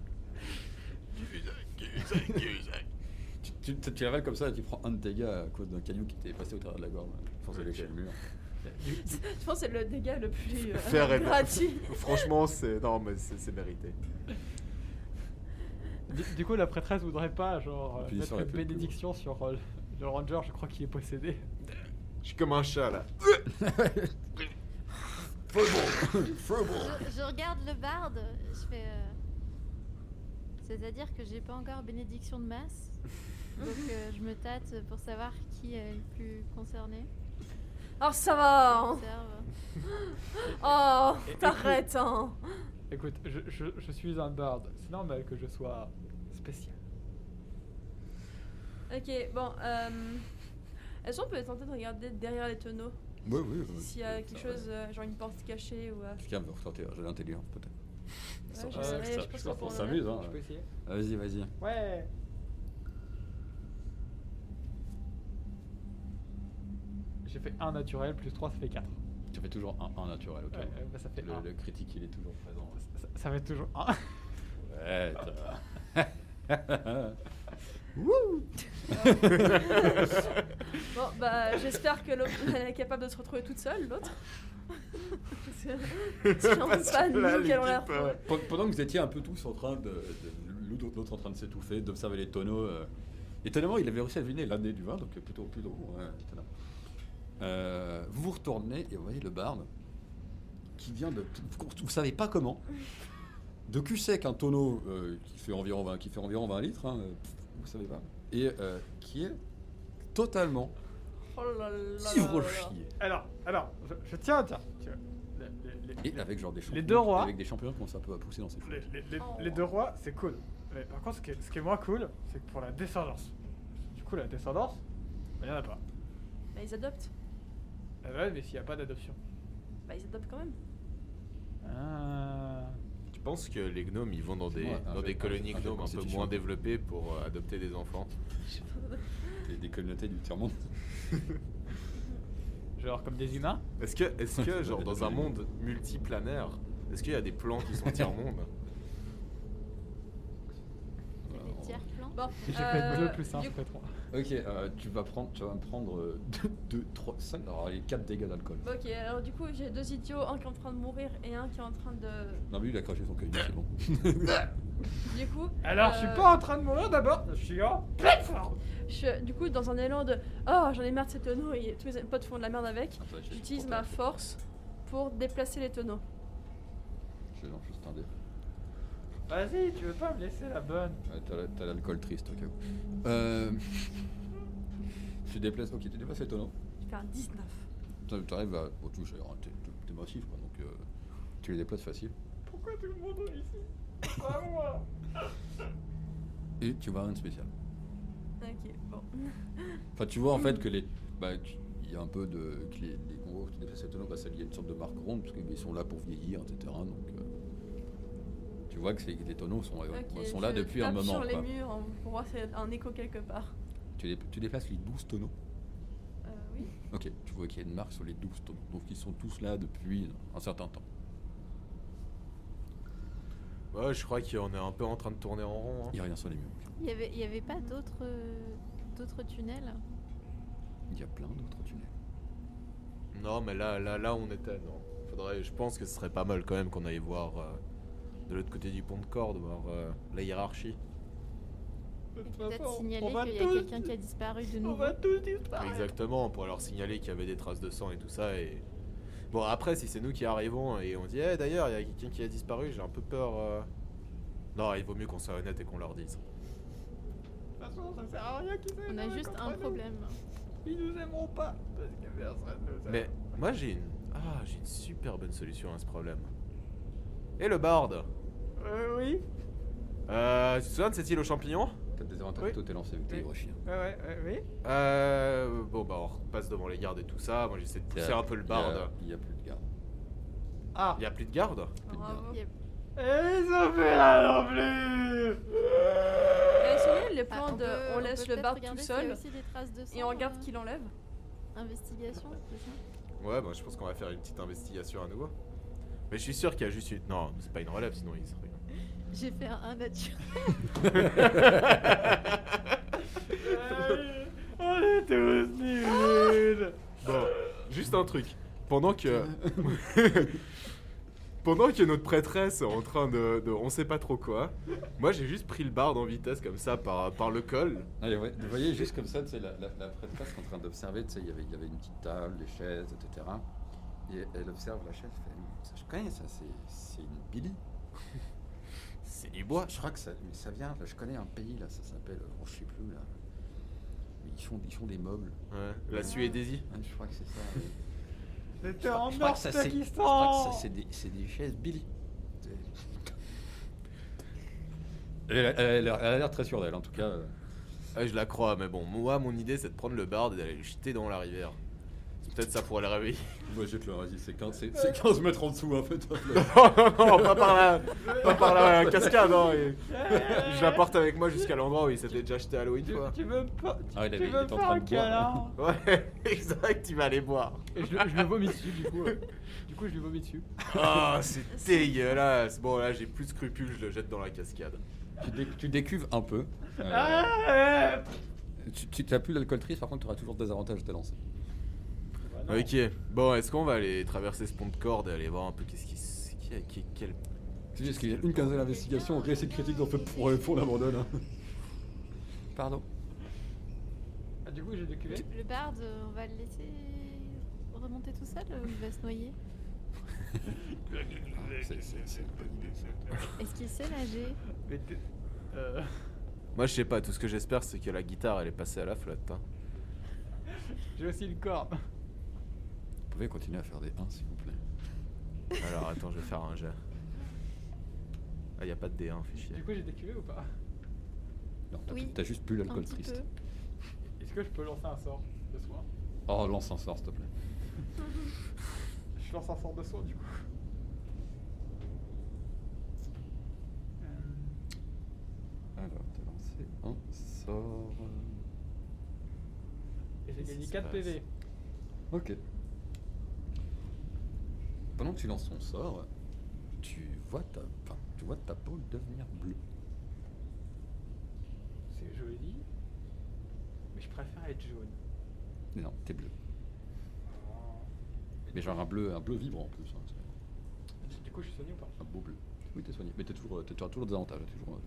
tu, tu, tu l'avales comme ça et tu prends un de tes gars à cause d'un caillou qui t'est passé au travers de la gorge. Foncez lécher le mur. Du- du- Je pense que c'est le dégât le plus euh, Faire et- gratuit. Franchement, c'est. Non, mais c'est c'est mérité. Du, du coup, la prêtresse voudrait pas, genre, euh, Puis mettre sur la une plus- bénédiction sur euh, le ranger. Je crois qu'il est possédé. Je suis comme un chat là. Je, je regarde le barde, je fais. euh, C'est-à-dire que j'ai pas encore bénédiction de masse. Donc euh, je me tâte pour savoir qui est le plus concerné. Oh, ça va hein. Observe. Oh, Et- t'arrêtes hein. Écoute, je, je, je suis un barde. C'est normal que je sois spécial. Ok, bon. Euh, Est-ce qu'on peut tenter de regarder derrière les tonneaux? Oui, oui. oui. S'il y a quelque chose, euh, genre une porte cachée ou... euh, Quelqu'un veut retenter un jeu d'intelligence, peut-être. Ça, Ouais, ça, je ça, savais, ça, je pense ça, qu'on on peut s'amuse, hein. Je peux essayer? Ah, Vas-y, vas-y. Ouais. J'ai fait un naturel, plus trois, ça fait quatre. Tu fais toujours un, un naturel, ok. Ouais, euh, bah, ça fait le, un. le critique, il est toujours présent. Ça, ça fait toujours un. Ouais, t'as- Bon, bah j'espère que l'autre elle est capable de se retrouver toute seule, l'autre. C'est vraiment Parce pas que nous là, qui allons la l'équipe, euh, Pe- Pendant que vous étiez un peu tous en train de. de l'autre l'autre en train de s'étouffer, d'observer les tonneaux. Euh, étonnamment, il avait réussi à deviner l'année du vin, donc plutôt plus drôle. Ouais, étonnant. Euh, vous vous retournez et vous voyez le barde qui vient de. Vous savez pas comment. De cul sec, un tonneau euh, qui fait environ vingt, qui fait environ vingt litres, hein, euh, vous savez pas. Et euh, qui est totalement Oh là là là là ivre là. chier. Alors, alors, je, je tiens à dire. tu vois, les- les- Et avec genre des champignons. Les deux rois. Avec des champignons qui commencent un peu à pousser dans ses Les, cheveux. les- les- Oh. les deux rois, c'est cool. Mais par contre, ce qui est, ce qui est moins cool, c'est que pour la descendance. Du coup, la descendance, il n'y en a pas. Bah, ils adoptent. Ah ouais, mais s'il n'y a pas d'adoption. Bah, ils adoptent quand même. Ah. Tu penses que les gnomes ils vont dans des, Ouais, dans avec- des colonies avec gnomes un peu constitution. moins développées pour euh, adopter des enfants? Des, des communautés du tiers-monde. Genre comme des humains. Est-ce que, est-ce que genre dans un monde multiplanaire, est-ce qu'il y a des plans qui sont tiers-monde? Il y a des tiers plans. Bon, J'ai euh, fait deux plus un, du ça fait trois. Ok, euh, tu vas prendre, tu vas me prendre deux, trois, cinq, alors les quatre dégâts d'alcool. Ok, alors du coup, j'ai deux idiots, un qui est en train de mourir et un qui est en train de. Non mais lui il a craché son cahier, c'est bon. Du coup. Alors, je euh, suis pas en train de mourir d'abord, je suis en pleine forme. je suis, du coup, dans un élan de oh, j'en ai marre de ces tonneaux et tous mes potes font de la merde avec, Attends, j'ai- j'utilise pour ma ta- force pour déplacer les tonneaux. Je lance juste un dé. Vas-y, tu veux pas me laisser la bonne? Ouais, t'as la- t'as l'alcool triste au cas où. Euh... tu déplaces, ok, tu déplaces les tonneaux. Je fais un dix-neuf. Tu arrives à. Bon, tu sais, t'es t'es massif quoi, donc euh, tu les déplaces facile. Pourquoi tout le monde est ici? Pas moi. Et tu vois rien de spécial. Ok, bon. Enfin, tu vois en fait que les. Bah, tu- il y a un peu de. Que les, les Congos qui déplacent les tonneaux, bah, ça lié à une sorte de marque ronde, parce qu'ils sont là pour vieillir, et cetera. Donc. euh, tu vois que c'est- les tonneaux sont, Ok, sont là je depuis un tape moment. sur les Quoi. murs en- pour voir s'il y a un écho quelque part. Tu, dé- tu déplaces les douze tonneaux. Euh, oui. Ok, tu vois qu'il y a une marque sur les douze tonneaux. Donc ils sont tous là depuis un certain temps. Ouais, je crois qu'on est un peu en train de tourner en rond. Hein. Il n'y a rien sur les murs. Il y avait, il y avait pas d'autres, euh, d'autres tunnels. Il y a plein d'autres tunnels. Non, mais là, là, là, on était. Non. Faudrait, je pense que ce serait pas mal quand même qu'on aille voir euh, de l'autre côté du pont de corde, voir euh, la hiérarchie. Et peut-être signaler qu'il y a quelqu'un qui a disparu de nouveau. tous disparaître. Exactement, pour leur signaler qu'il y avait des traces de sang et tout ça. Et bon, après, si c'est nous qui arrivons et on dit, eh, d'ailleurs, il y a quelqu'un qui a disparu, j'ai un peu peur. euh. Non, il vaut mieux qu'on soit honnête et qu'on leur dise. De toute façon, ça sert à rien qu'ils On a juste un problème. Ils nous aimeront pas. Parce que personne nous aime. Mais moi, j'ai une, ah, j'ai une super bonne solution à ce problème. Et le barde. Euh, oui. Euh, tu te souviens de cette île aux champignons? T'as des avantages Oui. plutôt t'es lancé vu que t'es Oui. ivre chien. Ouais, ouais, ouais, oui. Euh, bon, bah, on repasse devant les gardes et tout ça. Moi, j'essaie de Il y a- pousser un peu le barde. Il n'y a, plus de garde. Ah. Il y a plus de gardes? Plus de Bravo. garde. Il y a- Et ils ont fait là non plus. Et sinon, le Ah, plan on de peut- on on laisse peut le peut-être barde tout regarder s'il y a seul aussi des traces de sang, et on regarde euh, qui l'enlève. Investigation, c'est ça. Ouais, bah, je pense qu'on va faire une petite investigation à nouveau. Mais je suis sûr qu'il y a juste une. Non, c'est pas une relève, sinon il serait. J'ai fait un, un naturel. On est tous nuls. Bon, juste un truc. Pendant que. Pendant que notre prêtresse est en train de, de on sait pas trop quoi, moi j'ai juste pris le barde en vitesse comme ça par, par le col. Allez, ouais. Vous voyez juste comme ça, tu sais, la, la, la prêtresse en train d'observer, tu sais, il y avait- il y avait une petite table, des chaises, et cetera. Et elle observe la chaise, elle fait, Hum, ça, je connais ça, c'est, c'est une Billy. C'est du bois. Je crois que ça, mais ça vient, là, je connais un pays, là, ça s'appelle, oh, je sais plus, là. Mais ils font, ils font des meubles. Ouais, la Suédésie. Ouais, je crois que c'est ça. et- C'était Je crois- en je crois que ça, c'est- je crois que Pakistan. ça, c'est des, c'est des chaises Billy. Elle, elle, elle, elle a l'air très sûre d'elle, en tout cas. euh. Ouais, je la crois, mais bon, moi mon idée c'est de prendre le barde et d'aller le jeter dans la rivière. C'est peut-être ça pourrait le réveiller. Moi, jette le vas-y, c'est quinze, c'est, c'est quinze mètres en dessous, en fait. non, non, non, pas par la, pas par la cascade, hein, et je la porte avec moi jusqu'à l'endroit où il s'était déjà jeté Halloween, Tu, quoi. tu veux pas tu, Ah, il tu avait- il veux était en faire train un de boire. câlin? Ouais, exact, il va aller boire. Et je, le- je le vomis dessus du coup. euh. Du coup je lui vomis dessus. Ah, c'est dégueulasse. Bon, là, j'ai plus de scrupules, je le jette dans la cascade. Tu, dé- tu décuves un peu. euh, Ah, tu tu n'as plus l'alcool triste, par contre, tu auras toujours des avantages de lancer. ouais. non. Ok, bon, est-ce qu'on va aller traverser ce pont de corde et aller voir un peu qu'est-ce qui. s- Qui, a- qui, quel... C'est juste qu'il y a une quinzaine d'investigations, récits critiques ont fait pour pour l'abandonne. Hein. Pardon. Ah, du coup, j'ai des cuvées. Le barde, euh, on va le laisser remonter tout seul ou il va se noyer? C'est- c'est- c'est une bonne idée, ça. Est-ce qu'il sait nager? Mais t'es- euh, Moi, je sais pas, tout ce que j'espère, c'est que la guitare, elle est passée à la flotte. Hein. J'ai aussi une corde. Vous pouvez continuer à faire des un s'il vous plaît. Alors, attends, je vais faire un jet. Ah, y a pas de D un, fais chier. Du coup, j'ai des cuvées ou pas? Non, t'as Oui. t'as juste plus Un l'alcool petit triste. peu. Est-ce que je peux lancer un sort de soin? Oh, lance un sort s'il te plaît. Je lance un sort de soin du coup. Euh, Alors, t'as lancé un sort. Et j'ai Qu'est-ce gagné qui se quatre P V. passe? Ok. Pendant que tu lances ton sort, tu vois ta, enfin, tu vois ta peau devenir bleue. C'est joli. Mais je préfère être jaune. Mais non, t'es bleu. Oh. Mais genre un bleu, un bleu vibrant en plus. Hein, c'est Du coup, je suis soigné ou pas? un beau bleu. Oui, t'es soigné. Mais t'es toujours, t'as toujours des avantages. t'es Toujours, euh,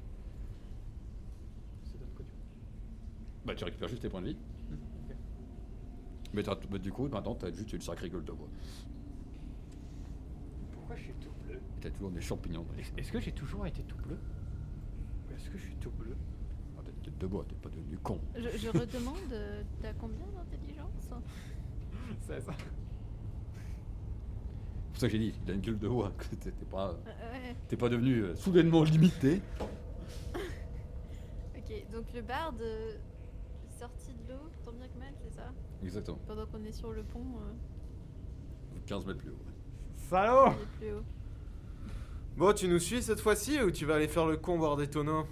Ça donne quoi du coup? bah, tu récupères juste tes points de vie. Ok. Mais, t'as- mais du coup, maintenant, t'as juste une sacrée gueule de bois. Pourquoi je suis tout bleu? Et t'as toujours des champignons dans les Est-ce cheveux. est-ce que j'ai toujours été tout bleu? Ou est-ce que je suis tout bleu? Ah, t'es une tête de bois, t'es pas devenu con. Je, je redemande, euh, t'as combien d'intelligence? C'est ça. C'est pour ça que j'ai dit, il a une gueule de bois. que T'es t'es pas, Euh, ouais. t'es pas devenu euh, soudainement limité. Ok, donc le barde euh, sorti de l'eau, tant bien que mal, c'est ça? Exactement. Pendant qu'on est sur le pont, euh, quinze mètres plus haut. Salaud! il est plus haut. Bon, tu nous suis cette fois-ci ou tu vas aller faire le con voir des tonneaux?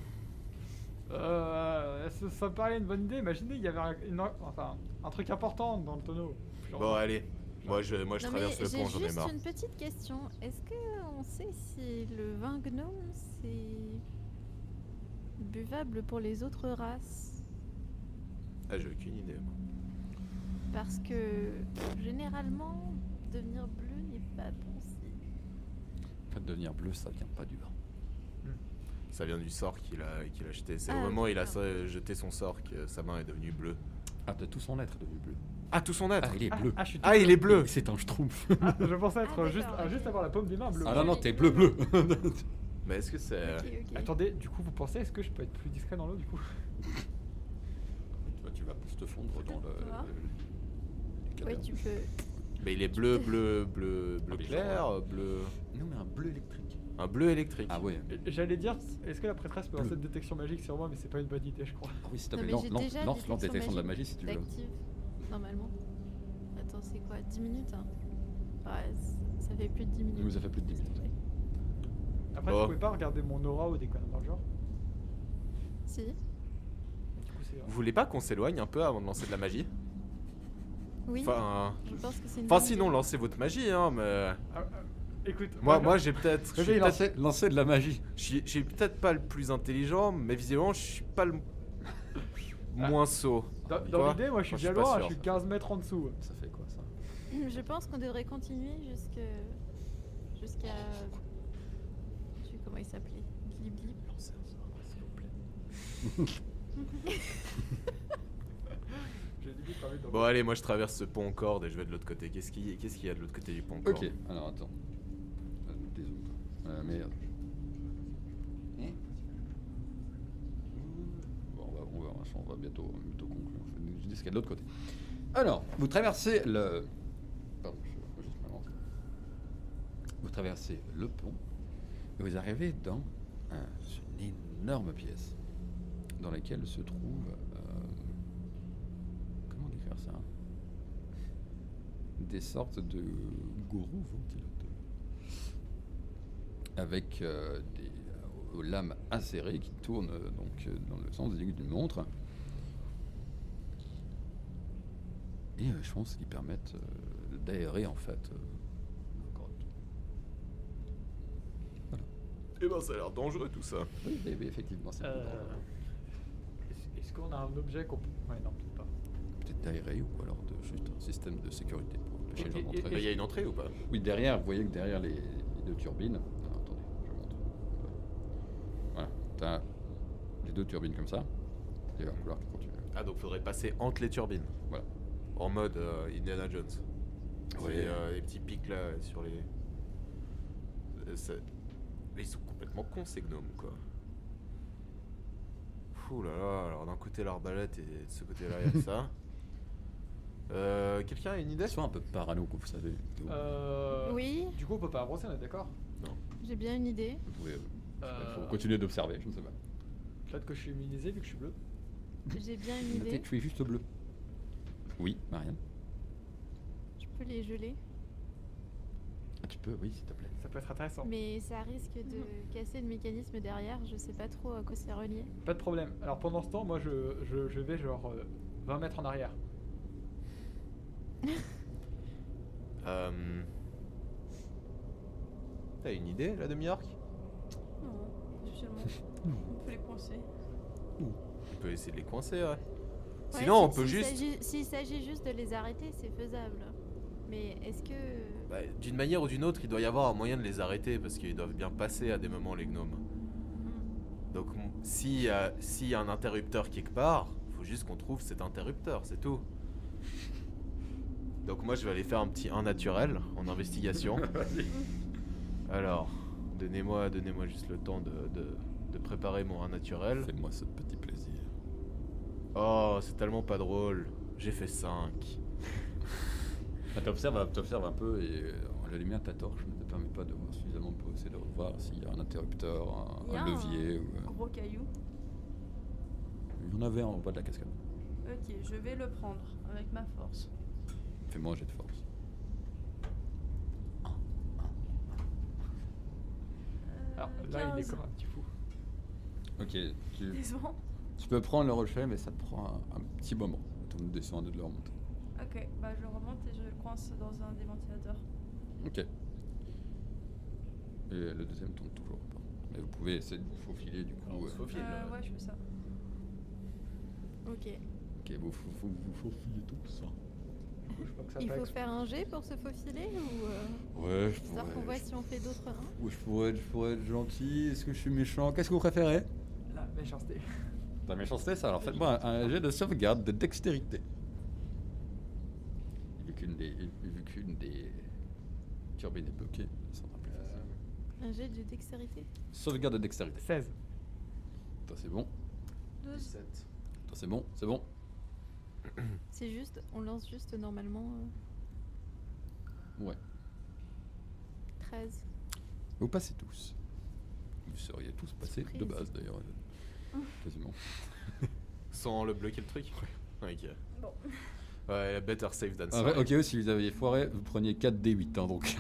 Euh, ça, ça me paraît une bonne idée. Imaginez, il y avait un, une- enfin, un truc important dans le tonneau. Genre- Bon, allez. Moi, je, moi, je Non, traverse mais le pont, j'en j'ai ai marre. juste une petite question. Est-ce que on sait si le vin gnome c'est buvable pour les autres races? Ah, j'ai aucune idée. moi. Parce que généralement, devenir bleu n'est pas bon signe. En fait, devenir bleu, ça vient pas du vin. Ça vient du sort qu'il a, qu'il a jeté. C'est Ah, au moment où il a d'accord. sa- jeté son sort que sa main est devenue bleue. Ah, de tout son être est devenu bleu. Ah, tout son être Ah, il est Ah, bleu. ah, je suis tout Ah, il est bleu. C'est un schtroumpf. Ah, je pensais être Ah, juste, d'accord, ah, ok. juste avoir la paume des mains bleue. Ah non, non, t'es bleu, bleu. Mais est-ce que c'est... Ok, ok. Attendez, du coup, vous pensez, est-ce que je peux être plus discret dans l'eau du coup? Bah, tu vas plus te fondre dans le. Toi. le- Ouais, les tu cadavres. peux. Mais il est bleu, bleu, bleu, bleu Ah, mais clair, genre- bleu... Non, mais un bleu électrique. Un bleu électrique. Ah ouais. J'allais dire, est-ce que la prêtresse peut Bleu. lancer de détection magique sur moi, mais c'est pas une bonne idée, je crois. Ah oui, s'il te Non, plaît, mais lance, j'ai lance, déjà lance, lance détection de la magie si tu veux. d'active, normalement. Attends, c'est quoi? dix minutes hein? Ouais, c- ça fait plus de dix minutes. Oui, ça fait plus de dix minutes. Après, Bon. tu pouvais pas regarder mon aura ou des conneries dans le genre. Si. Du coup, c'est. Vous voulez pas qu'on s'éloigne un peu avant de lancer de la magie? Oui, Enfin, je pense que c'est une enfin bonne sinon, idée. lancez votre magie, hein, mais... Ah, ah, écoute, Moi, moi j'ai peut-être... je suis Réveille, peut-être- lancer, lancer de la magie. Je suis- je suis peut-être pas le plus intelligent, mais visiblement, je suis pas le Ah. moins sot. dans, Quoi dans l'idée, moi je suis Moi, je bien suis pas loin, sûr. je suis quinze mètres en dessous. Ça fait quoi ça? Je pense qu'on devrait continuer jusque... jusqu'à... Je sais comment il s'appelait. Glib Glib. Lancez un sort, s'il vous plaît. J'ai limite envie de- Bon, allez, moi je traverse ce pont en corde et je vais de l'autre côté. Qu'est-ce qu'il qu'est-ce qu'il y a de l'autre côté du pont en corde? Ok, alors attends. Euh, Désolé. Euh, merde. Hein Bon, on va, on va, on va bientôt, bientôt conclure. Je dis ce qu'il y a de l'autre côté. Alors, vous traversez le. Pardon, je vais juste me lancer. Vous traversez le pont et vous arrivez dans un- une énorme pièce dans laquelle se trouve. euh, comment décrire ça? Des sortes de gourous ventilateurs avec euh, des euh, aux lames insérées qui tournent euh, donc euh, dans le sens des aiguilles d'une montre et euh, je pense qu'ils permettent euh, d'aérer en fait euh, la grotte. Eh ben, ça a l'air dangereux tout ça. Oui, oui, oui, effectivement, c'est Euh, plus dangereux. Est-ce est-ce qu'on a un objet qu'on peut. Ouais, non, peut-être pas. peut-être d'aérer ou alors de juste un système de sécurité pour empêcher les gens Et- et- d'entrer. Mais il y a une entrée ou pas? Oui, derrière, vous voyez que derrière les, les deux turbines. Ah, attendez, je montre. Ouais. Voilà, t'as les deux turbines comme ça. Il y a un couloir qui continue. Ah, donc faudrait passer entre les turbines. Voilà. En mode euh, Indiana Jones. Ouais. C'est, euh, les petits pics là sur les. Euh, c'est- Mais ils sont complètement cons ces gnomes quoi. Ouh là là, alors d'un côté l'arbalète et de ce côté-là il y a ça. Euh, Quelqu'un a une idée? Ils sont un peu parano, comme vous savez. Euh, Oui, Du coup, on peut pas avancer, on est d'accord? j'ai bien une idée. Vous pouvez, euh, Euh, faut continuer d'observer, je ne sais pas. Peut-être que je suis immunisé vu que je suis bleu. J'ai bien une Notez idée. que tu es juste bleu. Oui, Marianne. Je peux les geler. Ah, tu peux, oui, s'il te plaît. Ça peut être intéressant. Mais ça risque de casser le mécanisme derrière. Je sais pas trop à quoi c'est relié. Pas de problème. Alors pendant ce temps, moi je, je, je vais genre euh, vingt mètres en arrière. Euh... T'as une idée, la demi-orque? Non, spécialement. On peut les coincer. On peut essayer de les coincer, ouais. Ouais, Sinon, on si- peut s'il juste. s'agit- S'il s'agit juste de les arrêter, c'est faisable. Mais est-ce que. Bah, d'une manière ou d'une autre, il doit y avoir un moyen de les arrêter parce qu'ils doivent bien passer à des moments, les gnomes. Donc, m- s'il y, a- s'il y a un interrupteur quelque part, faut juste qu'on trouve cet interrupteur, c'est tout. Donc, moi, je vais aller faire un petit un naturel en investigation. Alors, donnez-moi donnez-moi juste le temps de, de, de préparer mon un naturel. Fais-moi ce petit plaisir. Oh, c'est tellement pas drôle. J'ai fait cinq. Ah, t'observes, t'observes un peu et euh, la lumière de ta torche ne te permet pas de voir suffisamment pour essayer de voir s'il y a un interrupteur, un, Il y a un un levier. Ou, euh, Gros caillou. Il y en avait un au bas de la cascade. Ok, je vais le prendre avec ma force. Fais-moi un jet de force. Euh, Alors là, il est quinze. comme un petit fou. Ok, tu, Décevant. tu peux prendre le rocher, mais ça te prend un, un petit moment. Le temps de descendre et de le remonter. Ok, bah je le remonte et je le coince dans un des ventilateurs. Ok. Et le deuxième tourne toujours pas. Mais vous pouvez essayer de vous faufiler du coup. On euh, se faufile. Euh, ouais. ouais, je fais ça. Ok. Ok, vous vous, vous, vous faufilez tout ça. Je crois que ça Il peut faut ex- faire un jet pour se faufiler ou. euh, Ouais, je Histoire qu'on voit si on fait d'autres uns. Ouais, je pourrais, être- je pourrais être gentil. Est-ce que je suis méchant? Qu'est-ce que vous préférez? La méchanceté. La méchanceté, ça. Alors faites-moi un, un jet de sauvegarde de dextérité. Vu qu'une des, vu qu'une des turbines est bloquée, ça sera plus facile. Un jet de dextérité. Sauvegarde de dextérité. seize. Toi c'est bon. douze. dix-sept. Toi c'est bon. C'est bon. C'est juste, on lance juste normalement euh, Ouais. treize. Vous passez tous. Vous seriez tous passés de Surprise. base d'ailleurs. euh, Quasiment. Sans le bloquer le truc? Ouais. Ok. Bon. Ouais, better safe than Ah, sorry. ouais, ok, si vous aviez foiré, vous preniez quatre D huit. Hein, donc.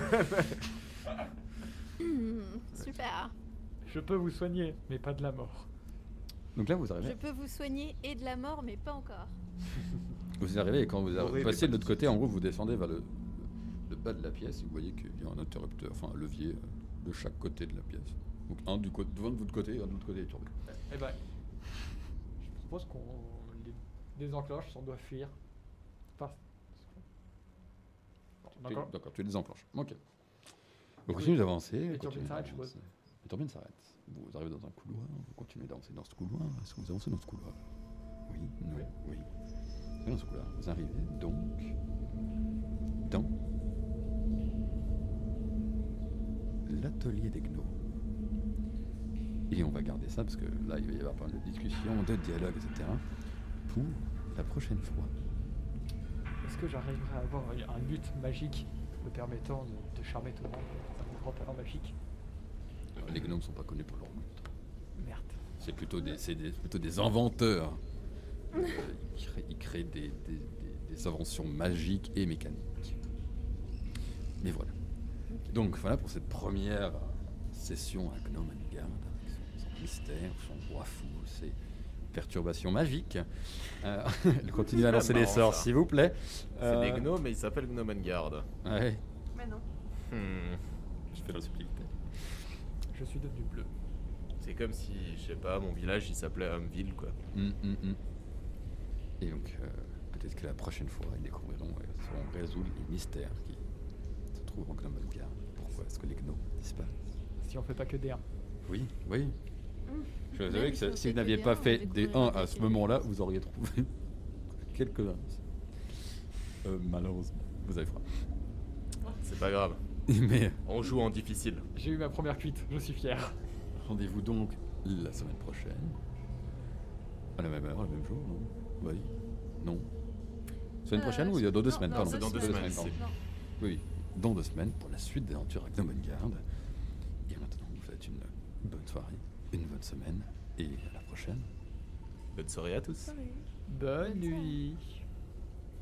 Hmm, super. Je peux vous soigner, mais pas de la mort. donc là vous Je arrivez. peux vous soigner et de la mort, mais pas encore. Vous arrivez et quand vous Horrible, arrivez, passez de l'autre pas de côté, en gros vous descendez vers le, le bas de la pièce et vous voyez qu'il y a un interrupteur, enfin un levier euh, de chaque côté de la pièce. Donc un du côté, devant de votre côté et un de l'autre côté des turbines. Eh ben, je propose qu'on les désenclenche si on doit fuir. Pas. Bon, Tu- d'accord. D'accord, tu les enclenches. Ok. Vous Oui. continuez d'avancer. Les vous turbines continuez s'arrêtent, je d'avancer. suppose. Les turbines s'arrêtent. Vous arrivez dans un couloir, vous continuez d'avancer dans ce couloir. Est-ce que vous avancez dans ce couloir? Oui, non, Oui. oui. Et dans ce couloir, vous arrivez donc dans l'atelier des gnomes. Et on va garder ça parce que là, il va y avoir pas mal de discussions, de dialogues, et cetera. Pour la prochaine fois. Est-ce que j'arriverai à avoir un lutte magique me permettant de, de charmer tout le monde? Un grand talent magique. Les gnomes sont pas connus pour leur lutte. Merde. C'est plutôt des, c'est des- plutôt des inventeurs. Euh, ils créent, ils créent des, des- des- des inventions magiques et mécaniques. Mais voilà. Donc voilà pour cette première session à Gnome Gard, avec son, son mystère, son roi fou, ses perturbations magiques. Euh, continuez à lancer les Marrant, sorts, ça. s'il vous plaît. C'est Euh, des gnomes mais ils s'appellent Gnomengard. Ouais, Mais non. Hmm. je fais la subtilité. Je suis devenu bleu. C'est comme si, je sais pas, mon village il s'appelait Humville quoi. Hum, hum, hum. Et donc, euh, peut-être que la prochaine fois, ils découvriront et sauront résoudre les mystères qui se trouvent en Gnomengarde. Pourquoi est-ce que les gnomes disparaissent? Si on fait pas que des un. Oui, oui. Je Même savais que si ça- on si fait vous que n'aviez des pas un, on fait des découvrira un pas à que ce des moment-là, vous auriez trouvé quelques indices. Euh, malheureusement, vous avez froid. C'est pas grave. Mais On joue en difficile. J'ai eu ma première cuite, je suis fier. rendez-vous donc la semaine prochaine. À la même heure, le même jour, non? Oui. Non. Semaine Euh, prochaine ou il y a dans deux non, semaines, non, pardon. c'est dans deux semaines, pardon. Non. Oui, dans deux semaines pour la suite des aventures à Gnomengarde. Et maintenant, vous faites une bonne soirée, une bonne semaine et à la prochaine. Bonne soirée à tous. Sorry. Bonne nuit.